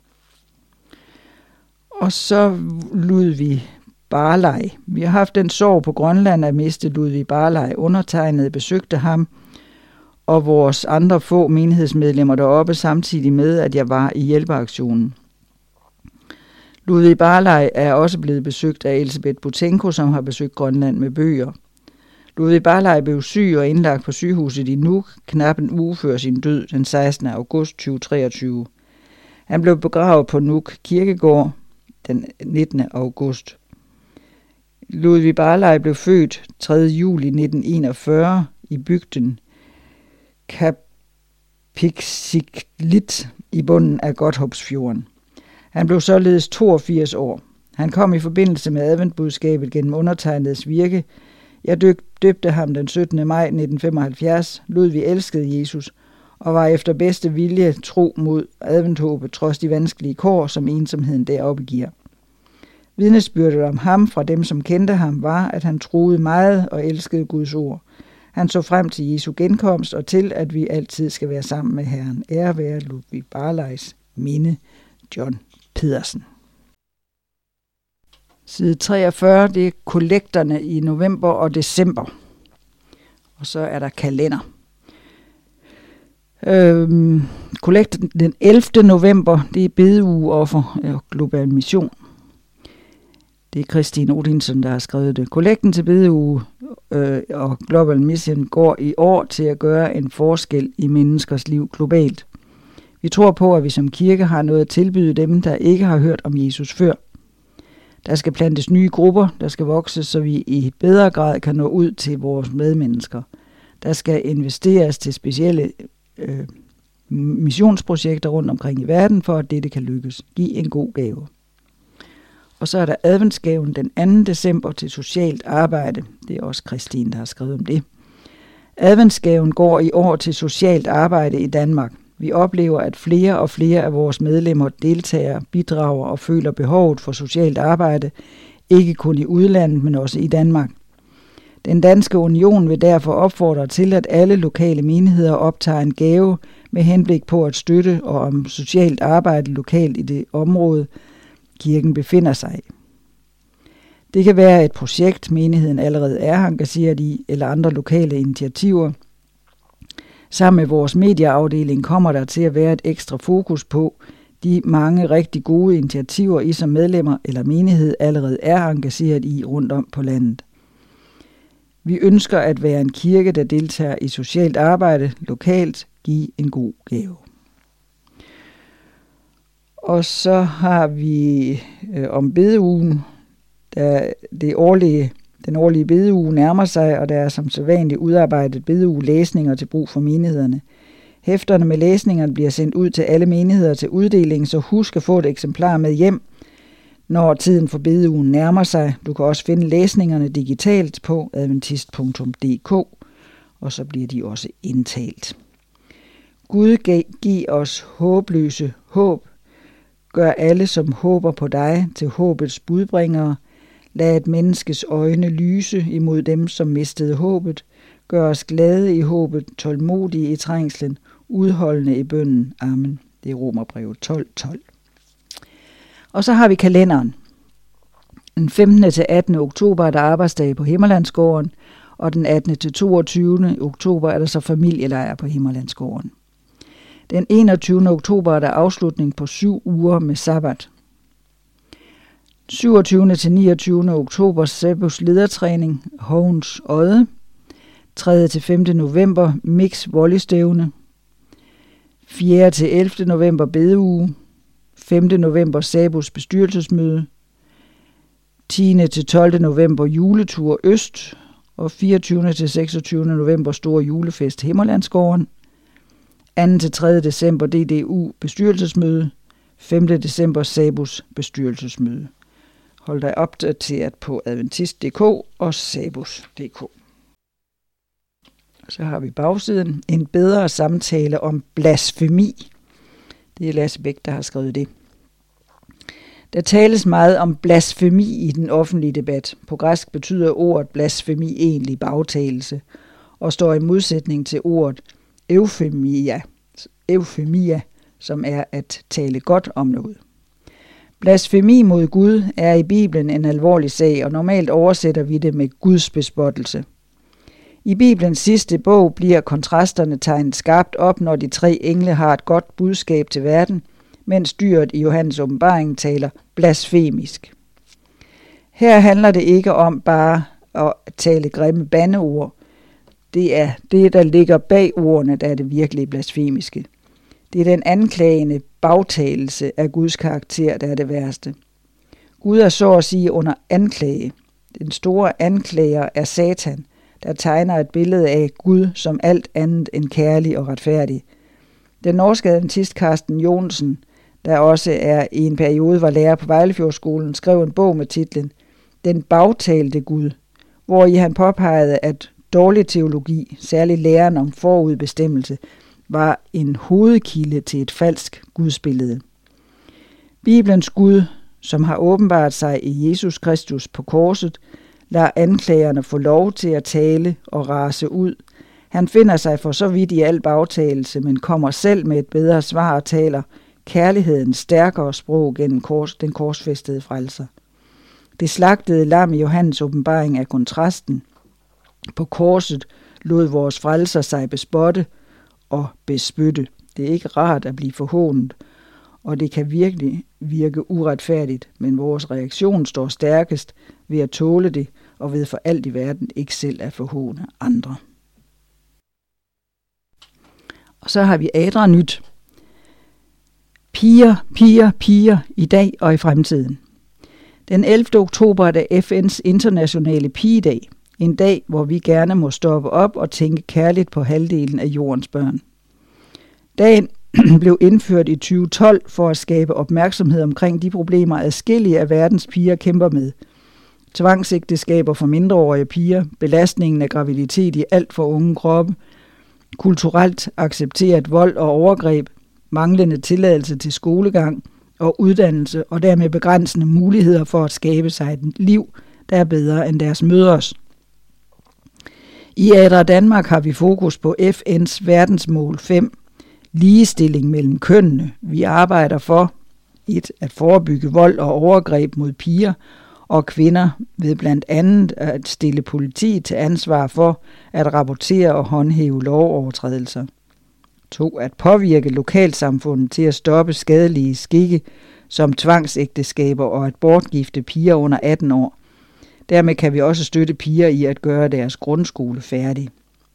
S1: Og så Ludvig Barlej. Vi har haft en sorg på Grønland at miste Ludvig Barlej. Undertegnede besøgte ham og vores andre få menighedsmedlemmer deroppe, samtidig med, at jeg var i hjælpeaktionen. Ludvig Barlej er også blevet besøgt af Elisabeth Butenko, som har besøgt Grønland med bøger. Ludvig Barlej blev syg og indlagt på sygehuset i Nuuk knap en uge før sin død den sekstende august tyve treogtyve. Han blev begravet på Nuuk Kirkegård den nittende august. Ludvig Barlej blev født tredje juli nitten enogfyrre i bygden Kapiksiklit i bunden af Godthåbsfjorden. Han blev således toogfirs år. Han kom i forbindelse med adventbudskabet gennem undertegnedes virke. Jeg døbte ham den syttende maj nitten femoghalvfjerds. Ludvig elskede Jesus og var efter bedste vilje tro mod adventhåbet trods de vanskelige kår, som ensomheden deroppe giver. Vidnesbyrdet om ham fra dem, som kendte ham, var, at han troede meget og elskede Guds ord. Han så frem til Jesu genkomst og til, at vi altid skal være sammen med Herren. Ære være Ludvig Barlejs minde. John Pedersen. Side treogfyrre, det er kollekterne i november og december. Og så er der kalender. Øhm, kollekten den ellevte november, det er bedeugeoffer og Global Mission. Det er Christine Odinson, der har skrevet det. Kollekten til bedeuge øh, og Global Mission går i år til at gøre en forskel i menneskers liv globalt. Vi tror på, at vi som kirke har noget at tilbyde dem, der ikke har hørt om Jesus før. Der skal plantes nye grupper, der skal vokse, så vi i bedre grad kan nå ud til vores medmennesker. Der skal investeres til specielle øh, missionsprojekter rundt omkring i verden, for at dette kan lykkes. Giv en god gave. Og så er der adventsgaven den anden december til socialt arbejde. Det er også Christine, der har skrevet om det. Adventsgaven går i år til socialt arbejde i Danmark. Vi oplever, at flere og flere af vores medlemmer deltager, bidrager og føler behovet for socialt arbejde, ikke kun i udlandet, men også i Danmark. Den danske union vil derfor opfordre til, at alle lokale menigheder optager en gave med henblik på at støtte og om socialt arbejde lokalt i det område, kirken befinder sig i. Det kan være et projekt, menigheden allerede er engageret i, eller andre lokale initiativer. Sammen med vores medieafdeling kommer der til at være et ekstra fokus på de mange rigtig gode initiativer, I som medlemmer eller menighed allerede er engageret i rundt om på landet. Vi ønsker at være en kirke, der deltager i socialt arbejde lokalt. Giv en god gave. Og så har vi øh, om bedeugen, der det årlige, den årlige bedeuge nærmer sig, og der er som sædvanligt udarbejdet bedeugelæsninger til brug for menighederne. Hæfterne med læsningerne bliver sendt ud til alle menigheder til uddeling, så husk at få et eksemplar med hjem, når tiden for bedeugen nærmer sig. Du kan også finde læsningerne digitalt på adventist punktum d k, og så bliver de også indtalt. Gud giv os håbløse håb. Gør alle, som håber på dig, til håbets budbringere. Lad et menneskes øjne lyse imod dem, som mistede håbet. Gør os glade i håbet, tålmodige i trængslen, udholdende i bønnen. Amen. Det er Romerbrevet tolv tolv. Og så har vi kalenderen. Den femtende til attende oktober er der arbejdsdag på Himmerlandsgården, og den attende til toogtyvende oktober er der så familielejr på Himmerlandsgården. Den enogtyvende oktober er der afslutning på syv uger med sabbat. syvogtyvende til niogtyvende oktober Sebus ledertræning, Hovens Odde. tredje til femte november Mix volleystævne. fjerde til ellevte november bedeuge. femte november Sabus bestyrelsesmøde. tiende til tolvte november juletur Øst. Og fireogtyvende til seksogtyvende november store julefest Himmerlandsgården. anden til tredje december D D U bestyrelsesmøde. femte december Sabus bestyrelsesmøde. Hold dig opdateret på adventist punktum d k og sabus punktum d k. Så har vi bagsiden. En bedre samtale om blasfemi. Det er Lasse Bæk, der har skrevet det. Der tales meget om blasfemi i den offentlige debat. På græsk betyder ordet blasfemi egentlig bagtagelse, og står i modsætning til ordet eufemia, eufemia, som er at tale godt om noget. Blasfemi mod Gud er i Bibelen en alvorlig sag, og normalt oversætter vi det med Guds bespottelse. I Bibelens sidste bog bliver kontrasterne tegnet skarpt op, når de tre engle har et godt budskab til verden, mens dyret i Johannes åbenbaring taler blasfemisk. Her handler det ikke om bare at tale grimme bandeord. Det er det, der ligger bag ordene, der er det virkelige blasfemiske. Det er den anklagende bagtagelse af Guds karakter, der er det værste. Gud er så at sige under anklage. Den store anklager er Satan, der tegner et billede af Gud som alt andet end kærlig og retfærdig. Den norske adventist Carsten Jonsen, der også er i en periode var lærer på Vejlefjordskolen, skrev en bog med titlen Den bagtalte Gud, hvor i han påpegede, at dårlig teologi, særligt læren om forudbestemmelse, var en hovedkilde til et falsk gudsbillede. Bibelens Gud, som har åbenbart sig i Jesus Kristus på korset, lader anklagerne få lov til at tale og rase ud. Han finder sig for så vidt i al bagtagelse, men kommer selv med et bedre svar og taler kærlighedens stærkere sprog gennem kors, den korsfæstede frelser. Det slagtede lam i Johannes åbenbaring af kontrasten. På korset lod vores frelser sig bespotte og bespytte. Det er ikke rart at blive forhånet, og det kan virkelig virke uretfærdigt, men vores reaktion står stærkest ved at tåle det, og ved for alt i verden ikke selv at forhåne andre. Og så har vi Adra nyt. Piger, piger, piger i dag og i fremtiden. Den ellevte oktober er det F N's internationale pigedag. En dag, hvor vi gerne må stoppe op og tænke kærligt på halvdelen af jordens børn. Dagen blev indført i tyve tolv for at skabe opmærksomhed omkring de problemer, adskillige af verdens piger kæmper med. Tvangsægteskaber for mindreårige piger, belastningen af graviditet i alt for unge kroppe, kulturelt accepteret vold og overgreb, manglende tilladelse til skolegang og uddannelse og dermed begrænsende muligheder for at skabe sig et liv, der er bedre end deres mødres. I Adra Danmark har vi fokus på F N's verdensmål fem, ligestilling mellem kønnene. Vi arbejder for et at forebygge vold og overgreb mod piger og kvinder ved blandt andet at stille politi til ansvar for at rapportere og håndhæve lovovertrædelser. to. At påvirke lokalsamfundet til at stoppe skadelige skikke som tvangsægteskaber og at bortgifte piger under atten år. Dermed kan vi også støtte piger i at gøre deres grundskole færdig.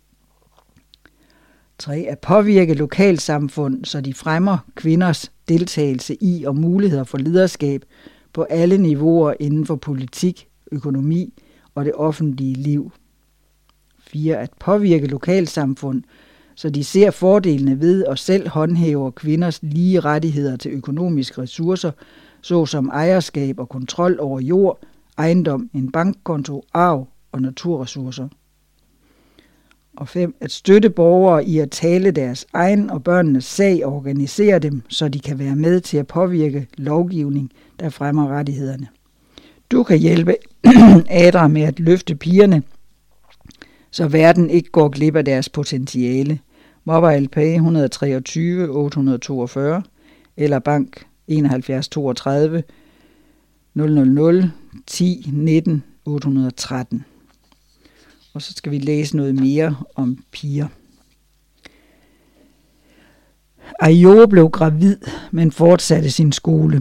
S1: tre. At påvirke lokalsamfund, så de fremmer kvinders deltagelse i og muligheder for lederskab på alle niveauer inden for politik, økonomi og det offentlige liv. fire. At påvirke lokalsamfund, så de ser fordelene ved og selv håndhæver kvinders lige rettigheder til økonomiske ressourcer, såsom ejerskab og kontrol over jord, ejendom, en bankkonto, arv og naturressourcer. Og fem. At støtte borgere i at tale deres egen og børnenes sag og organisere dem, så de kan være med til at påvirke lovgivning, der fremmer rettighederne. Du kan hjælpe Adra med at løfte pigerne, så verden ikke går glip af deres potentiale. MobilePay et nul tre otte otte to to eller bank enoghalvfjerds toogtredive nul nul nul ti nitten otte hundrede og tretten. Og så skal vi læse noget mere om piger. Ayo blev gravid, men fortsatte sin skole.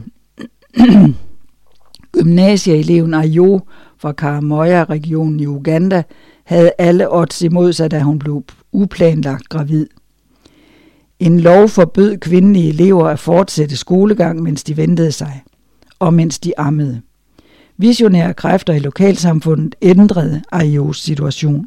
S1: Gymnasieeleven Ayo fra Karamoja-regionen i Uganda havde alle odds imod sig, da hun blev uplanlagt gravid. En lov forbød kvindelige elever at fortsætte skolegang, mens de ventede sig, og mens de ammede. Visionære kræfter i lokalsamfundet ændrede Ayos situation.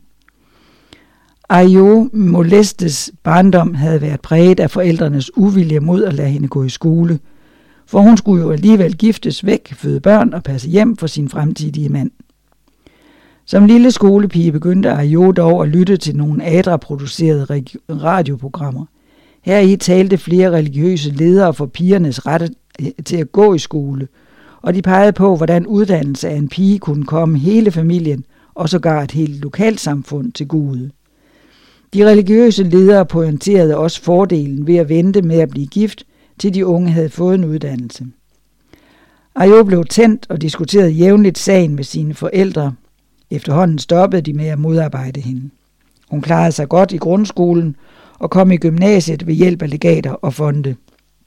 S1: Ayo Molestes barndom havde været præget af forældrenes uvilje mod at lade hende gå i skole, for hun skulle jo alligevel giftes væk, føde børn og passe hjem for sin fremtidige mand. Som lille skolepige begyndte Ayo dog at lytte til nogle ADRA-producerede radioprogrammer. Heri talte flere religiøse ledere for pigernes ret til at gå i skole, og de pegede på, hvordan uddannelse af en pige kunne komme hele familien og sågar et helt lokalsamfund til gode. De religiøse ledere pointerede også fordelen ved at vente med at blive gift, til de unge havde fået en uddannelse. Ayo blev tændt og diskuterede jævnligt sagen med sine forældre. Efterhånden stoppede de med at modarbejde hende. Hun klarede sig godt i grundskolen og kom i gymnasiet ved hjælp af legater og fonde.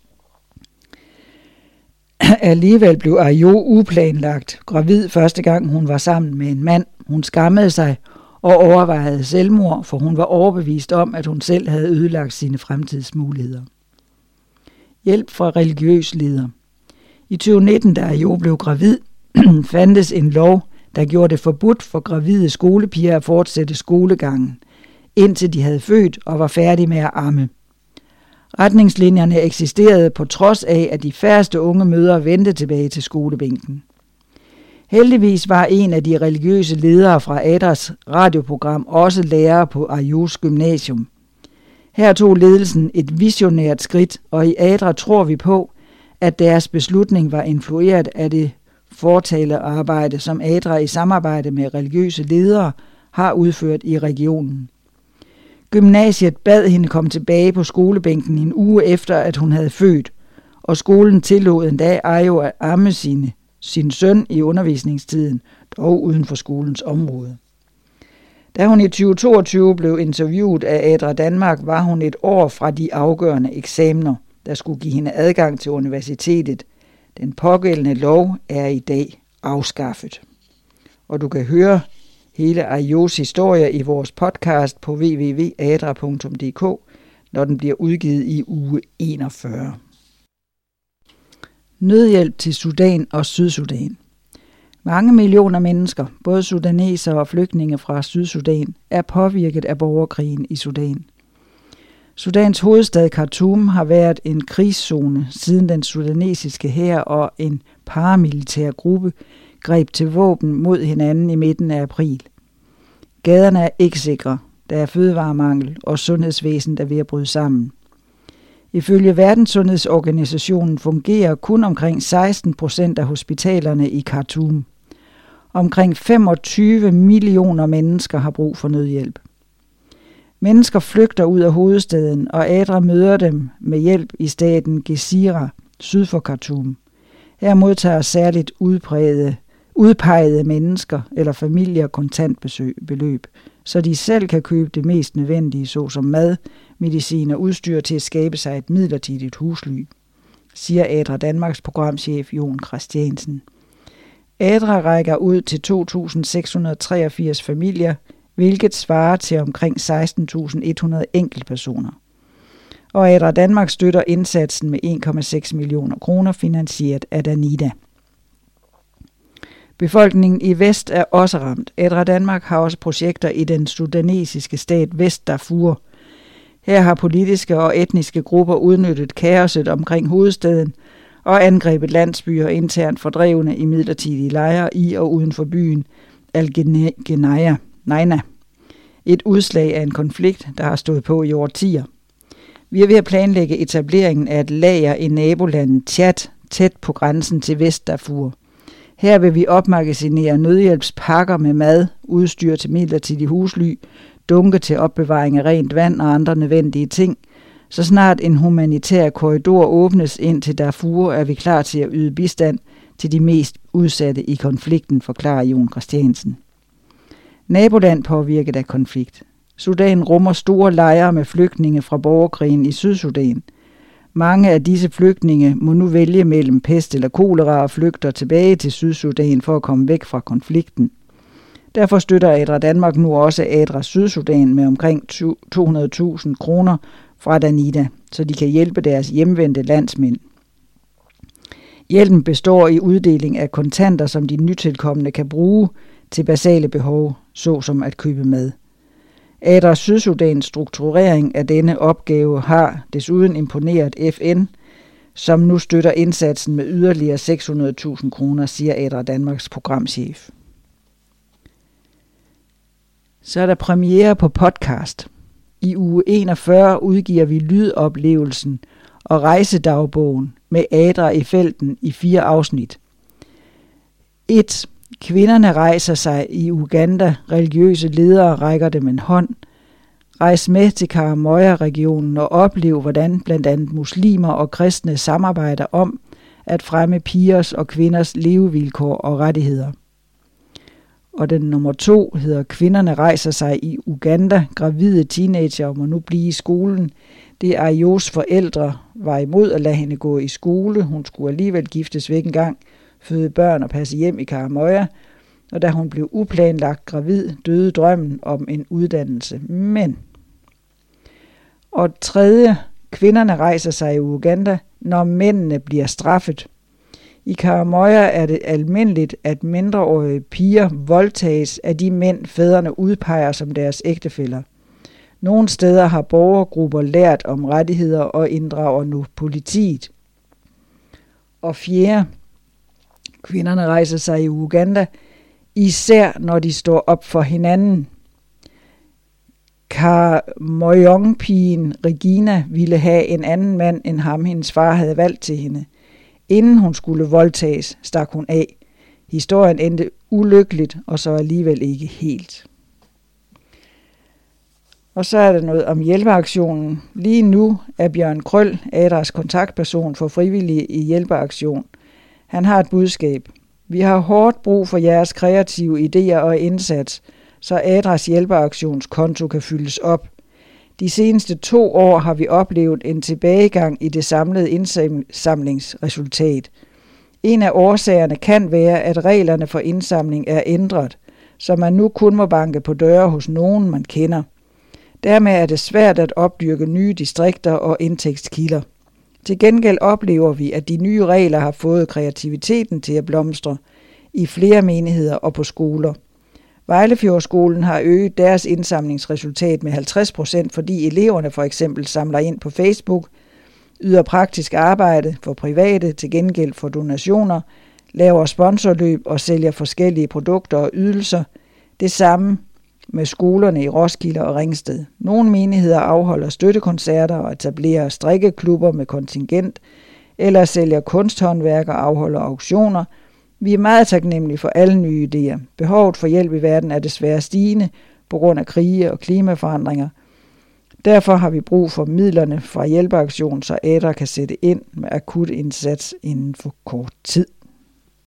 S1: Alligevel blev Ayo uplanlagt gravid første gang hun var sammen med en mand. Hun skammede sig og overvejede selvmord, for hun var overbevist om, at hun selv havde ødelagt sine fremtidsmuligheder. Hjælp fra religiøs leder. I tyve nitten, da Ayo blev gravid, fandtes en lov, der gjorde det forbudt for gravide skolepiger at fortsætte skolegangen, indtil de havde født og var færdige med at amme. Retningslinjerne eksisterede på trods af, at de færreste unge mødre vendte tilbage til skolebænken. Heldigvis var en af de religiøse ledere fra ADRAs radioprogram også lærer på Ayos gymnasium. Her tog ledelsen et visionært skridt, og i ADRA tror vi på, at deres beslutning var influeret af det fortalearbejde, som ADRA i samarbejde med religiøse ledere har udført i regionen. Gymnasiet bad hende komme tilbage på skolebænken en uge efter, at hun havde født, og skolen tillod endda Ayo at amme sine, sin søn i undervisningstiden, dog uden for skolens område. Da hun i tyve toogtyve blev interviewet af ADRA Danmark, var hun et år fra de afgørende eksamener, der skulle give hende adgang til universitetet. Den pågældende lov er i dag afskaffet. Og du kan høre hele Ayos historie i vores podcast på w w w punktum adra punktum d k, når den bliver udgivet i uge enogfyrre. Nødhjælp til Sudan og Sydsudan. Mange millioner mennesker, både sudanesere og flygtninge fra Sydsudan, er påvirket af borgerkrigen i Sudan. Sudans hovedstad Khartoum har været en krigszone, siden den sudanesiske hær og en paramilitær gruppe greb til våben mod hinanden i midten af april. Gaderne er ikke sikre, der er fødevaremangel, og sundhedsvæsenet er ved at bryde sammen. Ifølge Verdenssundhedsorganisationen fungerer kun omkring seksten procent af hospitalerne i Khartoum. Omkring femogtyve millioner mennesker har brug for nødhjælp. Mennesker flygter ud af hovedstaden, og ADRA møder dem med hjælp i staten Gezira, syd for Khartoum. Her modtager særligt udprægede, udpegede mennesker eller familier kontantbeløb, så de selv kan købe det mest nødvendige, såsom mad, medicin og udstyr til at skabe sig et midlertidigt husly, siger ADRA Danmarks programchef Jon Christiansen. ADRA rækker ud til to tusind seks hundrede treogfirs familier, hvilket svarer til omkring seksten tusind et hundrede enkeltpersoner. Og ADRA Danmark støtter indsatsen med en komma seks millioner kroner finansieret af Danida. Befolkningen i vest er også ramt. ADRA Danmark har også projekter i den sudanesiske stat Vest Darfur. Her har politiske og etniske grupper udnyttet kaoset omkring hovedstaden og angrebet landsbyer internt fordrevne i midlertidige lejre i og uden for byen Al-Geneina. Et udslag af en konflikt, der har stået på i årtier. Vi er ved at planlægge etableringen af et lager i nabolandet Tchad, tæt på grænsen til Vest Darfur. Her vil vi opmagasinere nødhjælpspakker med mad, udstyr til midlertidig husly, dunke til opbevaring af rent vand og andre nødvendige ting. Så snart en humanitær korridor åbnes ind til Darfur, er vi klar til at yde bistand til de mest udsatte i konflikten, forklarer Jon Christiansen. Naboland påvirket af konflikt. Sudan rummer store lejre med flygtninge fra borgerkrigen i Sydsudan. Mange af disse flygtninge må nu vælge mellem pest eller kolera og flygter tilbage til Sydsudan for at komme væk fra konflikten. Derfor støtter Adra Danmark nu også Adra Sydsudan med omkring to hundrede tusind kroner fra Danida, så de kan hjælpe deres hjemvendte landsmænd. Hjælpen består i uddeling af kontanter, som de nytilkommende kan bruge til basale behov, såsom at købe mad. Adra Sydsudans strukturering af denne opgave har desuden imponeret F N, som nu støtter indsatsen med yderligere seks hundrede tusind kroner, siger Adra Danmarks programchef. Så er der premiere på podcast. I uge enogfyrre udgiver vi lydoplevelsen og rejsedagbogen med Adra i felten i fire afsnit. et. Kvinderne rejser sig i Uganda. Religiøse ledere rækker dem en hånd. Rejs med til Karamoja-regionen og oplev, hvordan blandt andet muslimer og kristne samarbejder om at fremme pigers og kvinders levevilkår og rettigheder. Og den nummer to hedder Kvinderne rejser sig i Uganda. Gravide teenager må nu blive i skolen. Det er Ayos forældre var imod at lade hende gå i skole. Hun skulle alligevel giftes væk en gang, føde børn og passe hjem i Karamoja. Og da hun blev uplanlagt gravid, døde drømmen om en uddannelse. Men. Og tredje, kvinderne rejser sig i Uganda, når mændene bliver straffet. I Karamoja er det almindeligt, at mindreårige piger voldtages af de mænd, fædrene udpeger som deres ægtefæller. Nogle steder har borgergrupper lært om rettigheder og inddrager nu politiet. Og fjerde, kvinderne rejser sig i Uganda, især når de står op for hinanden. Karamoja-pigen Regina ville have en anden mand, end ham hendes far havde valgt til hende. Inden hun skulle voldtages, stak hun af. Historien endte ulykkeligt, og så alligevel ikke helt. Og så er der noget om hjælpeaktionen. Lige nu er Bjørn Krøll, Adras kontaktperson for frivillige i hjælpeaktion. Han har et budskab. Vi har hårdt brug for jeres kreative idéer og indsats, så Adras hjælpeaktionskonto kan fyldes op. De seneste to år har vi oplevet en tilbagegang i det samlede indsamlingsresultat. En af årsagerne kan være, at reglerne for indsamling er ændret, så man nu kun må banke på døre hos nogen, man kender. Dermed er det svært at opdyrke nye distrikter og indtægtskilder. Til gengæld oplever vi, at de nye regler har fået kreativiteten til at blomstre i flere menigheder og på skoler. Vejlefjordskolen har øget deres indsamlingsresultat med halvtreds procent, fordi eleverne for eksempel samler ind på Facebook, yder praktisk arbejde for private til gengæld for donationer, laver sponsorløb og sælger forskellige produkter og ydelser. Det samme med skolerne i Roskilde og Ringsted. Nogle menigheder afholder støttekoncerter og etablerer strikkeklubber med kontingent, eller sælger kunsthåndværk og afholder auktioner. Vi er meget taknemmelige for alle nye idéer. Behovet for hjælp i verden er desværre stigende på grund af krige og klimaforandringer. Derfor har vi brug for midlerne fra hjælpeaktion, så Adra kan sætte ind med akut indsats inden for kort tid.